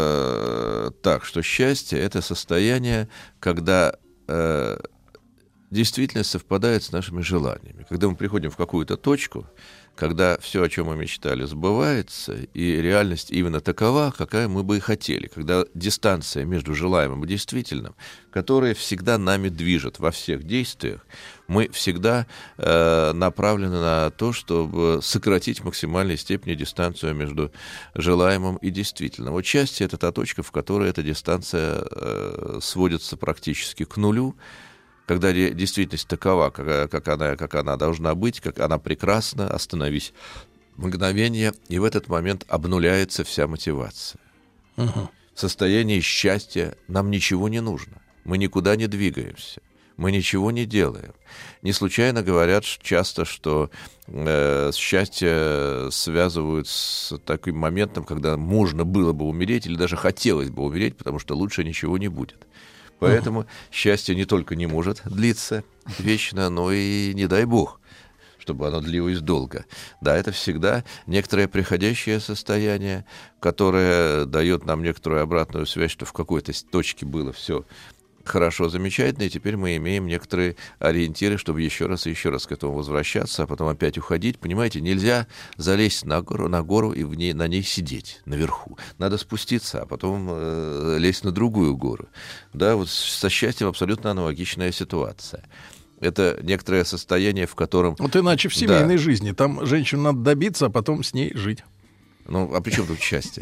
э, так, что счастье — это состояние, когда э, действительность совпадает с нашими желаниями. Когда мы приходим в какую-то точку, когда все, о чем мы мечтали, сбывается, и реальность именно такова, какая мы бы и хотели. Когда дистанция между желаемым и действительным, которая всегда нами движет во всех действиях, мы всегда э, направлены на то, чтобы сократить в максимальной степени дистанцию между желаемым и действительным. Вот счастье — это та точка, в которой эта дистанция э, сводится практически к нулю, когда действительность такова, как, как, она, как она должна быть, как она прекрасна, остановись мгновение, и в этот момент обнуляется вся мотивация. Угу. В состоянии счастья нам ничего не нужно, мы никуда не двигаемся, мы ничего не делаем. Не случайно говорят часто, что э, счастье связывают с таким моментом, когда можно было бы умереть или даже хотелось бы умереть, потому что лучше ничего не будет. Поэтому uh-huh. счастье не только не может длиться вечно, но и не дай бог, чтобы оно длилось долго. Да, это всегда некоторое приходящее состояние, которое дает нам некоторую обратную связь, что в какой-то точке было все хорошо, замечательно, и теперь мы имеем некоторые ориентиры, чтобы еще раз и еще раз к этому возвращаться, а потом опять уходить. Понимаете, нельзя залезть на гору, на гору и в ней, на ней сидеть наверху. Надо спуститься, а потом э, лезть на другую гору. Да, вот со счастьем абсолютно аналогичная ситуация. Это некоторое состояние, в котором... Вот иначе в семейной да. жизни. Там женщину надо добиться, а потом с ней жить. Ну, а при чем тут счастье?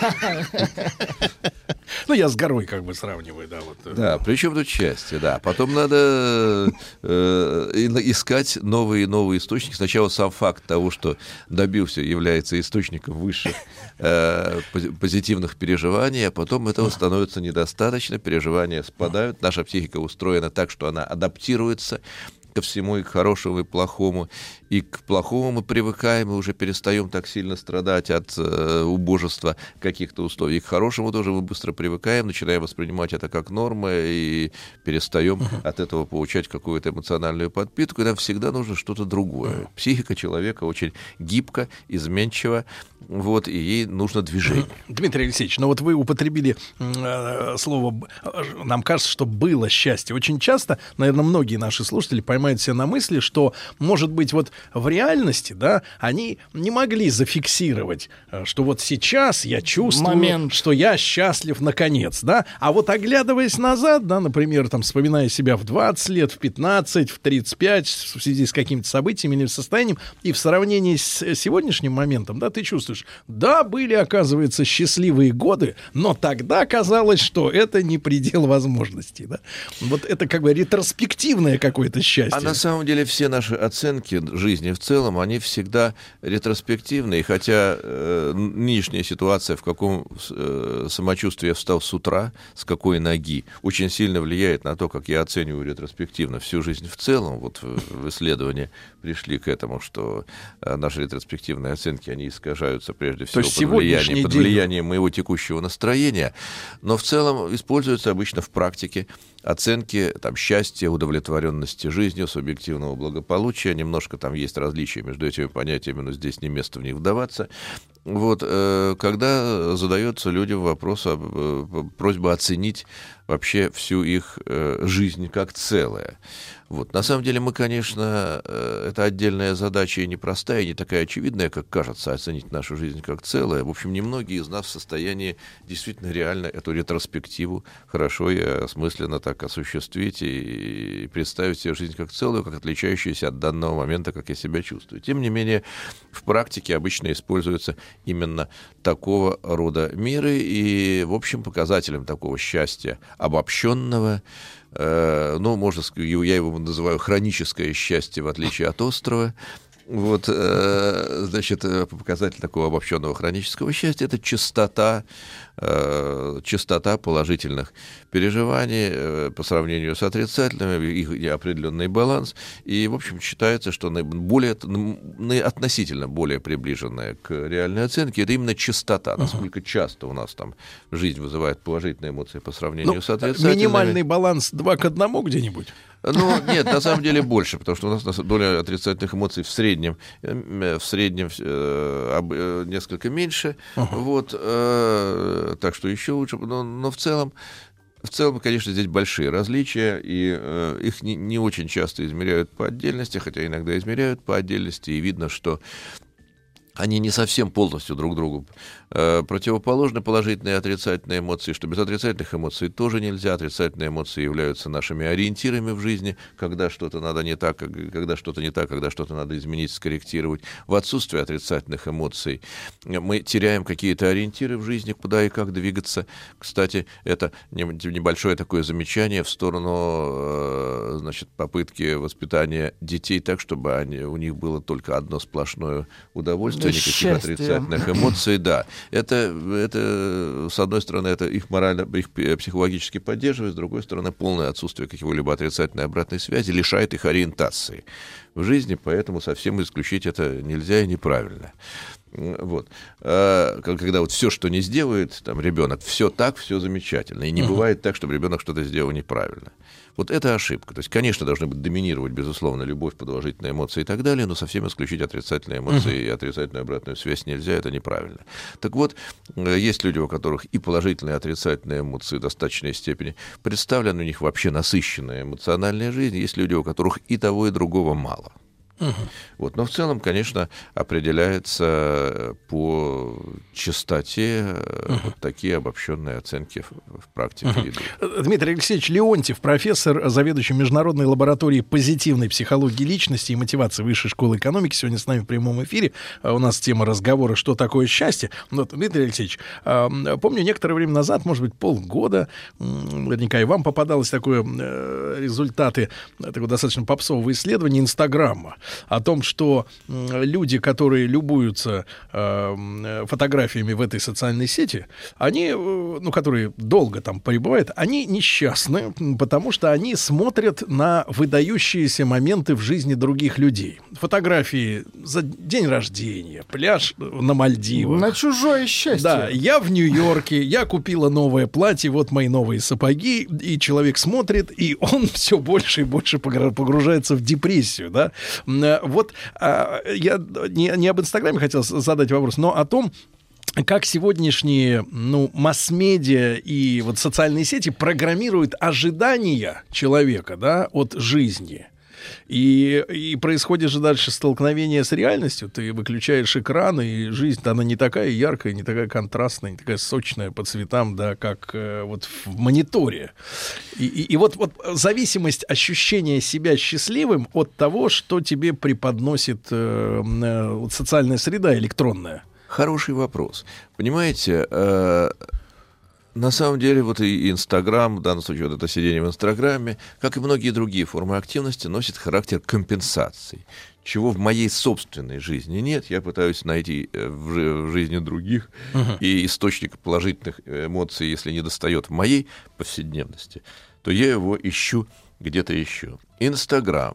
Ну, я с горой как бы сравниваю, да. Вот. Да, при чем тут счастье, да. Потом надо э, искать новые и новые источники. Сначала сам факт того, что добился, является источником высших э, позитивных переживаний, а потом этого становится недостаточно, переживания спадают, наша психика устроена так, что она адаптируется ко всему, и к хорошему, и к плохому. И к плохому мы привыкаем, и уже перестаем так сильно страдать от э, убожества каких-то условий. И к хорошему тоже мы быстро привыкаем, начинаем воспринимать это как норму, и перестаем uh-huh. от этого получать какую-то эмоциональную подпитку. И нам всегда нужно что-то другое. Uh-huh. Психика человека очень гибка, изменчива, вот, и ей нужно движение. Uh-huh. Дмитрий Алексеевич, ну вот вы употребили э, слово, нам кажется, что было счастье. Очень часто, наверное, многие наши слушатели поймают себя на мысли, что, может быть, вот в реальности, да, они не могли зафиксировать, что вот сейчас я чувствую, Момент. что я счастлив наконец, да, а вот оглядываясь назад, да, например, там, вспоминая себя в двадцать лет, в пятнадцать, в тридцать пять, в связи с какими-то событиями или состоянием, и в сравнении с сегодняшним моментом, да, ты чувствуешь, да, были, оказывается, счастливые годы, но тогда казалось, что это не предел возможностей, да. Вот это как бы ретроспективное какое-то счастье. А на самом деле все наши оценки жизни в целом, они всегда ретроспективные, хотя э, нынешняя ситуация, в каком э, самочувствии я встал с утра, с какой ноги, очень сильно влияет на то, как я оцениваю ретроспективно всю жизнь в целом. Вот в, в исследовании пришли к этому, что э, наши ретроспективные оценки, они искажаются прежде всего под влиянием, под влиянием моего текущего настроения, но в целом используются обычно в практике оценки там, счастья, удовлетворенности жизнью, субъективного благополучия. Немножко там есть различия между этими понятиями, но здесь не место в них вдаваться. Вот, э, когда задается людям вопрос, э, просьба оценить вообще всю их э, жизнь как целое. Вот. На самом деле мы, конечно, э, это отдельная задача и непростая, и не такая очевидная, как кажется, оценить нашу жизнь как целое. В общем, немногие из нас в состоянии действительно реально эту ретроспективу хорошо и осмысленно так осуществить и, и представить себе жизнь как целую, как отличающуюся от данного момента, как я себя чувствую. Тем не менее, в практике обычно используются именно такого рода меры, и, в общем, показателем такого счастья обобщенного, э, ну, можно сказать, я его называю хроническое счастье, в отличие от острого, Вот, э, значит, показатель такого обобщенного хронического счастья — это частота, э, частота положительных переживаний э, по сравнению с отрицательными, их определенный баланс. И, в общем, считается, что более, относительно более приближенная к реальной оценке — это именно частота. Насколько часто у нас там жизнь вызывает положительные эмоции по сравнению ну, с отрицательными. Минимальный баланс два к одному где-нибудь? Ну, нет, на самом деле больше, потому что у нас доля отрицательных эмоций в среднем, в среднем э, несколько меньше, uh-huh. вот, э, так что еще лучше, но, но в целом, в целом, конечно, здесь большие различия, и э, их не, не очень часто измеряют по отдельности, хотя иногда измеряют по отдельности, и видно, что они не совсем полностью друг другу э, противоположны, положительные и отрицательные эмоции, что без отрицательных эмоций тоже нельзя. Отрицательные эмоции являются нашими ориентирами в жизни, когда что-то надо не так, когда что-то не так, когда что-то надо изменить, скорректировать. В отсутствие отрицательных эмоций мы теряем какие-то ориентиры в жизни, куда и как двигаться. Кстати, это небольшое такое замечание в сторону э, значит, попытки воспитания детей так, чтобы они, у них было только одно сплошное удовольствие, никаких счастье. Отрицательных эмоций, да. Это, это, с одной стороны, это их морально, их психологически поддерживает, с другой стороны, полное отсутствие какого-либо отрицательной обратной связи лишает их ориентации в жизни, поэтому совсем исключить это нельзя и неправильно. Вот. А, когда вот все, что не сделает там, ребенок, все так, все замечательно. И не uh-huh. бывает так, чтобы ребенок что-то сделал неправильно. Вот это ошибка. То есть, конечно, должны быть доминировать, безусловно, любовь, положительные эмоции и так далее, но совсем исключить отрицательные эмоции uh-huh. и отрицательную обратную связь нельзя, это неправильно. Так вот, есть люди, у которых и положительные, и отрицательные эмоции в достаточной степени представлены, у них вообще насыщенная эмоциональная жизнь, есть люди, у которых и того, и другого мало. Uh-huh. Вот. Но в целом, конечно, определяется по частоте uh-huh. вот такие обобщенные оценки в, в практике. Uh-huh. Дмитрий Алексеевич Леонтьев, профессор, заведующий Международной лабораторией позитивной психологии личности и мотивации Высшей школы экономики, сегодня с нами в прямом эфире. У нас тема разговора «Что такое счастье?». Вот, Дмитрий Алексеевич, помню, некоторое время назад, может быть, полгода, наверняка и вам попадалось такое результаты такого достаточно попсового исследования Инстаграма о том, что люди, которые любуются э, фотографиями в этой социальной сети, они, ну, которые долго там пребывают, они несчастны, потому что они смотрят на выдающиеся моменты в жизни других людей. Фотографии за день рождения, пляж на Мальдивах. На чужое счастье. Да, я в Нью-Йорке, я купила новое платье, вот мои новые сапоги, и человек смотрит, и он все больше и больше погружается в депрессию, да. Вот а, я не, не об Инстаграме хотел задать вопрос, но о том, как сегодняшние, ну, масс-медиа и вот социальные сети программируют ожидания человека, да, от жизни. И, и происходит же дальше столкновение с реальностью. Ты выключаешь экран, и жизнь-то она не такая яркая, не такая контрастная, не такая сочная по цветам, да, как э, вот в мониторе. И, и, и вот, вот зависимость ощущения себя счастливым от того, что тебе преподносит э, э, социальная среда электронная. Хороший вопрос. Понимаете, э, на самом деле вот и Инстаграм, в данном случае вот это сидение в Инстаграме, как и многие другие формы активности, носит характер компенсаций, чего в моей собственной жизни нет. Я пытаюсь найти в жизни других uh-huh. и источник положительных эмоций, если не достает в моей повседневности, то я его ищу где-то еще. Инстаграм.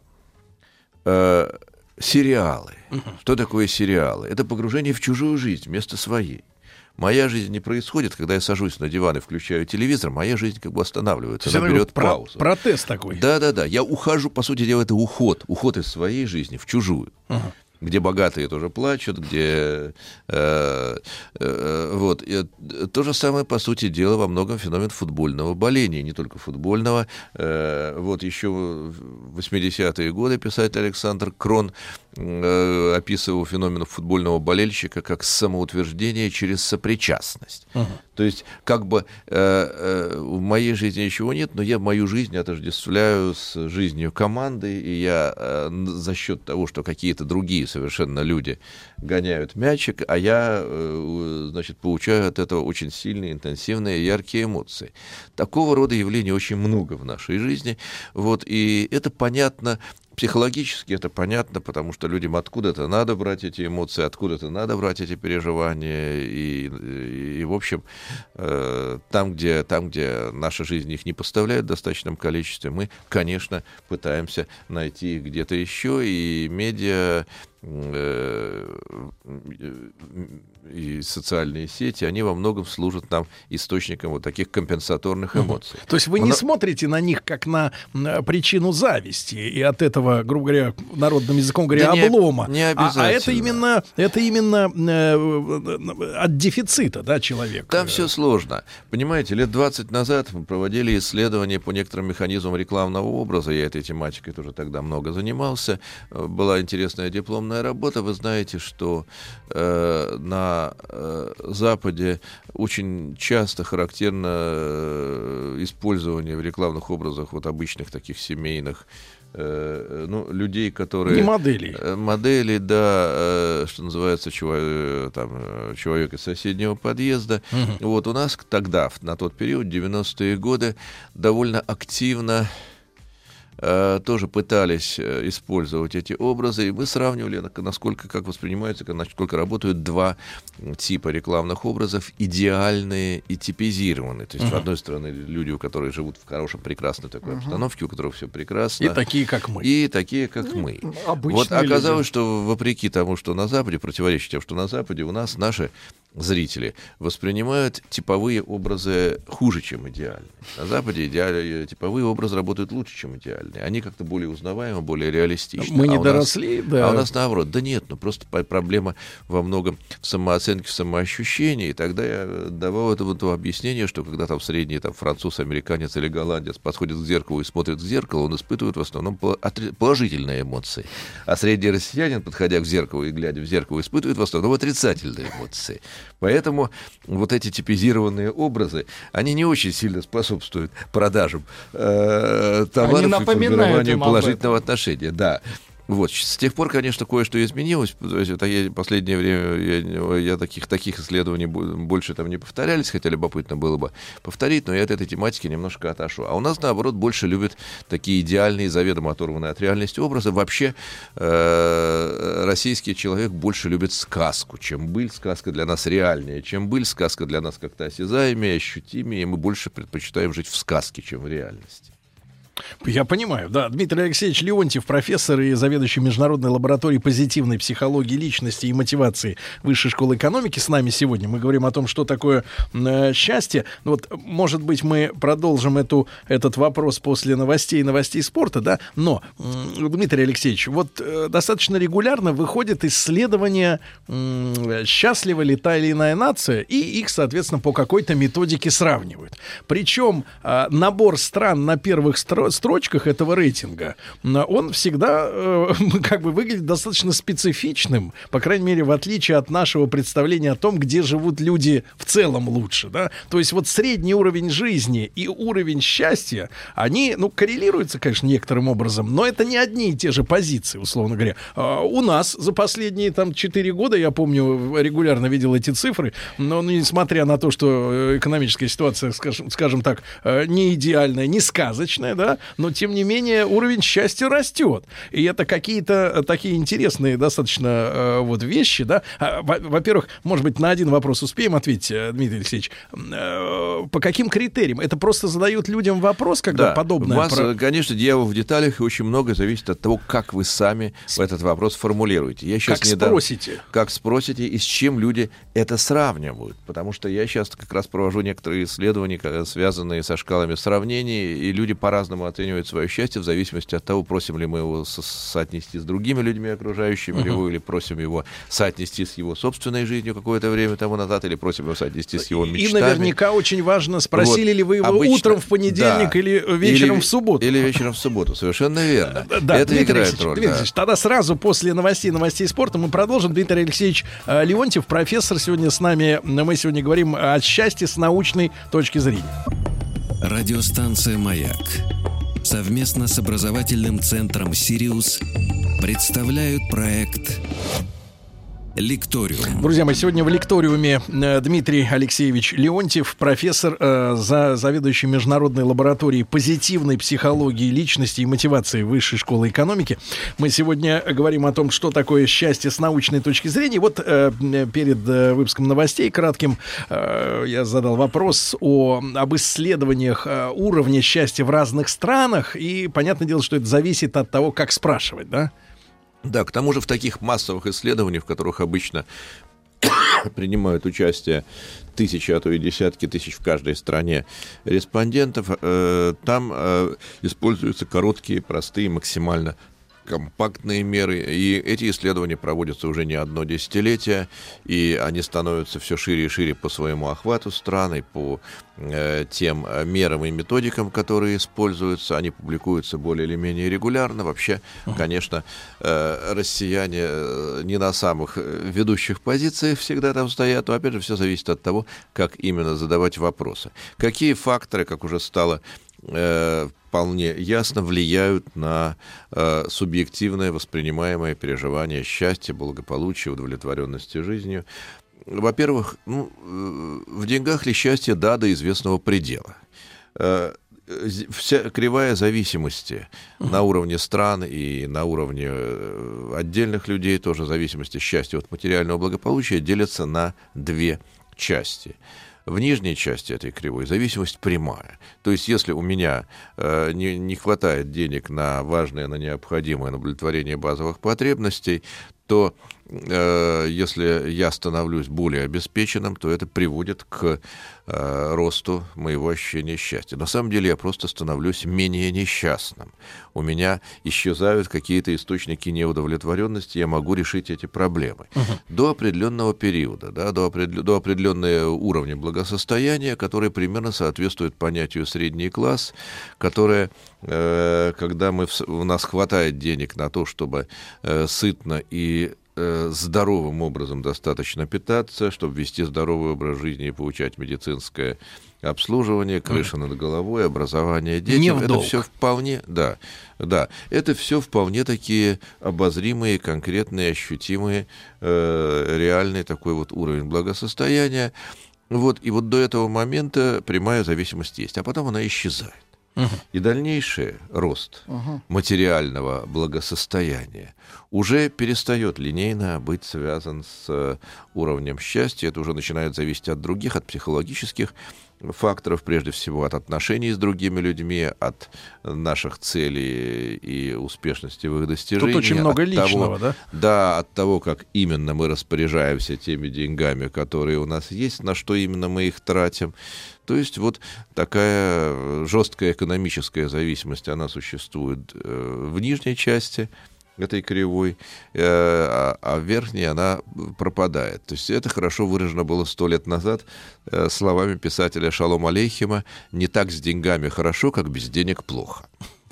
Э, сериалы. Uh-huh. Что такое сериалы? Это погружение в чужую жизнь вместо своей. Моя жизнь не происходит, когда я сажусь на диван и включаю телевизор, моя жизнь как бы останавливается, она берет паузу. Протест такой. Да-да-да, я ухожу, по сути дела, это уход, уход из своей жизни в чужую. Uh-huh. Где богатые тоже плачут, где... Э, э, вот. И то же самое, по сути дела, во многом феномен футбольного боления, не только футбольного. Э, вот еще в восьмидесятые годы писатель Александр Крон э, описывал феномен футбольного болельщика как самоутверждение через сопричастность. Uh-huh. То есть, как бы э, э, в моей жизни ничего нет, но я мою жизнь отождествляю с жизнью команды, и я э, за счет того, что какие-то другие совершенно люди гоняют мячик, а я, э, значит, получаю от этого очень сильные, интенсивные, яркие эмоции. Такого рода явлений очень много в нашей жизни, вот, и это понятно Психологически это понятно, потому что людям откуда-то надо брать эти эмоции, откуда-то надо брать эти переживания. И, и, и в общем, э, там, где, там, где наша жизнь их не поставляет в достаточном количестве, мы, конечно, пытаемся найти их где-то еще. И медиа, э, и социальные сети, они во многом служат нам источником вот таких компенсаторных эмоций. То есть вы Но не на... смотрите на них как на причину зависти, и от этого, грубо говоря, народным языком говоря, да облома. Не, не обязательно. А, а это именно, это именно э, от дефицита, да, человека. Там все сложно. Понимаете, лет двадцать назад мы проводили исследования по некоторым механизмам рекламного образа. Я этой тематикой тоже тогда много занимался. Была интересная дипломная работа. Вы знаете, что э, на э, Западе очень часто характерно э, использование в рекламных образах вот обычных таких семейных э, ну, людей, которые... Не моделей. Э, модели, да, э, что называется, чего, там, человек из соседнего подъезда. Угу. Вот у нас тогда, на тот период, девяностые годы, довольно активно тоже пытались использовать эти образы, и мы сравнивали, насколько, как воспринимаются, насколько работают два типа рекламных образов, идеальные и типизированные. То есть, uh-huh. с одной стороны, люди, у которых живут в хорошем, прекрасной такой uh-huh. обстановке, у которых все прекрасно. И такие, как мы. И такие, как мы. Обычные вот оказалось, люди. Что вопреки тому, что на Западе, противоречит тем, что на Западе, у нас наши зрители воспринимают типовые образы хуже, чем идеальные. На Западе идеальные, типовые образы работают лучше, чем идеальные. Они как-то более узнаваемы, более реалистичны. Мы не а доросли, нас, да. А у нас наоборот. Да нет, ну просто проблема во многом в самооценке, в самоощущении. И тогда я давал это вот объяснение, что когда там средний там, француз, американец или голландец подходит к зеркалу и смотрит в зеркало, он испытывает в основном положительные эмоции. А средний россиянин, подходя к зеркалу и глядя в зеркало, испытывает в основном отрицательные эмоции. Поэтому вот эти типизированные образы, они не очень сильно способствуют продажам э, товаров и формированию положительного отношения. Да. Вот. С тех пор, конечно, кое-что изменилось. То есть, это я, последнее время я, я таких, таких исследований больше там не повторялись, хотя любопытно было бы повторить, но я от этой тематики немножко отошел. А у нас, наоборот, больше любят такие идеальные, заведомо оторванные от реальности образы. Вообще, э, российский человек больше любит сказку. Чем быль, сказка для нас реальнее. Чем быль, сказка для нас как-то осязаемее, ощутимее. Мы больше предпочитаем жить в сказке, чем в реальности. Я понимаю, да. Дмитрий Алексеевич Леонтьев, профессор и заведующий Международной лабораторией позитивной психологии личности и мотивации Высшей школы экономики с нами сегодня. Мы говорим о том, что такое э, счастье. Вот, может быть, мы продолжим эту, этот вопрос после новостей и новостей спорта, да. Но, э, Дмитрий Алексеевич, вот э, достаточно регулярно выходят исследования, э, счастлива ли та или иная нация, и их, соответственно, по какой-то методике сравнивают. Причем э, набор стран на первых строчках строчках этого рейтинга, он всегда э, как бы выглядит достаточно специфичным, по крайней мере, в отличие от нашего представления о том, где живут люди в целом лучше, да. То есть вот средний уровень жизни и уровень счастья, они, ну, коррелируются, конечно, некоторым образом, но это не одни и те же позиции, условно говоря. А у нас за последние там четыре года, я помню, регулярно видел эти цифры, но несмотря на то, что экономическая ситуация, скажем, скажем так, не идеальная, не сказочная, да, но, тем не менее, уровень счастья растет. И это какие-то такие интересные достаточно э, вот вещи, да. Во-первых, может быть, на один вопрос успеем ответить, Дмитрий Алексеевич. Э, по каким критериям? Это просто задают людям вопрос, когда да, подобное... У вас, про... конечно, дьявол в деталях, и очень много зависит от того, как вы сами С... этот вопрос формулируете. Я сейчас как недавно... спросите. Как спросите, и с чем люди это сравнивают. Потому что я сейчас как раз провожу некоторые исследования, связанные со шкалами сравнений, и люди по-разному оценивают свое счастье в зависимости от того, просим ли мы его со- соотнести с другими людьми, окружающими uh-huh. его, или просим его соотнести с его собственной жизнью какое-то время тому назад, или просим его соотнести с его мечтами. И наверняка очень важно, спросили вот. ли вы его Обычно, утром в понедельник да. или вечером или, в субботу. Или вечером в субботу, совершенно верно. Да, это Дмитрий играет Алексеевич, роль. Дмитрий да. Алексеевич, тогда сразу после новостей новостей спорта мы продолжим. Дмитрий Алексеевич Леонтьев, профессор, сегодня с нами. Мы сегодня говорим о счастье с научной точки зрения. Радиостанция «Маяк» совместно с образовательным центром «Сириус» представляют проект Лекториум. Друзья мои, сегодня в лекториуме Дмитрий Алексеевич Леонтьев, профессор, э, за, заведующий международной лабораторией позитивной психологии личности и мотивации Высшей школы экономики. Мы сегодня говорим о том, что такое счастье с научной точки зрения. Вот э, перед э, выпуском новостей кратким э, я задал вопрос о, об исследованиях э, уровня счастья в разных странах. И понятное дело, что это зависит от того, как спрашивать, да? Да, к тому же в таких массовых исследованиях, в которых обычно принимают участие тысячи, а то и десятки тысяч в каждой стране респондентов, э, там э, используются короткие, простые, максимально компактные меры, и эти исследования проводятся уже не одно десятилетие, и они становятся все шире и шире по своему охвату страны, по э, тем мерам и методикам, которые используются, они публикуются более или менее регулярно. Вообще, конечно, э, россияне не на самых ведущих позициях всегда там стоят, но, опять же, все зависит от того, как именно задавать вопросы. Какие факторы, как уже стало э, вполне ясно, влияют на э, субъективное воспринимаемое переживание счастья, благополучия, удовлетворенности жизнью. Во-первых, ну, э, в деньгах ли счастье? Да, до известного предела. Э, вся кривая зависимости на уровне стран и на уровне э, отдельных людей, тоже зависимости счастья от материального благополучия, делятся на две части. В нижней части этой кривой зависимость прямая. То есть, если у меня э, не, не хватает денег на важное, на необходимое на удовлетворение базовых потребностей, то э, если я становлюсь более обеспеченным, то это приводит к э, росту моего ощущения счастья. На самом деле я просто становлюсь менее несчастным. У меня исчезают какие-то источники неудовлетворенности, я могу решить эти проблемы. Uh-huh. До определенного периода, да, до, определен... до определенного уровня благосостояния, который примерно соответствует понятию средний класс, которое, э, когда мы в... у нас хватает денег на то, чтобы э, сытно и здоровым образом достаточно питаться, чтобы вести здоровый образ жизни и получать медицинское обслуживание, крыша над головой, образование детям. Это все вполне, да, да, это все вполне такие обозримые, конкретные, ощутимые, э, реальный такой вот уровень благосостояния. Вот, и вот до этого момента прямая зависимость есть, а потом она исчезает. Uh-huh. И дальнейший рост uh-huh. материального благосостояния уже перестает линейно быть связан с уровнем счастья. Это уже начинает зависеть от других, от психологических факторов, прежде всего от отношений с другими людьми, от наших целей и успешности в их достижении. Тут очень много того, личного, да? Да, от того, как именно мы распоряжаемся теми деньгами, которые у нас есть, на что именно мы их тратим. То есть вот такая жесткая экономическая зависимость, она существует в нижней части этой кривой, а в верхней она пропадает. То есть это хорошо выражено было сто лет назад словами писателя Шалом Алейхима: «Не так с деньгами хорошо, как без денег плохо».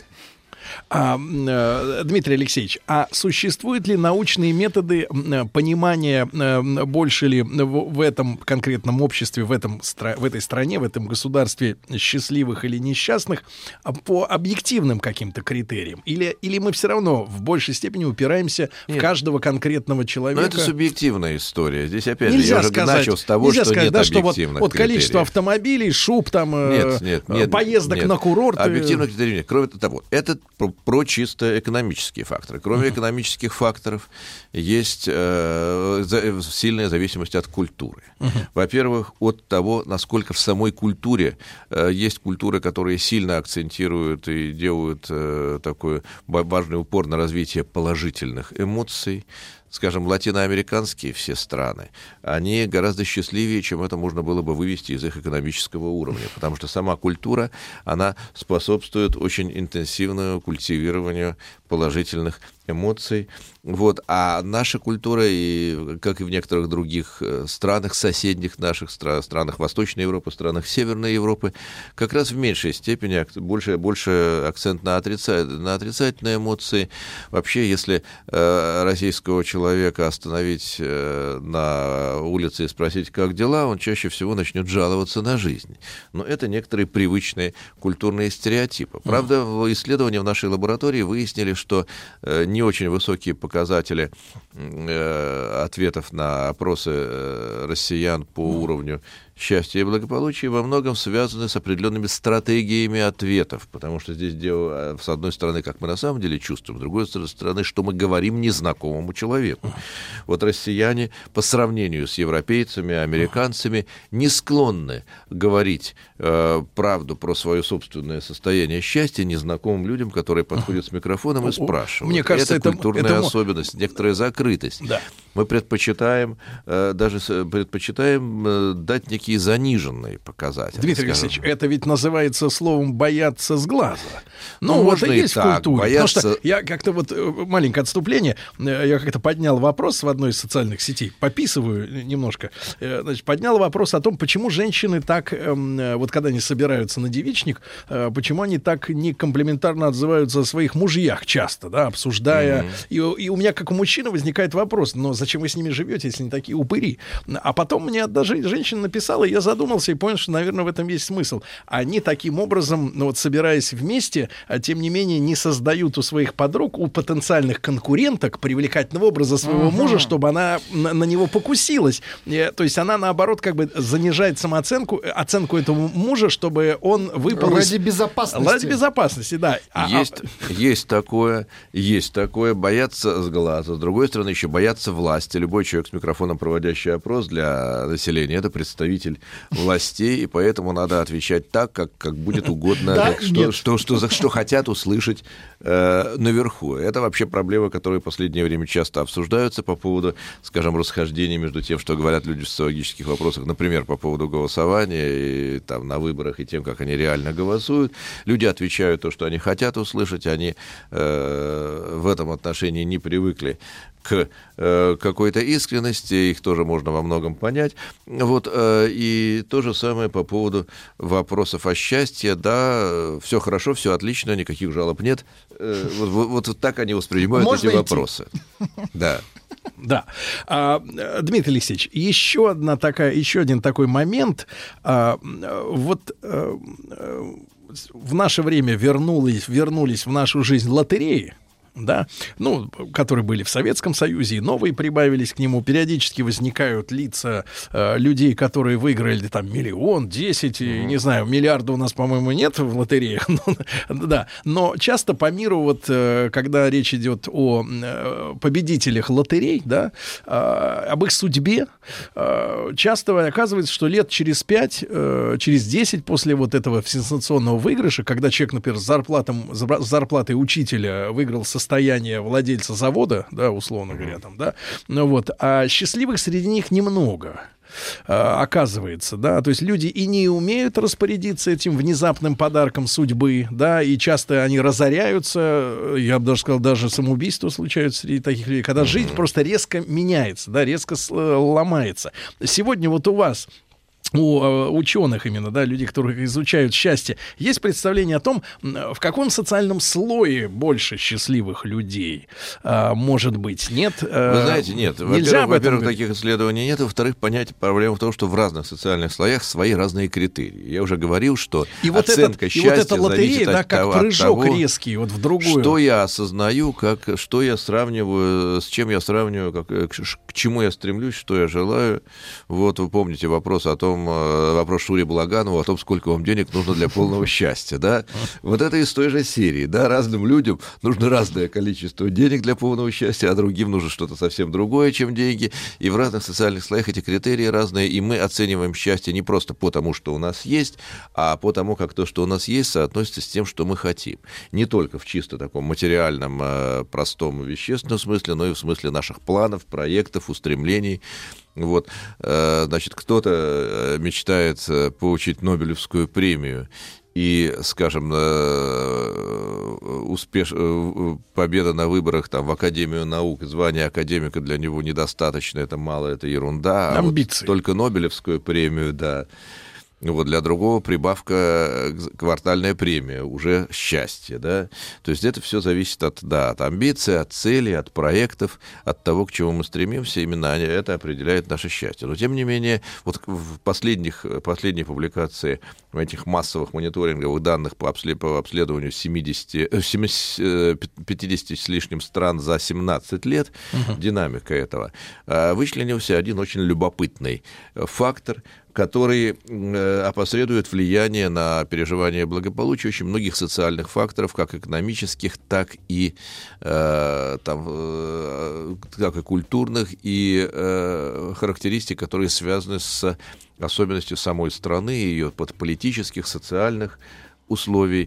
А, Дмитрий Алексеевич, а существуют ли научные методы понимания, больше ли в, в этом конкретном обществе, в, этом, в этой стране, в этом государстве счастливых или несчастных по объективным каким-то критериям? Или, или мы все равно в большей степени упираемся Нет. в каждого конкретного человека? Но это субъективная история. Здесь, опять нельзя же, я уже начал с того, что сказать, нет да, объективных что вот, вот количество автомобилей, шуб, там, нет, нет, нет, поездок нет. на курорт. Объективных критериев нет. Кроме того, это про, про чисто экономические факторы. Кроме uh-huh. экономических факторов есть э, за, сильная зависимость от культуры. Uh-huh. Во-первых, от того, насколько в самой культуре э, есть культуры, которые сильно акцентируют и делают э, такой важный упор на развитие положительных эмоций. Скажем, латиноамериканские все страны, они гораздо счастливее, чем это можно было бы вывести из их экономического уровня, потому что сама культура, она способствует очень интенсивному культивированию положительных эмоций. Вот. А наша культура, и, как и в некоторых других странах, соседних наших стран, странах Восточной Европы, странах Северной Европы, как раз в меньшей степени больше, больше акцент на, отрица... на отрицательные эмоции. Вообще, если э, российского человека остановить э, на улице и спросить, как дела, он чаще всего начнет жаловаться на жизнь. Но это некоторые привычные культурные стереотипы. Правда, исследования в нашей лаборатории выяснили, что э, не очень высокие показатели э, ответов на опросы э, россиян по уровню счастья и благополучия во многом связаны с определенными стратегиями ответов, потому что здесь дело, с одной стороны, как мы на самом деле чувствуем, с другой стороны, что мы говорим незнакомому человеку. Вот россияне по сравнению с европейцами, американцами не склонны говорить э, правду про свое собственное состояние счастья незнакомым людям, которые подходят с микрофоном и спрашивают. Мне кажется, это, это культурная это... особенность, некоторая закрытость. Да. Мы предпочитаем э, даже предпочитаем э, дать некие заниженные показатели. Дмитрий скажем. Алексеевич, это ведь называется словом «бояться с глаза». Ну, Ну, вот можно и и есть так, в культуре. бояться- Потому что я как-то вот, э, маленькое отступление, э, я как-то поднял вопрос в одной из социальных сетей, пописываю немножко, э, значит, поднял вопрос о том, почему женщины так, э, вот когда они собираются на девичник, э, почему они так некомплиментарно отзываются о своих мужьях часто, да, обсуждая. И, и у меня, как у мужчины, возникает вопрос, но зачем вы с ними живете, если они такие упыри? А потом мне даже женщина написала, и я задумался и понял, что, наверное, в этом есть смысл. Они таким образом, ну вот собираясь вместе, а, тем не менее не создают у своих подруг, у потенциальных конкуренток привлекательного образа своего Ага. мужа, чтобы она на, на него покусилась. Э, То есть она, наоборот, как бы занижает самооценку, э, оценку этого мужа, чтобы он выпал из- Ради безопасности. Ради безопасности, да. А- а- Есть, есть такое, есть такое, бояться с глаза. С другой стороны, еще бояться власти. Любой человек с микрофоном, проводящий опрос для населения, это представитель властей, и поэтому надо отвечать так, как, как будет угодно, Да, как- что, нет. что, что, за- что хотят услышать э, наверху. Это вообще проблема, которая в последнее время часто обсуждаются по поводу, скажем, расхождения между тем, что говорят люди в социологических вопросах, например, по поводу голосования и, там, на выборах, и тем, как они реально голосуют. Люди отвечают то, что они хотят услышать, они э, в этом отношении не привыкли к э, какой-то искренности, их тоже можно во многом понять. Вот, э, и то же самое по поводу вопросов о счастье. Да, все хорошо, все отлично, никаких жалоб нет. Э, вот, вот, вот так они воспринимают Можно эти идти. вопросы. Да. Да. А, э, Дмитрий Алексеевич, еще одна такая, еще один такой момент. А, э, вот э, э, в наше время вернулись, вернулись в нашу жизнь лотереи. Да, ну, которые были в Советском Союзе, и новые прибавились к нему. Периодически возникают лица э, людей, которые выиграли там миллион, десять, и, не знаю, миллиарда у нас, по-моему, нет в лотереях. Да, но часто по миру, вот, э, когда речь идет о э, победителях лотерей, да, э, об их судьбе, э, часто оказывается, что лет через пять, э, через десять после вот этого сенсационного выигрыша, когда человек, например, с зарплатом, с зарплатой учителя выиграл со состояние владельца завода, да, условно говоря, там, да, ну вот, а счастливых среди них немного. Оказывается, да, то есть люди и не умеют распорядиться этим внезапным подарком судьбы, да, и часто они разоряются, я бы даже сказал, даже самоубийства случаются среди таких людей, когда жизнь просто резко меняется, да, резко ломается. Сегодня вот у вас, у э, ученых именно, да, людей, которые изучают счастье, есть представление о том, в каком социальном слое больше счастливых людей э, может быть, нет? Э, Вы знаете, нет. Нельзя Во-первых, во-первых, таких исследований нет. Во-вторых, понять проблема в том, что в разных социальных слоях свои разные критерии. Я уже говорил, что и вот оценка этот, счастья и вот эта лотерея, зависит да, от как того, прыжок от того, резкий вот в другую. Что я осознаю, как, что я сравниваю, с чем я сравниваю, как, к, к чему я стремлюсь, что я желаю. Вот вы помните вопрос о том, вопрос Шури Балаганову о том, сколько вам денег нужно для полного счастья, да? Вот это из той же серии, да, разным людям нужно разное количество денег для полного счастья, а другим нужно что-то совсем другое, чем деньги, и в разных социальных слоях эти критерии разные, и мы оцениваем счастье не просто по тому, что у нас есть, а по тому, как то, что у нас есть, соотносится с тем, что мы хотим. Не только в чисто таком материальном, простом, вещественном смысле, но и в смысле наших планов, проектов, устремлений. Вот, значит, кто-то мечтает получить Нобелевскую премию, и, скажем, успеш... победа на выборах там, в Академию наук, звание академика для него недостаточно, это мало, это ерунда. А амбиции. Вот только Нобелевскую премию, да. Вот, для другого прибавка квартальная премия, уже счастье, да. То есть это все зависит от, да, от амбиций, от целей, от проектов, от того, к чему мы стремимся. Именно это определяет наше счастье. Но, тем не менее, вот в последних, последней публикации этих массовых мониторинговых данных по обследованию семидесяти, пятидесяти с лишним стран за семнадцать лет, uh-huh. динамика этого, вычленился один очень любопытный фактор, который э, опосредует влияние на переживание благополучия очень многих социальных факторов, как экономических, так и, э, там, э, так и культурных, и э, характеристик, которые связаны с особенностью самой страны, ее политических, социальных условий,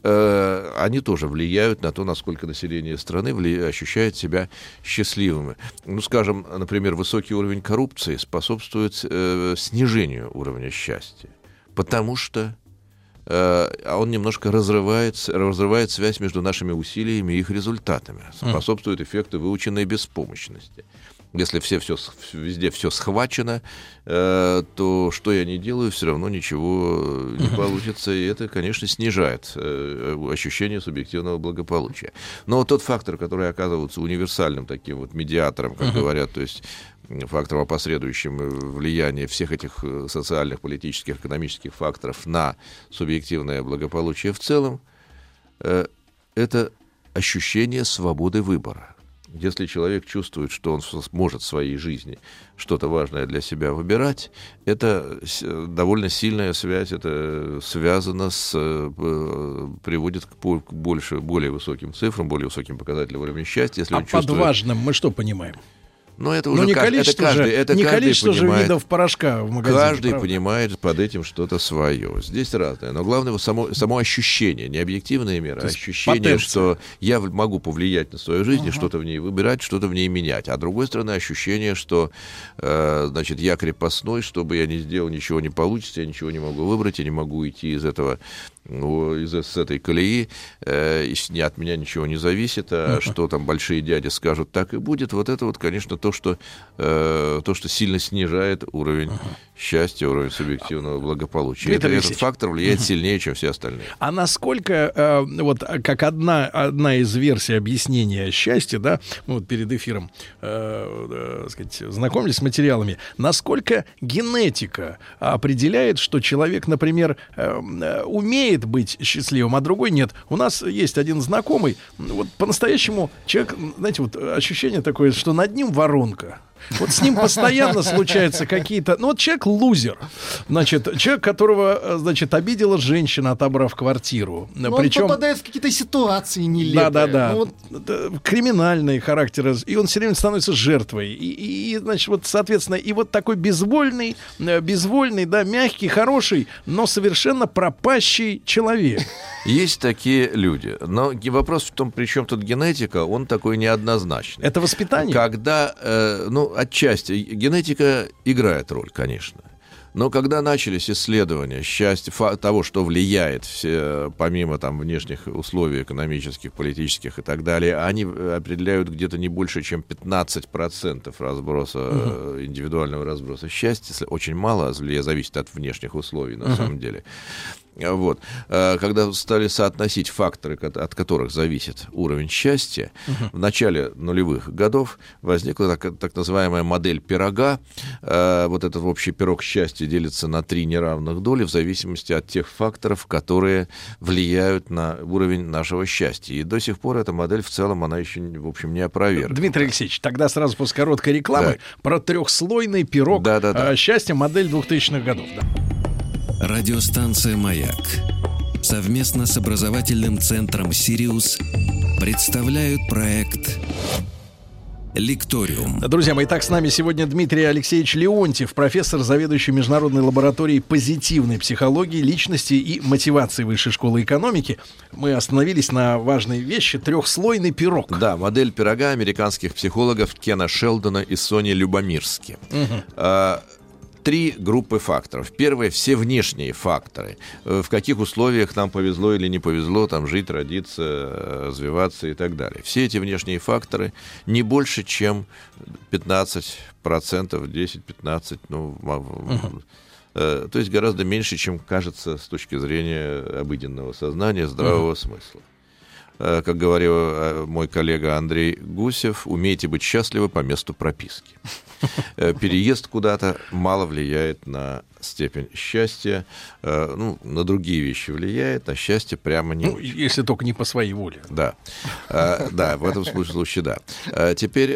э, они тоже влияют на то, насколько население страны вли... ощущает себя счастливыми. Ну, скажем, например, высокий уровень коррупции способствует э, снижению уровня счастья, потому что э, он немножко разрывает, разрывает связь между нашими усилиями и их результатами, способствует эффекту выученной беспомощности. Если все, все, везде все схвачено, э, то что я ни делаю, все равно ничего не получится. И это, конечно, снижает э, ощущение субъективного благополучия. Но тот фактор, который оказывается универсальным таким вот медиатором, как uh-huh. говорят, то есть фактором, опосредующим влияние всех этих социальных, политических, экономических факторов на субъективное благополучие в целом, э, это ощущение свободы выбора. Если человек чувствует, что он может в своей жизни что-то важное для себя выбирать, это довольно сильная связь, это связано с, приводит к больше, более высоким цифрам, более высоким показателям уровня счастья. Если а он под чувствует... важным мы что понимаем? Но это уже не каждый, количество, это каждый, же, это не каждый количество понимает, же видов порошка в магазине. Каждый правда? понимает под этим что-то свое. Здесь разное. Но главное само, само ощущение, не объективные меры, а ощущение, потенция. Что я могу повлиять на свою жизнь, uh-huh. что-то в ней выбирать, что-то в ней менять. А с другой стороны, ощущение, что э, значит, я крепостной, что бы я ни сделал, ничего не получится, я ничего не могу выбрать, я не могу уйти из этого, ну, из, из этой колеи, э, и от меня ничего не зависит, а uh-huh. что там большие дяди скажут, так и будет. Вот это вот, конечно, то, что то, что сильно снижает уровень uh-huh. счастья, уровень субъективного благополучия. Это, этот фактор влияет uh-huh. сильнее, чем все остальные. А насколько, э, вот как одна, одна из версий объяснения счастья, да, мы вот перед эфиром э, э, сказать, знакомились с материалами, насколько генетика определяет, что человек, например, э, умеет быть счастливым, а другой нет. У нас есть один знакомый, вот по-настоящему человек, знаете, вот ощущение такое, что над ним воронка. Вот с ним постоянно случаются какие-то... Ну, вот человек лузер. Значит, человек, которого, значит, обидела женщина, отобрав квартиру. Но Причем... он попадает в какие-то ситуации нелепые. Да-да-да. Ну, вот... Криминальные характеры. И он все время становится жертвой. И, и, значит, вот, соответственно, и вот такой безвольный, безвольный, да, мягкий, хороший, но совершенно пропащий человек. Есть такие люди. Но вопрос в том, при чем тут генетика, он такой неоднозначный. Это воспитание? Когда, э, ну, отчасти генетика играет роль, конечно. Но когда начались исследования счастья, того, что влияет, все, помимо там, внешних условий экономических, политических и так далее, они определяют где-то не больше, чем пятнадцать процентов разброса, uh-huh. индивидуального разброса счастья. Очень мало, зависит от внешних условий на uh-huh. самом деле. Вот. Когда стали соотносить факторы, от которых зависит уровень счастья, uh-huh. в начале нулевых годов возникла так, так называемая модель пирога. Вот этот общий пирог счастья делится на три неравных доли в зависимости от тех факторов, которые влияют на уровень нашего счастья. И до сих пор эта модель в целом, она еще, в общем, не опровергнута. Дмитрий Алексеевич, тогда сразу после короткой рекламы да. про трехслойный пирог да, да, да. счастья, модель двухтысячных годов. Да. Радиостанция «Маяк» совместно с образовательным центром «Сириус» представляют проект «Лекториум». Друзья мои, итак, с нами сегодня Дмитрий Алексеевич Леонтьев, профессор, заведующий Международной лабораторией позитивной психологии, личности и мотивации Высшей школы экономики. Мы остановились на важной вещи — трехслойный пирог. Да, модель пирога американских психологов Кена Шелдона и Сони Любомирски. Угу. А, Три группы факторов. Первое — все внешние факторы. В каких условиях нам повезло или не повезло там жить, родиться, развиваться и так далее. Все эти внешние факторы не больше, чем пятнадцать процентов, десять-пятнадцать процентов, ну, uh-huh. То есть гораздо меньше, чем кажется с точки зрения обыденного сознания, здравого uh-huh. смысла. Как говорил мой коллега Андрей Гусев, умейте быть счастливы по месту прописки. Переезд куда-то мало влияет на степень счастья, ну, на другие вещи влияет, на счастье прямо не ну, очень. Если только не по своей воле. Да, да, в этом случае да. Теперь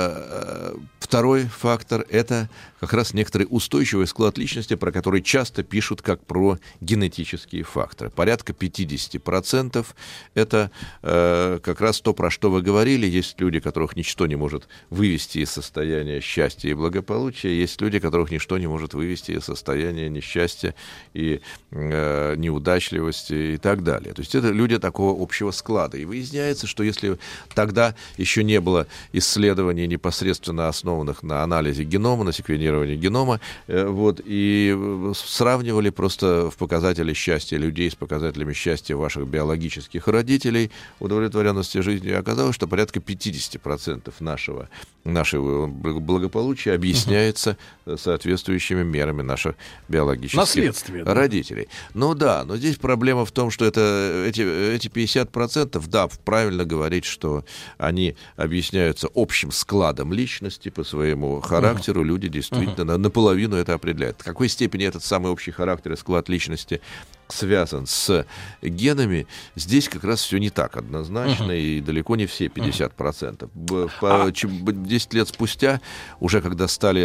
второй фактор — это как раз некоторый устойчивый склад личности, про который часто пишут как про генетические факторы. Порядка пятьдесят процентов это как раз то, про что вы говорили. Есть люди, которых ничто не может вывести из состояния счастья и благополучия, есть люди, которых ничто не может вывести из состояния состояние несчастья и э, неудачливости и так далее. То есть это люди такого общего склада. И выясняется, что если тогда еще не было исследований, непосредственно основанных на анализе генома, на секвенировании генома, э, вот, и сравнивали просто в показатели счастья людей с показателями счастья ваших биологических родителей, удовлетворенности жизнью, и оказалось, что порядка пятьдесят процентов нашего, нашего благополучия объясняется соответствующими мерами наших биологических родителей. Ну да, но здесь проблема в том, что это, эти, эти пятьдесят процентов, да, правильно говорить, что они объясняются общим складом личности по своему характеру. Uh-huh. Люди действительно uh-huh. наполовину это определяют. В какой степени этот самый общий характер и склад личности связан с генами, здесь как раз все не так однозначно, uh-huh. и далеко не все пятьдесят процентов. А... десять лет спустя, уже когда стали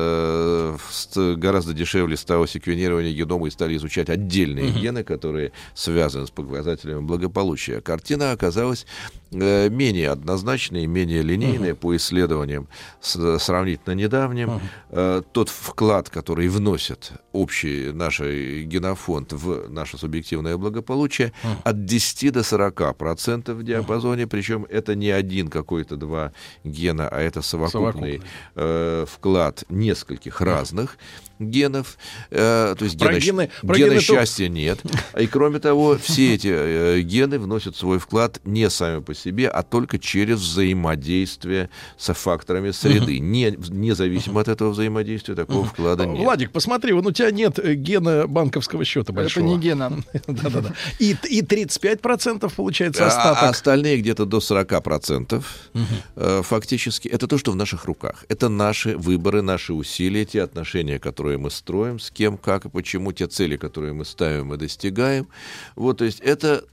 э, гораздо дешевле стало секвенирование генома и стали изучать отдельные uh-huh. гены, которые связаны с показателями благополучия, картина оказалась э, менее однозначной, менее линейной uh-huh. по исследованиям с, сравнительно недавним. Uh-huh. Э, тот вклад, который вносит общий наш генофонд в наше субъективное благополучие, uh-huh. от десяти до сорока процентов в диапазоне, uh-huh. причем это не один какой-то два гена, а это совокупный, совокупный. Э, вклад нескольких uh-huh. разных генов, э, то есть гена, гены, гена счастья то... нет. И кроме того, все эти э, гены вносят свой вклад не сами по себе, а только через взаимодействие со факторами среды. Uh-huh. Не, независимо uh-huh. от этого взаимодействия такого uh-huh. вклада нет. Владик, посмотри, вон у тебя нет гена банковского счета большого. Это не гена. Да-да-да. И, и тридцать пять процентов получается остаток. А остальные где-то до сорок процентов uh-huh. фактически это то, что в наших руках. Это наши выборы, наши усилия, те отношения, которые мы строим, с кем, как и почему, те цели, которые мы ставим и достигаем. Вот, то есть это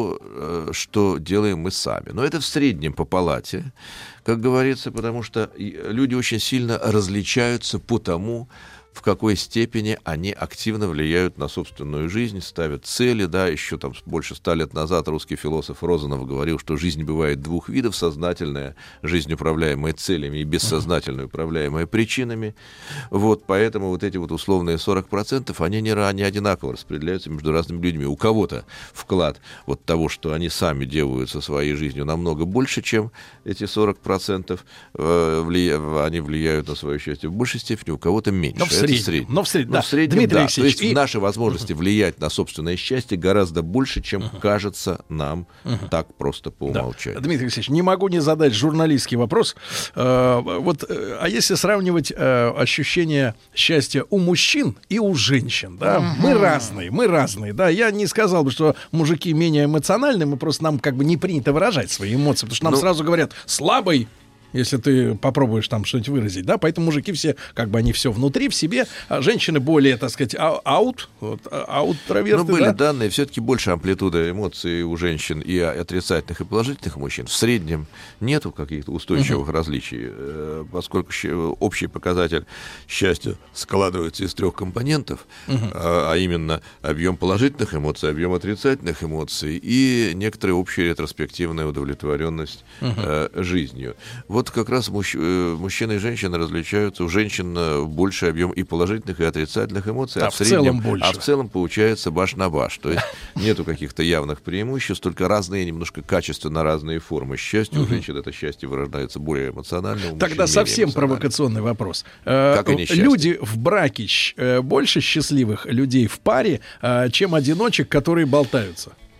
то, что делаем мы сами. Но это в среднем по палате, как говорится, потому что люди очень сильно различаются по тому, в какой степени они активно влияют на собственную жизнь, ставят цели, да, еще там больше ста лет назад русский философ Розанов говорил, что жизнь бывает двух видов: сознательная жизнь, управляемая целями, и бессознательная, управляемая причинами. Вот, поэтому вот эти вот условные сорок процентов, они не, не одинаково распределяются между разными людьми. У кого-то вклад вот того, что они сами делают со своей жизнью, намного больше, чем эти сорок процентов, э, влия... они влияют на свое счастье в большей степени, у кого-то меньше. В среднем. Но в среднем, Но да. в среднем Дмитрий да. Алексеевич, То есть и... наши возможности uh-huh. влиять на собственное счастье гораздо больше, чем uh-huh. кажется нам uh-huh. так просто по умолчанию. Да. Дмитрий Алексеевич, не могу не задать журналистский вопрос. Э, вот, э, а если сравнивать э, ощущение счастья у мужчин и у женщин, да, uh-huh. мы разные, мы разные, да. Я не сказал бы, что мужики менее эмоциональны, мы просто нам как бы не принято выражать свои эмоции, потому что нам ну... сразу говорят слабый, если ты попробуешь там что-нибудь выразить, да, поэтому мужики все, как бы они все внутри, в себе, а женщины более, так сказать, аут, вот, аут-троверты, ну, были да? данные, все-таки больше амплитуда эмоций у женщин и отрицательных, и положительных мужчин. В среднем нету каких-то устойчивых uh-huh. различий, поскольку общий показатель счастья складывается из трех компонентов, uh-huh. а именно объем положительных эмоций, объем отрицательных эмоций и некоторая общая ретроспективная удовлетворенность uh-huh. жизнью. Вот как раз мужч... мужчины и женщины различаются. У женщин больше объем и положительных, и отрицательных эмоций, а, а в среднем, больше. А в целом получается баш на баш. То есть нету каких-то явных преимуществ, только разные, немножко качественно разные формы счастья. У женщин это счастье выражается более эмоционально. Тогда совсем провокационный вопрос. Как и несчастье. Люди в браке больше счастливых людей в паре, чем одиночек, которые болтаются?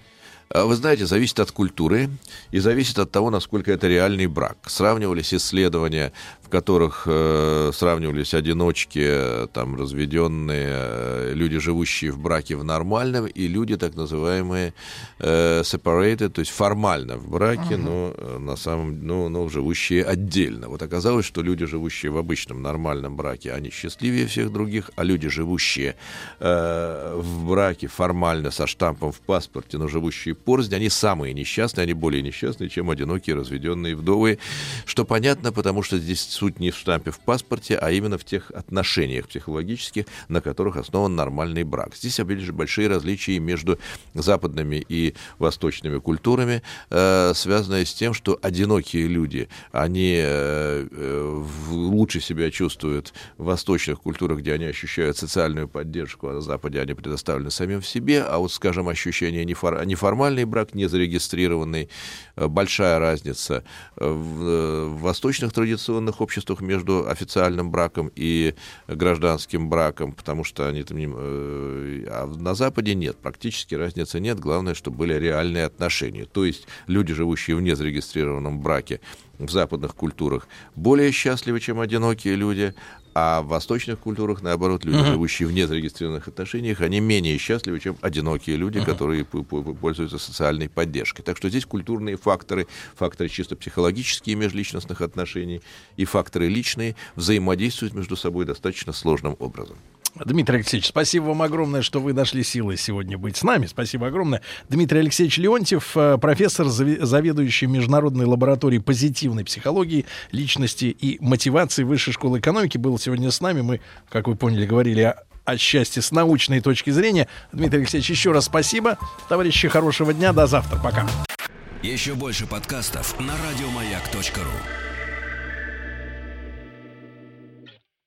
Вы знаете, зависит от культуры и зависит от того, насколько это реальный брак. Сравнивались исследования, в которых э, сравнивались одиночки, там, разведенные, э, люди, живущие в браке в нормальном, и люди, так называемые э, separated, то есть формально в браке, uh-huh. но, э, на самом, но, но живущие отдельно. Вот оказалось, что люди, живущие в обычном нормальном браке, они счастливее всех других, а люди, живущие э, в браке формально со штампом в паспорте, но живущие порознь, они самые несчастные, они более несчастные, чем одинокие, разведенные вдовы, что понятно, потому что здесь суть не в штампе в паспорте, а именно в тех отношениях психологических, на которых основан нормальный брак. Здесь, опять же, большие различия между западными и восточными культурами, э, связанные с тем, что одинокие люди, они э, э, лучше себя чувствуют в восточных культурах, где они ощущают социальную поддержку, а на Западе они предоставлены самим себе, а вот, скажем, ощущение нефор- неформальный брак, незарегистрированный, э, большая разница в, э, в восточных традиционных обществах между официальным браком и гражданским браком, потому что они там не, э, а на Западе нет, практически разницы нет. Главное, чтобы были реальные отношения. То есть люди, живущие в незарегистрированном браке в западных культурах, более счастливы, чем одинокие люди, а в восточных культурах, наоборот, люди, uh-huh. живущие в незарегистрированных отношениях, они менее счастливы, чем одинокие люди, uh-huh. которые пользуются социальной поддержкой. Так что здесь культурные факторы, факторы чисто психологические межличностных отношений и факторы личные взаимодействуют между собой достаточно сложным образом. Дмитрий Алексеевич, спасибо вам огромное, что вы нашли силы сегодня быть с нами. Спасибо огромное. Дмитрий Алексеевич Леонтьев, профессор, заведующий Международной лабораторией позитивной психологии, личности и мотивации Высшей школы экономики, был сегодня с нами. Мы, как вы поняли, говорили о, о счастье с научной точки зрения. Дмитрий Алексеевич, еще раз спасибо. Товарищи, хорошего дня. До завтра. Пока. Еще больше подкастов на радиомаяк точка ру.